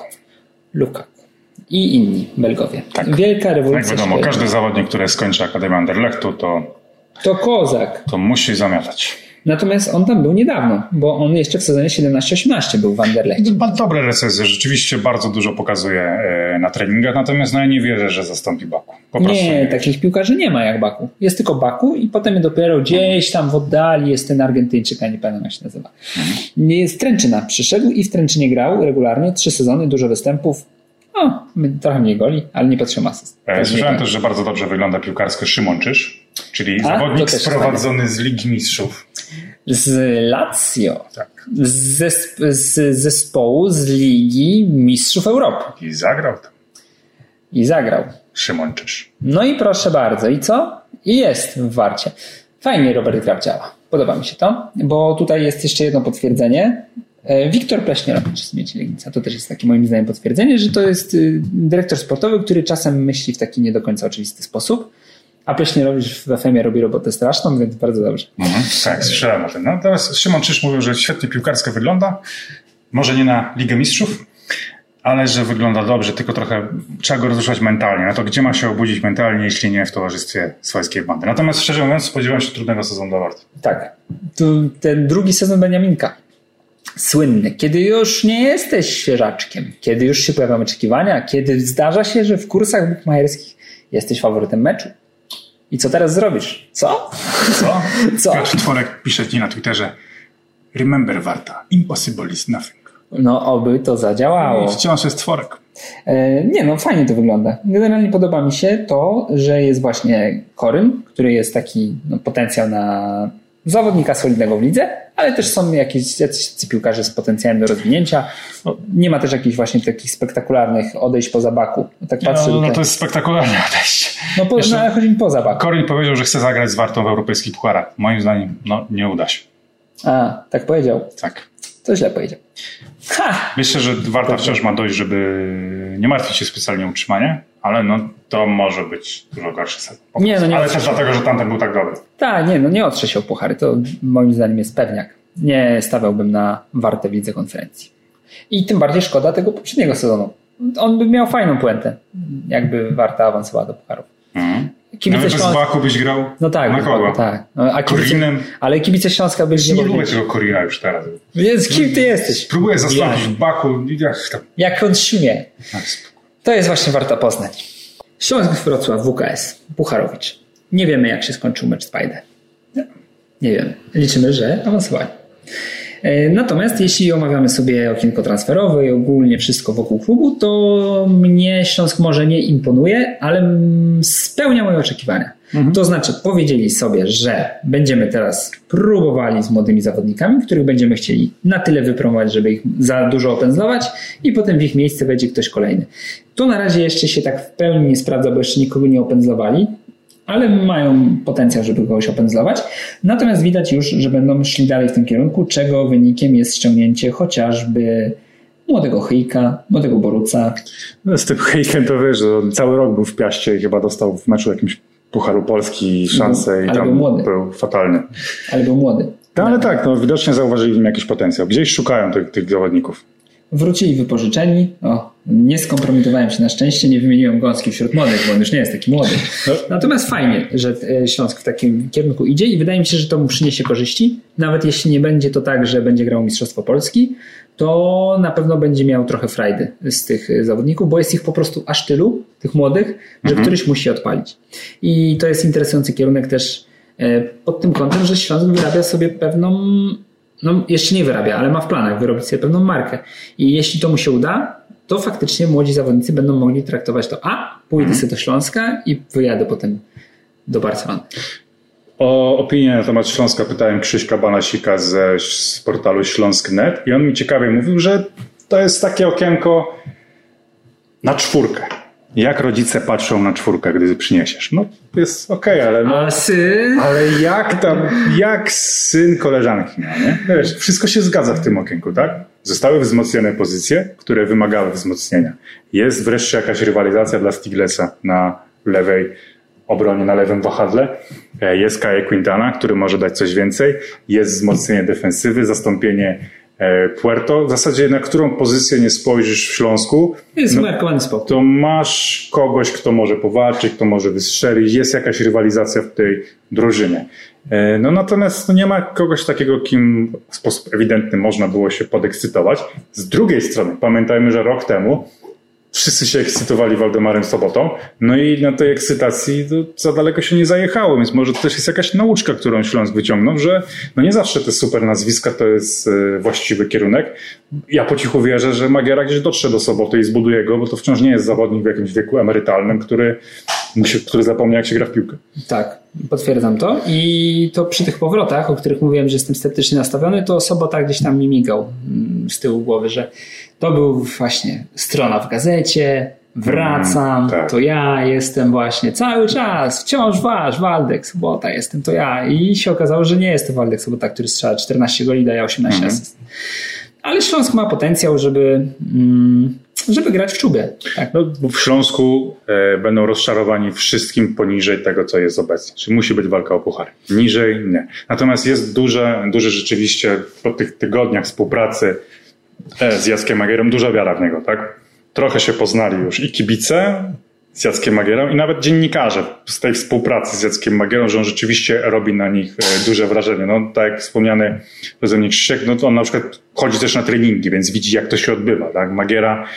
I inni Belgowie.
Tak.
Wielka rewolucja.
Jak wiadomo, każdy zawodnik, który skończy Akademię Anderlechtu,
to kozak.
To musi zamiatać.
Natomiast on tam był niedawno, bo on jeszcze w sezonie 17-18 był w Anderlechcie.
Dobre recenzje, rzeczywiście bardzo dużo pokazuje na treningach, natomiast ja nie wierzę, że zastąpi Baku. Po prostu nie,
takich piłkarzy nie ma jak Baku. Jest tylko Baku i potem dopiero gdzieś tam w oddali jest ten Argentyńczyk, nie pamiętam jak się nazywa. Z Tręczyna przyszedł i w Tręczynie grał regularnie 3 sezony, dużo występów. Trochę mniej goli, ale nie patrzyłem asyst.
Słyszałem też, że bardzo dobrze wygląda piłkarsko Szymon Czyż, czyli zawodnik sprowadzony z Ligi Mistrzów.
Z Lazio.
Tak.
Z zespołu z Ligi Mistrzów Europy.
I zagrał.
Szymon
Czyż.
No i proszę bardzo. I co? I jest w Warcie. Fajnie Robert Graf działa. Podoba mi się to, bo tutaj jest jeszcze jedno potwierdzenie. Wiktor Pleśnierowicz z Miedzi Legnica. To też jest takie moim zdaniem potwierdzenie, że to jest dyrektor sportowy, który czasem myśli w taki nie do końca oczywisty sposób. A Pleśnierowicz w FM-ie robi robotę straszną, więc bardzo dobrze.
Tak, słyszałem o tym. No, teraz Szymon Czyż mówił, że świetnie piłkarsko wygląda. Może nie na Ligę Mistrzów, ale że wygląda dobrze, tylko trochę trzeba go rozruszać mentalnie. No to gdzie ma się obudzić mentalnie, jeśli nie w towarzystwie swojskiej bandy? Natomiast szczerze mówiąc spodziewałem się trudnego sezonu dla Warty.
Tak. Ten drugi sezon Beniaminka. Słynny. Kiedy już nie jesteś świeżaczkiem, kiedy już się pojawiają oczekiwania, kiedy zdarza się, że w kursach bukmacherskich jesteś faworytem meczu. I co teraz zrobisz? Co?
Piotr Tworek pisze ci na Twitterze: Remember Warta, impossible is nothing.
No oby to zadziałało.
I wciąż jest Tworek.
Fajnie to wygląda. Generalnie podoba mi się to, że jest właśnie Koryn, który jest taki potencjał zawodnika solidnego w lidze, ale też są jacyś piłkarze z potencjałem do rozwinięcia. No, nie ma też jakichś właśnie takich spektakularnych odejść poza baku. Tak patrzę
no to jest spektakularne odejście.
Ale chodzi mi poza baku.
Koryl powiedział, że chce zagrać z Wartą w europejskich pucharach. Moim zdaniem nie uda się.
A, tak powiedział?
Tak.
To źle powiedział.
Myślę, że Warta wciąż ma dość, żeby nie martwić się specjalnie o utrzymanie, ale to może być dużo gorszy sezon. Ale też dlatego, że tamten był tak dobry. Tak,
nie otrze się o puchary. To moim zdaniem jest pewniak. Nie stawiałbym na Wartę w lidze konferencji. I tym bardziej szkoda tego poprzedniego sezonu. On by miał fajną puentę, jakby Warta awansowała do pucharów.
Bez Baku byś grał?
No tak.
Na kogo?
Tak.
Ale
kibice Śląska byś
nie lubię tego Korina już teraz.
Więc kim ty jesteś?
Próbuję zastąpić Baku.
Jak on śmie. To jest właśnie Warta Poznań. Śląsk Wrocław, WKS, Pucharowicz. Nie wiemy, jak się skończył mecz z Pajdę. Nie wiemy. Liczymy, że awansowali. Natomiast jeśli omawiamy sobie okienko transferowe i ogólnie wszystko wokół klubu, to mnie Śląsk może nie imponuje, ale spełnia moje oczekiwania. To znaczy powiedzieli sobie, że będziemy teraz próbowali z młodymi zawodnikami, których będziemy chcieli na tyle wypromować, żeby ich za dużo opędzlować i potem w ich miejsce będzie ktoś kolejny. To na razie jeszcze się tak w pełni nie sprawdza, bo jeszcze nikogo nie opędzlowali, ale mają potencjał, żeby kogoś opędzlować. Natomiast widać już, że będą szli dalej w tym kierunku, czego wynikiem jest ściągnięcie chociażby młodego Hyjka, młodego Boruca.
No, z tym Hyjkiem to wiesz, że on cały rok był w Piaście i chyba dostał w meczu jakimś Pucharu Polski szansę i tam był fatalny.
Ale był młody.
Ale tak, widocznie zauważyli w nim jakiś potencjał. Gdzieś szukają tych zawodników.
Wrócili wypożyczeni. Nie skompromitowałem się na szczęście, nie wymieniłem Gąski wśród młodych, bo on już nie jest taki młody. Natomiast fajnie, że Śląsk w takim kierunku idzie i wydaje mi się, że to mu przyniesie korzyści. Nawet jeśli nie będzie to tak, że będzie grał Mistrzostwo Polski, to na pewno będzie miał trochę frajdy z tych zawodników, bo jest ich po prostu aż tylu, tych młodych, że któryś musi odpalić. I to jest interesujący kierunek też pod tym kątem, że Śląsk wyrabia sobie pewną, jeszcze nie wyrabia, ale ma w planach wyrobić sobie pewną markę. I jeśli to mu się uda, to faktycznie młodzi zawodnicy będą mogli traktować to, pójdę sobie do Śląska i wyjadę potem do Barcelony.
O opinię na temat Śląska pytałem Krzyśka Banasika z portalu Śląsk.net i on mi ciekawie mówił, że to jest takie okienko na czwórkę. Jak rodzice patrzą na czwórkę, gdy przyniesiesz? Jest okej, ale...
A syn?
Ale jak syn koleżanki miał, nie? Wiesz, wszystko się zgadza w tym okienku, tak? Zostały wzmocnione pozycje, które wymagały wzmocnienia. Jest wreszcie jakaś rywalizacja dla Stieglesa na lewej obronie, na lewym wahadle. Jest Kaje Quintana, który może dać coś więcej. Jest wzmocnienie defensywy, zastąpienie Puerto. W zasadzie na którą pozycję nie spojrzysz w Śląsku,
jest umiarkowany spokój.
To masz kogoś, kto może powalczyć, kto może wystrzelić. Jest jakaś rywalizacja w tej drużynie. Natomiast nie ma kogoś takiego, kim w sposób ewidentny można było się podekscytować. Z drugiej strony pamiętajmy, że rok temu wszyscy się ekscytowali Waldemarem Sobotą, i na tej ekscytacji za daleko się nie zajechało, więc może to też jest jakaś nauczka, którą Śląsk wyciągnął, że nie zawsze te super nazwiska to jest właściwy kierunek. Ja po cichu wierzę, że Magiera gdzieś dotrze do Soboty i zbuduje go, bo to wciąż nie jest zawodnik w jakimś wieku emerytalnym, który zapomnia, jak się gra w piłkę.
Tak, potwierdzam to i to przy tych powrotach, o których mówiłem, że jestem sceptycznie nastawiony, to Sobota gdzieś tam mi migał z tyłu głowy, że to był właśnie strona w gazecie, wracam, tak. To ja jestem właśnie cały czas, wciąż wasz Waldek Sobota, jestem to ja i się okazało, że nie jest to Waldek Sobota, który strzela 14 goli, daje 18 asyst. Ale Śląsk ma potencjał, żeby grać w czubie. Tak?
Bo w Śląsku będą rozczarowani wszystkim poniżej tego, co jest obecnie. Czyli musi być walka o puchary. Niżej nie. Natomiast jest duże rzeczywiście po tych tygodniach współpracy z Jackiem Magierą duża wiara w niego, tak? Trochę się poznali już i kibice z Jackiem Magierą i nawet dziennikarze z tej współpracy z Jackiem Magierą, że on rzeczywiście robi na nich duże wrażenie. Tak jak wspomniany przeze mnie Krzysiek, to on na przykład chodzi też na treningi, więc widzi, jak to się odbywa, tak? Magiera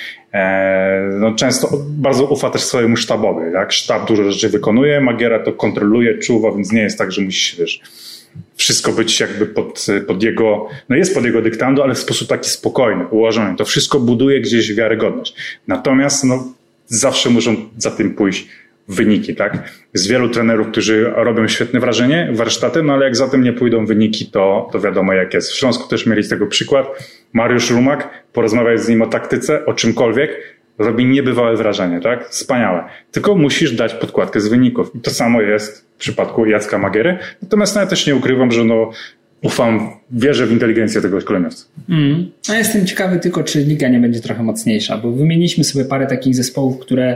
często bardzo ufa też swojemu sztabowi, tak? Sztab dużo rzeczy wykonuje, Magiera to kontroluje, czuwa, więc nie jest tak, że musi się, wszystko być jakby pod jego, jest pod jego dyktando, ale w sposób taki spokojny, ułożony. To wszystko buduje gdzieś wiarygodność. Natomiast zawsze muszą za tym pójść wyniki, tak? Jest wielu trenerów, którzy robią świetne wrażenie, warsztaty, no ale jak za tym nie pójdą wyniki, to wiadomo jak jest. W Śląsku też mieli z tego przykład. Mariusz Rumak, porozmawiaj z nim o taktyce, o czymkolwiek, robi niebywałe wrażenie, tak? Wspaniałe. Tylko musisz dać podkładkę z wyników. I to samo jest w przypadku Jacka Magiery. Natomiast ja też nie ukrywam, że wierzę w inteligencję tego szkoleniowca.
Ja jestem ciekawy tylko, czy liga nie będzie trochę mocniejsza, bo wymieniliśmy sobie parę takich zespołów, które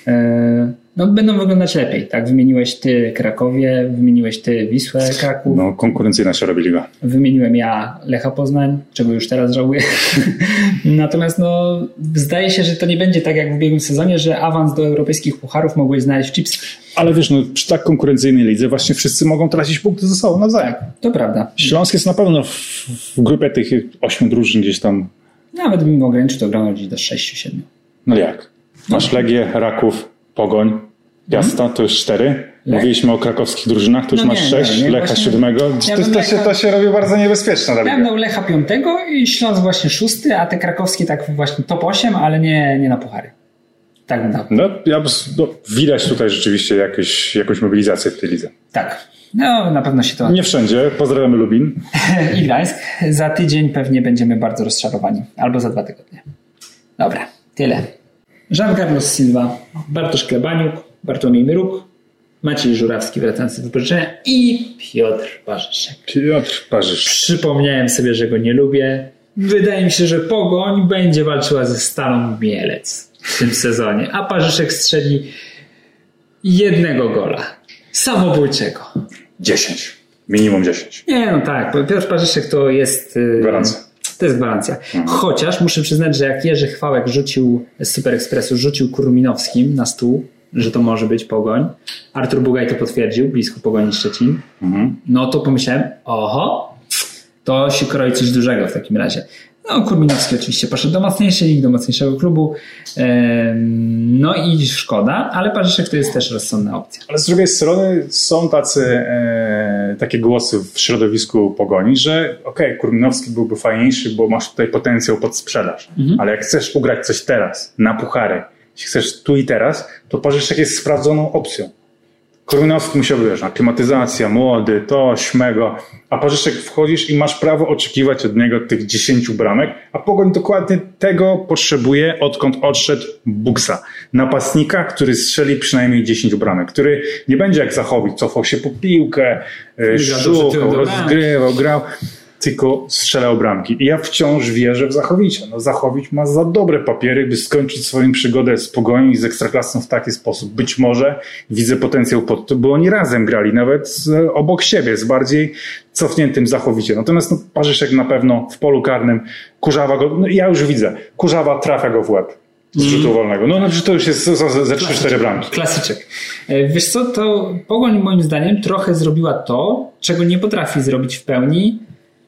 będą wyglądać lepiej. Tak? Wymieniłeś ty Krakowie, wymieniłeś ty Wisłę Kraków.
No, konkurencyjna się robi liga.
Wymieniłem ja Lecha Poznań, czego już teraz żałuję. Natomiast zdaje się, że to nie będzie tak jak w ubiegłym sezonie, że awans do europejskich pucharów mogłeś znaleźć w chips.
Ale wiesz, przy tak konkurencyjnej lidze właśnie wszyscy mogą tracić punkty ze sobą nawzajem.
To prawda.
Śląsk jest na pewno w grupie tych 8 drużyn gdzieś tam.
Nawet bym ograniczył to grano gdzieś do 6-7.
No jak? Masz Legię, Raków, Pogoń, Piasta, to już 4. Mówiliśmy o krakowskich drużynach, to już masz 6, Lecha właśnie, 7. To się robi bardzo niebezpieczne.
Ja bym dał Lecha 5 i Śląsk właśnie 6, a te krakowskie tak właśnie top 8, ale nie na puchary. Tak bym dał.
Widać tutaj rzeczywiście jakąś mobilizację w tej lidze.
Tak. Na pewno się to...
Nie wszędzie. Pozdrawiamy Lubin.
I Gdańsk. Za tydzień pewnie będziemy bardzo rozczarowani. Albo za 2 tygodnie. Dobra, tyle. Jean Carlos Silva, Bartosz Klebaniuk, Bartłomiej Myruk, Maciej Żurawski wracający z wypożyczenia i Piotr Parzyszek. Przypomniałem sobie, że go nie lubię. Wydaje mi się, że Pogoń będzie walczyła ze Stalą Mielec w tym sezonie, a Parzyszek strzeli 1 gola. Samobójczego.
10. Minimum 10.
Nie, tak. Piotr Parzyszek to jest...
Gwarancja.
To jest gwarancja. Chociaż muszę przyznać, że jak Jerzy Chwałek z Super Expressu rzucił Kurminowskim na stół, że to może być Pogoń. Artur Bugaj to potwierdził, blisko Pogoni Szczecin. To pomyślałem, to się kroi coś dużego w takim razie. Kurminowski oczywiście poszedł do mocniejszej ligi, do mocniejszego klubu. I szkoda, ale Parzyszek to jest też rozsądna opcja.
Ale z drugiej strony są takie głosy w środowisku Pogoni, że Kurminowski byłby fajniejszy, bo masz tutaj potencjał pod sprzedaż. Ale jak chcesz ugrać coś teraz, na puchary, jeśli chcesz tu i teraz, to Parzyszek jest sprawdzoną opcją. Kurminowski musiałby, aklimatyzacja, młody, to, śmego, a Parzyszek wchodzisz i masz prawo oczekiwać od niego tych 10 bramek, a Pogoń dokładnie tego potrzebuje, odkąd odszedł Buksa. Napastnika, który strzeli przynajmniej 10 bramek, który nie będzie jak Zachowicz, cofał się po piłkę, szukał, rozgrywał, grał, tylko strzelał bramki. I ja wciąż wierzę w Zachowicza. Zachowicz ma za dobre papiery, by skończyć swoją przygodę z Pogonią i z Ekstraklasą w taki sposób. Być może widzę potencjał pod to, bo oni razem grali, nawet obok siebie, z bardziej cofniętym Zachowiciem. Natomiast Parzyszek na pewno w polu karnym, Kurzawa go, ja już widzę, Kurzawa trafia go w łeb z rzutu wolnego. To już jest ze 3-4 bramki.
Klasyczek. Wiesz co, to Pogoń moim zdaniem trochę zrobiła to, czego nie potrafi zrobić w pełni.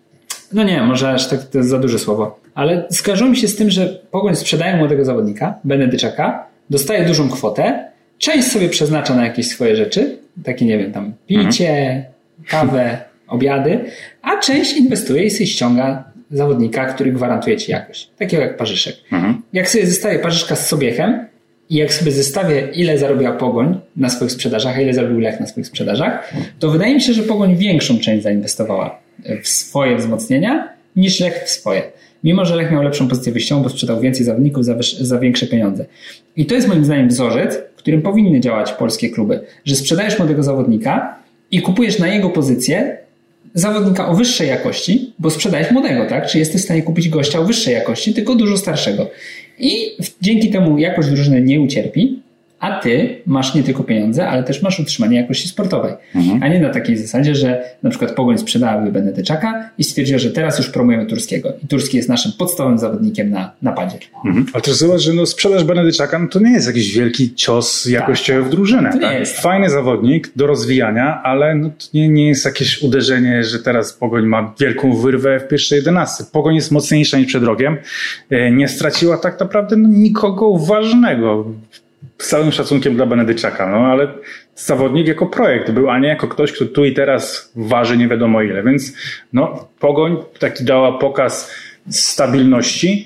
Może aż tak to jest za duże słowo, ale skojarzyło mi się z tym, że Pogoń sprzedaje młodego zawodnika, Benedyczaka, dostaje dużą kwotę, część sobie przeznacza na jakieś swoje rzeczy, takie picie, kawę, obiady, a część inwestuje i sobie ściąga zawodnika, który gwarantuje ci jakość, takiego jak Parzyszek. Jak sobie zestawię Parzyszka z Sobiechem i jak sobie zestawię, ile zarobiła Pogoń na swoich sprzedażach, a ile zarobił Lech na swoich sprzedażach, to wydaje mi się, że Pogoń większą część zainwestowała w swoje wzmocnienia niż Lech w swoje. Mimo że Lech miał lepszą pozycję wyjściową, bo sprzedał więcej zawodników za większe pieniądze. I to jest moim zdaniem wzorzec, w którym powinny działać polskie kluby. Że sprzedajesz młodego zawodnika i kupujesz na jego pozycję zawodnika o wyższej jakości, bo sprzedajesz młodego, tak? Czy jesteś w stanie kupić gościa o wyższej jakości, tylko dużo starszego. I dzięki temu jakość drużyny nie ucierpi, a ty masz nie tylko pieniądze, ale też masz utrzymanie jakości sportowej. A nie na takiej zasadzie, że na przykład Pogoń sprzedałaby Benedyczaka i stwierdziła, że teraz już promujemy Turskiego. I Turski jest naszym podstawowym zawodnikiem na napadzie.
Ale też zobacz, że sprzedaż Benedyczaka to nie jest jakiś wielki cios jakościowy w drużynę. To nie jest. Fajny zawodnik do rozwijania, ale to nie jest jakieś uderzenie, że teraz Pogoń ma wielką wyrwę w pierwszej 11. Pogoń jest mocniejsza niż przed rokiem. Nie straciła tak naprawdę nikogo ważnego. Z całym szacunkiem dla Benedyczaka, ale zawodnik jako projekt był, a nie jako ktoś, kto tu i teraz waży nie wiadomo ile. Więc Pogoń taki dała pokaz stabilności,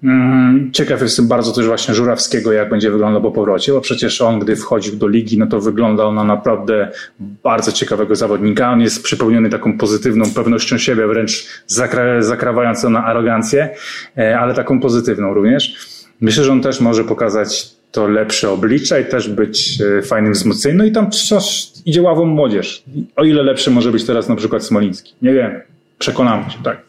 Ciekaw jestem bardzo też właśnie Żurawskiego, jak będzie wyglądał po powrocie, bo przecież on, gdy wchodził do ligi, no to wyglądał na naprawdę bardzo ciekawego zawodnika. On jest przepełniony taką pozytywną pewnością siebie, wręcz zakrawającą na arogancję, ale taką pozytywną również. Myślę, że on też może pokazać to lepsze oblicze i też być fajnym wzmocnieniem. No i tam przecież idzie ławą młodzież. O ile lepszy może być teraz na przykład Smoliński. Nie wiem, przekonamy się, tak.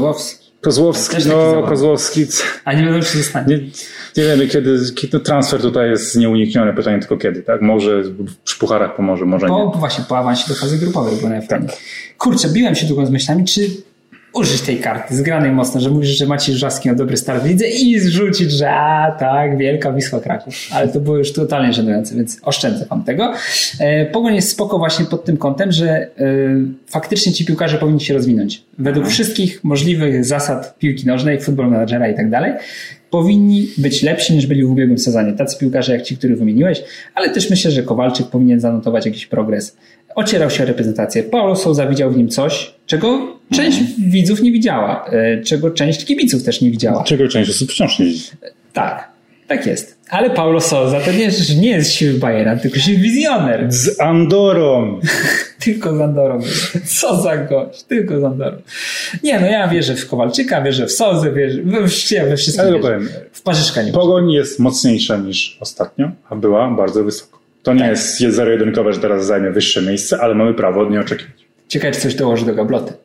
Kozłowski.
A nie wiadomo, czy zostanie.
Nie wiemy, kiedy transfer tutaj jest nieunikniony. Pytanie tylko kiedy, tak? Może przy pucharach pomoże, może nie.
Właśnie po awansie do fazy grupowej, bo najfajniej. Tak. Kurczę, biłem się długo z myślami, czy użyć tej karty zgranej mocno, że mówisz, że Maciej Żurawski miał dobry start w lidze i zrzucić, że tak, wielka Wisła Kraków. Ale to było już totalnie żenujące, więc oszczędzę wam tego. Pogoń jest spoko właśnie pod tym kątem, że faktycznie ci piłkarze powinni się rozwinąć. Według wszystkich możliwych zasad piłki nożnej, Football Managera i tak dalej, powinni być lepsi niż byli w ubiegłym sezonie. Tacy piłkarze jak ci, których wymieniłeś, ale też myślę, że Kowalczyk powinien zanotować jakiś progres. Ocierał się o reprezentację. Paulo Sousa widział w nim coś, czego część widzów nie widziała, czego część kibiców też nie widziała.
Czego część osób wciąż nie widzi.
Tak jest. Ale Paulo Sousa to nie jest siły Bayera, tylko siły wizjoner.
Z Andorą.
Tylko z Andorą. Co za gość. Tylko z Andorą. Nie, no ja wierzę w Kowalczyka, wierzę w Sousę, wierzę we wszystkich. Ale powiem, w Parzyszka nie
Pogoń jest mocniejsza niż ostatnio, a była bardzo wysoko. To nie jest zero-jedynkowe, że teraz zajmie wyższe miejsce, ale mamy prawo od niej oczekiwać.
Ciekawe, czy coś dołoży do gabloty.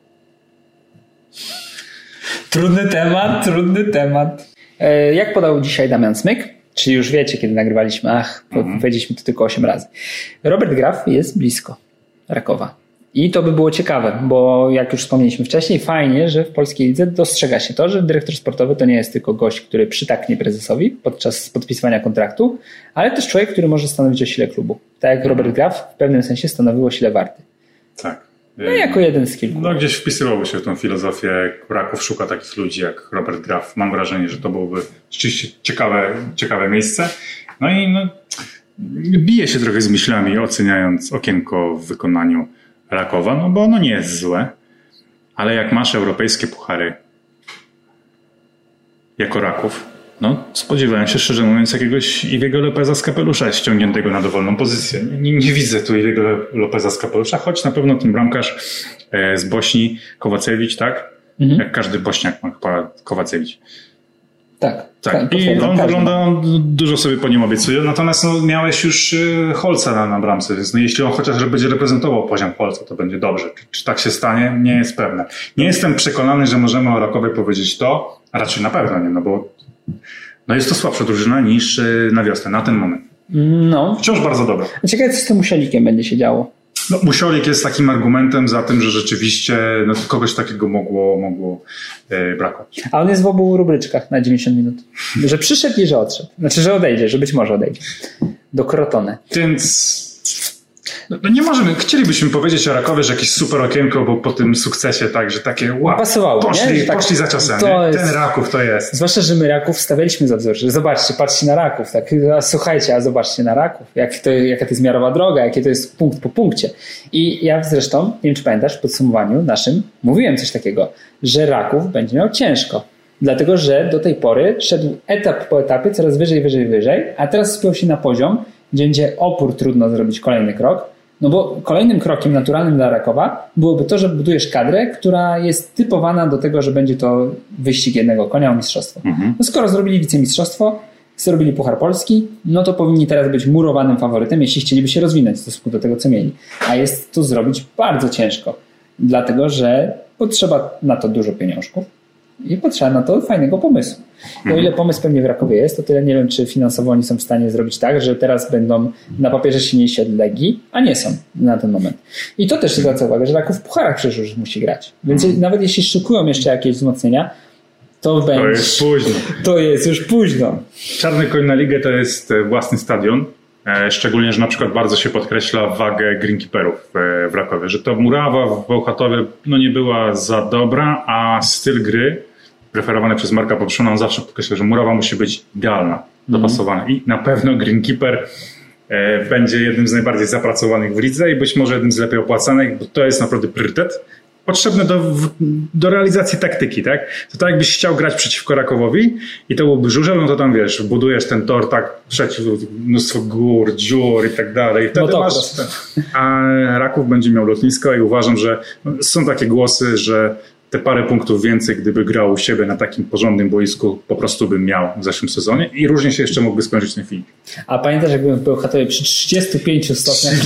Trudny temat. Jak podał dzisiaj Damian Smyk, czyli już wiecie, kiedy nagrywaliśmy, powiedzieliśmy to tylko 8 razy. Robert Graf jest blisko Rakowa. I to by było ciekawe, bo jak już wspomnieliśmy wcześniej, fajnie, że w polskiej lidze dostrzega się to, że dyrektor sportowy to nie jest tylko gość, który przytaknie prezesowi podczas podpisywania kontraktu, ale też człowiek, który może stanowić o sile klubu. Tak jak Robert Graf w pewnym sensie stanowił o sile Warty.
Tak.
No jako jeden z kilku.
No gdzieś wpisywało się w tą filozofię. Raków szuka takich ludzi jak Robert Graf. Mam wrażenie, że to byłoby rzeczywiście ciekawe miejsce. No i bije się trochę z myślami, oceniając okienko w wykonaniu Rakowa, no bo ono nie jest złe, ale jak masz europejskie puchary jako Raków, no spodziewałem się, szczerze mówiąc, jakiegoś Iwiego Lopeza z kapelusza ściągniętego na dowolną pozycję. Nie widzę tu Iwiego Lopeza z kapelusza, choć na pewno ten bramkarz z Bośni, Kowacewicz, tak? Jak każdy Bośniak ma Kowacewicz.
Tak.
I on wygląda, dużo sobie po nim obiecuje, natomiast miałeś już Holca na bramce, więc jeśli on chociaż będzie reprezentował poziom Holca, to będzie dobrze. Czy tak się stanie? Nie jest pewne. Nie jestem przekonany, że możemy o Rakowie powiedzieć to, a raczej na pewno nie, bo jest to słabsza drużyna niż na wiosnę, na ten moment. Wciąż bardzo dobra.
Ciekawe, co z tym Musielikiem będzie się działo.
Musiolik jest takim argumentem za tym, że rzeczywiście kogoś takiego mogło brakować.
A on jest w obu rubryczkach na 90 minut. Że przyszedł i że odszedł. Znaczy, że odejdzie, że być może odejdzie. Do Crotone.
Więc nie możemy, chcielibyśmy powiedzieć o Rakowie, że jakieś super okienko, bo po tym sukcesie tak, że takie
pasowało,
poszli za ciosem. Ten Raków to jest.
Zwłaszcza, że my Raków stawialiśmy za wzór, że zobaczcie, patrzcie na Raków. Tak, słuchajcie, a zobaczcie na Raków. Jaka to jest miarowa droga, jakie to jest punkt po punkcie. I ja zresztą, nie wiem czy pamiętasz, w podsumowaniu naszym mówiłem coś takiego, że Raków będzie miał ciężko. Dlatego, że do tej pory szedł etap po etapie, coraz wyżej, a teraz spiął się na poziom, gdzie będzie opór trudno zrobić kolejny krok. No bo kolejnym krokiem naturalnym dla Rakowa byłoby to, że budujesz kadrę, która jest typowana do tego, że będzie to wyścig jednego konia o mistrzostwo. No skoro zrobili wicemistrzostwo, zrobili Puchar Polski, no to powinni teraz być murowanym faworytem, jeśli chcieliby się rozwinąć w stosunku do tego, co mieli. A jest to zrobić bardzo ciężko, dlatego że potrzeba na to dużo pieniążków i potrzeba na to fajnego pomysłu. O ile pomysł pewnie w Rakowie jest, to tyle nie wiem, czy finansowo oni są w stanie zrobić tak, że teraz będą na papierze silniejsi od Legii, a nie są na ten moment. I to też zwraca uwagę, że Raków w pucharach przecież już musi grać. Więc nawet jeśli szykują jeszcze jakieś wzmocnienia, to jest późno. To jest już późno.
Czarny koń na ligę to jest własny stadion. Szczególnie, że na przykład bardzo się podkreśla wagę greenkeeperów w Rakowie, że to murawa w Bełchatowie nie była za dobra, a styl gry preferowany przez Marka Poprzuna, on zawsze podkreśla, że murawa musi być idealna, dopasowana i na pewno greenkeeper będzie jednym z najbardziej zapracowanych w lidze i być może jednym z lepiej opłacanych, bo to jest naprawdę priorytet. potrzebne do realizacji taktyki, tak? To tak jakbyś chciał grać przeciwko Rakowowi i to byłby żużel, no to tam wiesz, budujesz ten tor tak przeciw mnóstwo gór, dziur i tak dalej. I wtedy a Raków będzie miał lotnisko i uważam, że są takie głosy, że te parę punktów więcej, gdyby grał u siebie na takim porządnym boisku, po prostu bym miał w zeszłym sezonie i różnie się jeszcze mógł skończyć ten film.
A pamiętasz, jakbym w Bełchatowie przy 35 stopniach...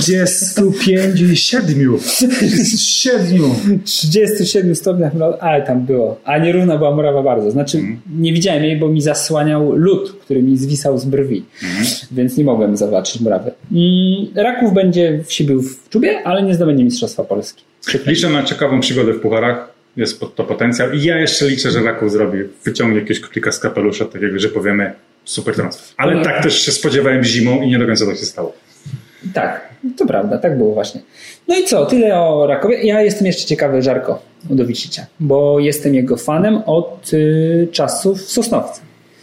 37 stopniach, ale tam było. A nierówna była murawa bardzo. Znaczy, nie widziałem jej, bo mi zasłaniał lód, który mi zwisał z brwi. Więc nie mogłem zobaczyć murawy. Raków będzie się bił w czubie, ale nie zdobędzie Mistrzostwa Polski.
Liczę na ciekawą przygodę w pucharach. Jest to potencjał i ja jeszcze liczę, że Raków wyciągnie jakiegoś królika z kapelusza, takiego, że powiemy super transfer. Ale tak też się spodziewałem zimą i nie do końca tak się stało.
Tak, to prawda, tak było właśnie. No i co, tyle o Rakowie. Ja jestem jeszcze ciekawy Żarko Udowiczicia, bo jestem jego fanem od czasów w Sosnowcu.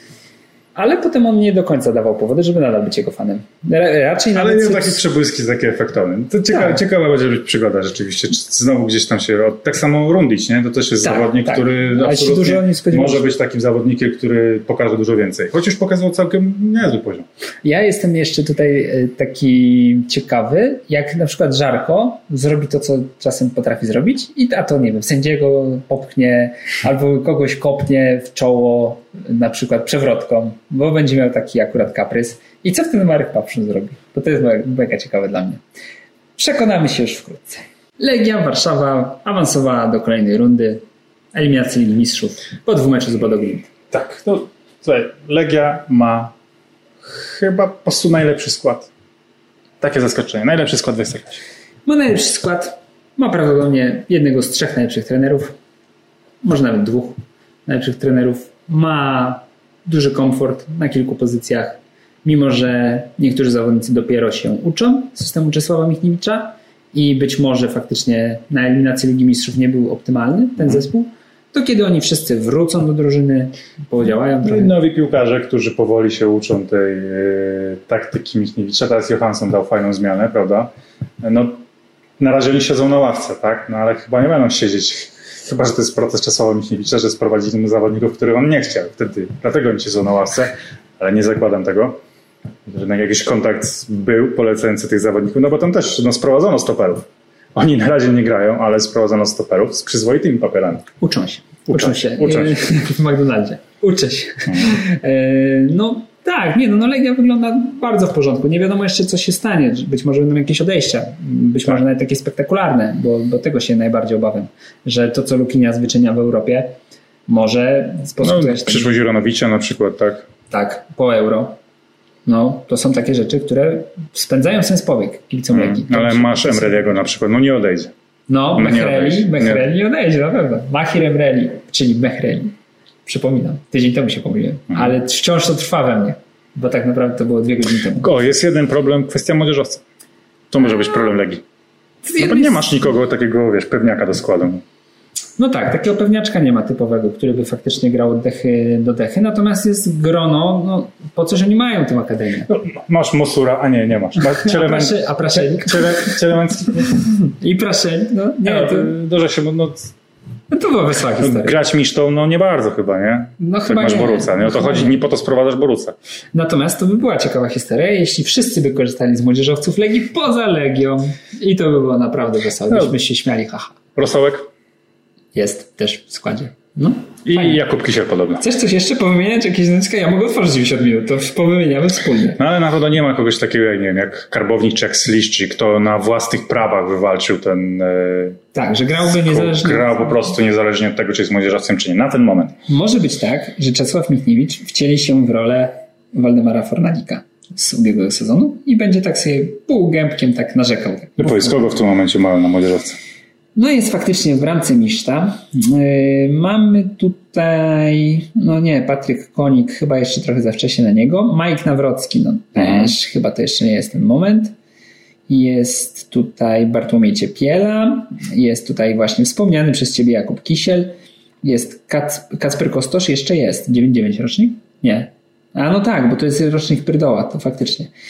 Ale potem on nie do końca dawał powody, żeby nadal być jego fanem. Raczej
ale nie takie przebłyski, takie efektowne. To ciekawa będzie być przygoda rzeczywiście. Czy znowu gdzieś tam się... Tak samo Rundić, nie? To też jest zawodnik, który absolutnie może być takim zawodnikiem, który pokaże dużo więcej. Choć już pokazał całkiem niezły poziom. Ja
jestem jeszcze tutaj taki ciekawy, jak na przykład Żarko zrobi to, co czasem potrafi zrobić a to, nie wiem, sędziego popchnie albo kogoś kopnie w czoło na przykład przewrotką, bo będzie miał taki akurat kaprys. I co wtedy Marek Papszun zrobi? Bo to jest mega ciekawe dla mnie. Przekonamy się już wkrótce. Legia Warszawa awansowała do kolejnej rundy eliminacji Ligi Mistrzów po 2 meczach z Bodo Glimt.
Tak, no słuchaj, Legia ma chyba po prostu najlepszy skład. Takie zaskoczenie. Najlepszy skład w Ekstraklasie.
Ma najlepszy skład. Ma prawdopodobnie jednego z 3 najlepszych trenerów. Może nawet 2 najlepszych trenerów. Ma duży komfort na kilku pozycjach, mimo że niektórzy zawodnicy dopiero się uczą systemu Czesława Michniewicza i być może faktycznie na eliminacji Ligi Mistrzów nie był optymalny ten zespół, to kiedy oni wszyscy wrócą do drużyny, podziałają trochę.
Nowi piłkarze, którzy powoli się uczą tej taktyki Michniewicza. Teraz Johansson dał fajną zmianę, prawda? No, na razie oni siedzą na ławce, tak? No ale chyba nie będą siedzieć. Chyba, że to jest proces Czesława Michniewicza, że sprowadzili mu zawodników, których on nie chciał. Wtedy, dlatego oni siedzą na ławce, ale nie zakładam tego. Że jakiś kontakt był polecający tych zawodników, no bo tam też sprowadzono stoperów. Oni na razie nie grają, ale sprowadzono stoperów z przyzwoitymi papierami.
Uczą się. W McDonaldzie. Uczę się. No tak, no Legia wygląda bardzo w porządku. Nie wiadomo jeszcze, co się stanie. Być może będą jakieś odejścia. Być może nawet takie spektakularne, bo tego się najbardziej obawiam. Że to, co Lukinias wyczynia w Europie, może spowodować...
Przyszłość Juranowicza na przykład, tak?
Tak, po Euro. No, to są takie rzeczy, które spędzają sens powiek kibicom Legii.
Ale masz Emreliego na przykład, no nie odejdzie.
No, Mehreli odejdzie, na pewno. Mahir Emreli, czyli Mehreli. Przypominam, tydzień temu się pomyliłem. Ale wciąż to trwa we mnie, bo tak naprawdę to było 2 godziny temu.
Jest jeden problem, kwestia młodzieżowca. To może być problem Legii. No bo nie masz nikogo takiego, pewniaka do składu.
No tak, takiego pewniaczka nie ma typowego, który by faktycznie grał od dechy do dechy, natomiast jest grono, po coś oni mają tę akademię.
No, masz Mosura, a nie masz.
A Praszelik? I Praszelik,
Dużo się...
No to była wesoła historia.
Grać misztą, nie bardzo chyba, nie?
No chyba
masz Boruca, nie? O to chodzi, nie po to sprowadzasz Boruca.
Natomiast to by była ciekawa historia, jeśli wszyscy by korzystali z młodzieżowców Legii poza Legią. I to by było naprawdę wesołe. Byśmy się śmiali, haha.
Rosołek?
Jest też w składzie. No,
i fajnie. Jakub Kisiel podobno.
Chcesz coś jeszcze powymieniać? Jakieś nazwiska? Ja mogę otworzyć 90 minut, to powymieniamy wspólnie.
No ale na pewno nie ma kogoś takiego, jak, nie wiem, jak Karbownik czy jak Sliszczy, kto na własnych prawach wywalczył ten...
Tak, że grałby niezależnie...
Grał po prostu niezależnie od tego, czy jest młodzieżowcem, czy nie. Na ten moment.
Może być tak, że Czesław Michniewicz wcieli się w rolę Waldemara Fornalika z ubiegłego sezonu i będzie tak sobie półgębkiem tak narzekał.
Powiedz, kogo w tym momencie mają na młodzieżowce?
No jest faktycznie w bramce Miszta. Mamy tutaj, Patryk Konik, chyba jeszcze trochę za wcześnie na niego. Mike Nawrocki, też chyba to jeszcze nie jest ten moment. Jest tutaj Bartłomiej Ciepiela, jest tutaj właśnie wspomniany przez Ciebie Jakub Kisiel, jest Kacper Kostosz, jeszcze jest, 99 rocznik? Nie. A no tak, bo to jest rocznik Pyrdoła, to faktycznie.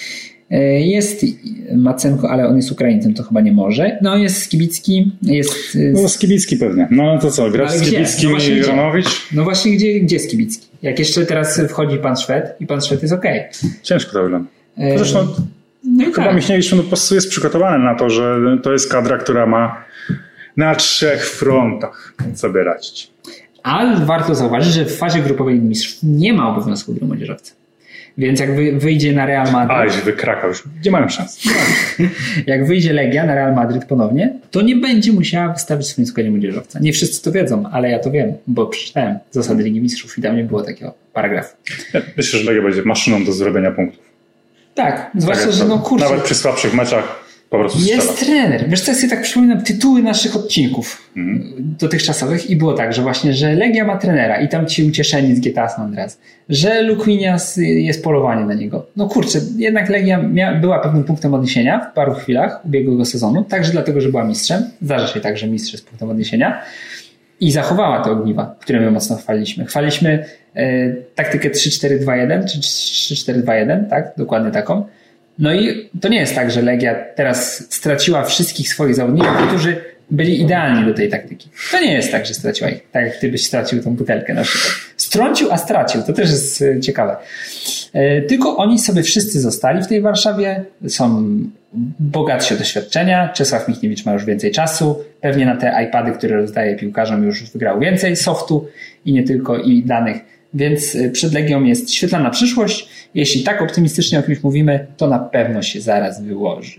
Jest Macenko, ale on jest Ukraińcem, to chyba nie może. No jest Skibicki, jest...
No Skibicki pewnie. No to co, grasz Skibickim i Gronowicz?
No właśnie, gdzie Skibicki? Jak jeszcze teraz wchodzi pan Szwed i pan Szwed jest okej.
Ciężko to wygląda. Zresztą chyba Michniewicz po prostu jest przygotowany na to, że to jest kadra, która ma na 3 frontach sobie radzić.
Ale warto zauważyć, że w fazie grupowej mistrzów nie ma obowiązku gry młodzieżowca. Więc jak wyjdzie na Real Madryt...
jeśli wykrakał już. Nie mają szans.
Jak wyjdzie Legia na Real Madryt ponownie, to nie będzie musiała wystawić w swoim składzie młodzieżowca. Nie wszyscy to wiedzą, ale ja to wiem, bo przeczytałem zasady Ligi Mistrzów i tam nie było takiego paragrafu.
Ja myślę, że Legia będzie maszyną do zrobienia punktów.
Tak, zwłaszcza, że kurczę...
Nawet przy słabszych meczach po prostu strzela.
Jest trener. Wiesz co, ja sobie tak przypominam tytuły naszych odcinków dotychczasowych i było tak, że właśnie, że Legia ma trenera i tam ci ucieszeni z GTA San Andreas, że Luquinias jest polowanie na niego. No kurczę, jednak Legia była pewnym punktem odniesienia w paru chwilach ubiegłego sezonu, także dlatego, że była mistrzem. Zdarza się tak, że mistrz jest punktem odniesienia i zachowała te ogniwa, które my mocno chwaliliśmy. Chwaliliśmy taktykę 3-4-2-1 czy 3-4-2-1, tak? Dokładnie taką. No i to nie jest tak, że Legia teraz straciła wszystkich swoich zawodników, którzy byli idealni do tej taktyki. To nie jest tak, że straciła ich. Tak jak ty byś stracił tą butelkę na przykład. Strącił, a stracił. To też jest ciekawe. Tylko oni sobie wszyscy zostali w tej Warszawie. Są bogatsi o doświadczenia. Czesław Michniewicz ma już więcej czasu. Pewnie na te iPady, które rozdaje piłkarzom, już wygrał więcej softu i nie tylko, i danych. Więc przed Legią jest świetlana przyszłość. Jeśli tak optymistycznie o kimś mówimy, to na pewno się zaraz wyłoży.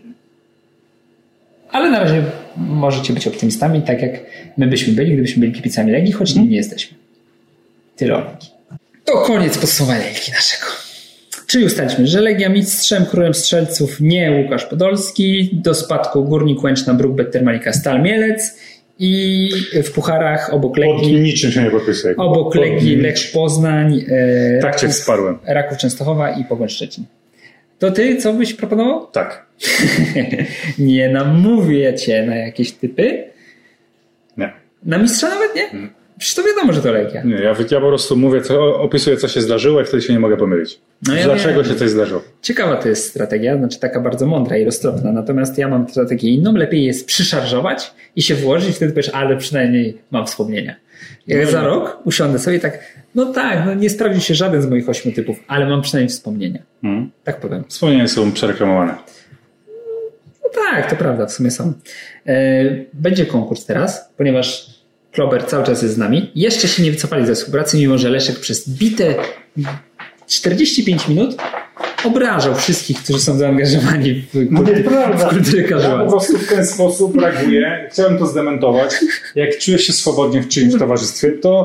Ale na razie możecie być optymistami, tak jak my byśmy byli, gdybyśmy byli kibicami Legii, choć nie jesteśmy. Tyle o Legii. To koniec podsumowania Ligi naszego. Czyli ustaliśmy, że Legia mistrzem, królem strzelców nie Łukasz Podolski, do spadku Górnik Łęczna, Bruk Termalika, Stal Mielec i w pucharach obok Legii...
Pod niczym się nie podpisuje.
Obok Legii Lech Poznań,
tak cię wsparłem.
Raków Częstochowa i Pogoń Szczecin. To ty co byś proponował?
Tak.
Nie namówię cię na jakieś typy?
Nie.
Na mistrza nawet nie? Przecież to wiadomo, że to Legia.
Nie, ja po prostu mówię, opisuję co się zdarzyło i wtedy się nie mogę pomylić. No ja dlaczego się coś zdarzyło?
Ciekawa to jest strategia, znaczy taka bardzo mądra i roztropna. Natomiast ja mam strategię inną. Lepiej jest przyszarżować i się włożyć i wtedy powiesz, ale przynajmniej mam wspomnienia. Jak za rok usiądę sobie tak, nie sprawdził się żaden z moich 8 typów, ale mam przynajmniej wspomnienia. Tak powiem.
Wspomnienia są przereklamowane.
No tak, to prawda, w sumie są. Będzie konkurs teraz, ponieważ Klober cały czas jest z nami. Jeszcze się nie wycofali ze współpracy, mimo że Leszek przez bite 45 minut obrażał wszystkich, którzy są zaangażowani w kulturę casual.
Ja po prostu w ten sposób reaguję. Chciałem to zdementować. Jak czujesz się swobodnie w czyimś towarzystwie, to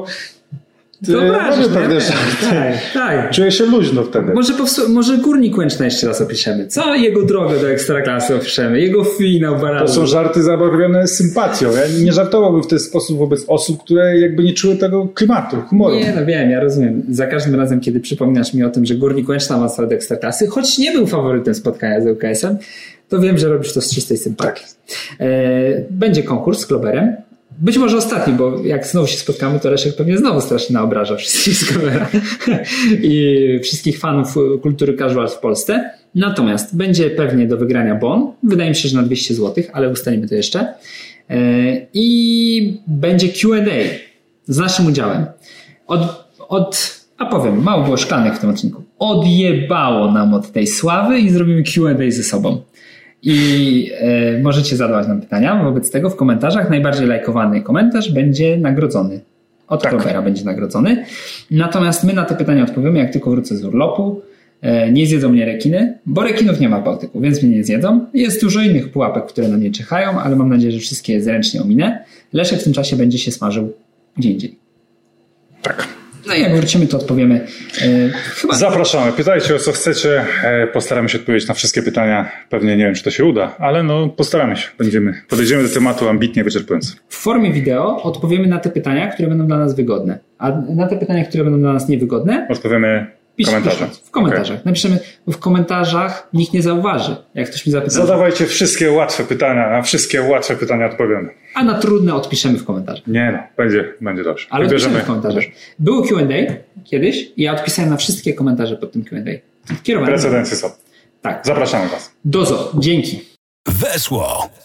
robię pewne żarty. Tak. Czuję się luźno wtedy.
Może Górnik Łęczna jeszcze raz opiszemy. Co jego drogę do Ekstraklasy opiszemy? Jego finał barażu.
To są żarty zabarwione sympatią. Ja nie żartowałbym w ten sposób wobec osób, które jakby nie czuły tego klimatu, humoru.
Nie, wiem, ja rozumiem. Za każdym razem, kiedy przypominasz mi o tym, że Górnik Łęczna ma do Ekstraklasy, choć nie był faworytem spotkania z ŁKS-em, to wiem, że robisz to z czystej sympatii. Tak. Będzie konkurs z Kloberem. Być może ostatni, bo jak znowu się spotkamy, to Leszek pewnie znowu strasznie naobraża wszystkich z kamera i wszystkich fanów kultury casual w Polsce. Natomiast będzie pewnie do wygrania bon. Wydaje mi się, że na 200 zł, ale ustalimy to jeszcze. I będzie Q&A z naszym udziałem. Mało było szklanek w tym odcinku. Odjebało nam od tej sławy i zrobimy Q&A ze sobą. I możecie zadawać nam pytania. Wobec tego w komentarzach najbardziej lajkowany komentarz będzie nagrodzony. Od Klobera będzie nagrodzony. Natomiast my na te pytania odpowiemy, jak tylko wrócę z urlopu. Nie zjedzą mnie rekiny, bo rekinów nie ma w Bałtyku, więc mnie nie zjedzą. Jest dużo innych pułapek, które na mnie czekają, ale mam nadzieję, że wszystkie zręcznie ominę. Leszek w tym czasie będzie się smażył gdzie indziej.
Tak.
No i jak wrócimy, to odpowiemy.
Zapraszamy, pytajcie o co chcecie. Postaramy się odpowiedzieć na wszystkie pytania. Pewnie nie wiem, czy to się uda, ale postaramy się. Podejdziemy do tematu ambitnie, wyczerpująco.
W formie wideo odpowiemy na te pytania, które będą dla nas wygodne. A na te pytania, które będą dla nas niewygodne,
odpowiemy
w komentarzach. Okay. Napiszemy, bo w komentarzach nikt nie zauważy. Jak ktoś mi zapyta.
Zadawajcie wszystkie łatwe pytania, na wszystkie łatwe pytania odpowiemy.
A na trudne odpiszemy w komentarzach.
Nie będzie dobrze.
Ale odpiszemy w komentarzach. Było Q&A kiedyś i ja odpisałem na wszystkie komentarze pod tym Q&A.
Precedencje są. Tak. Zapraszamy Was.
Dzięki.
Weszło!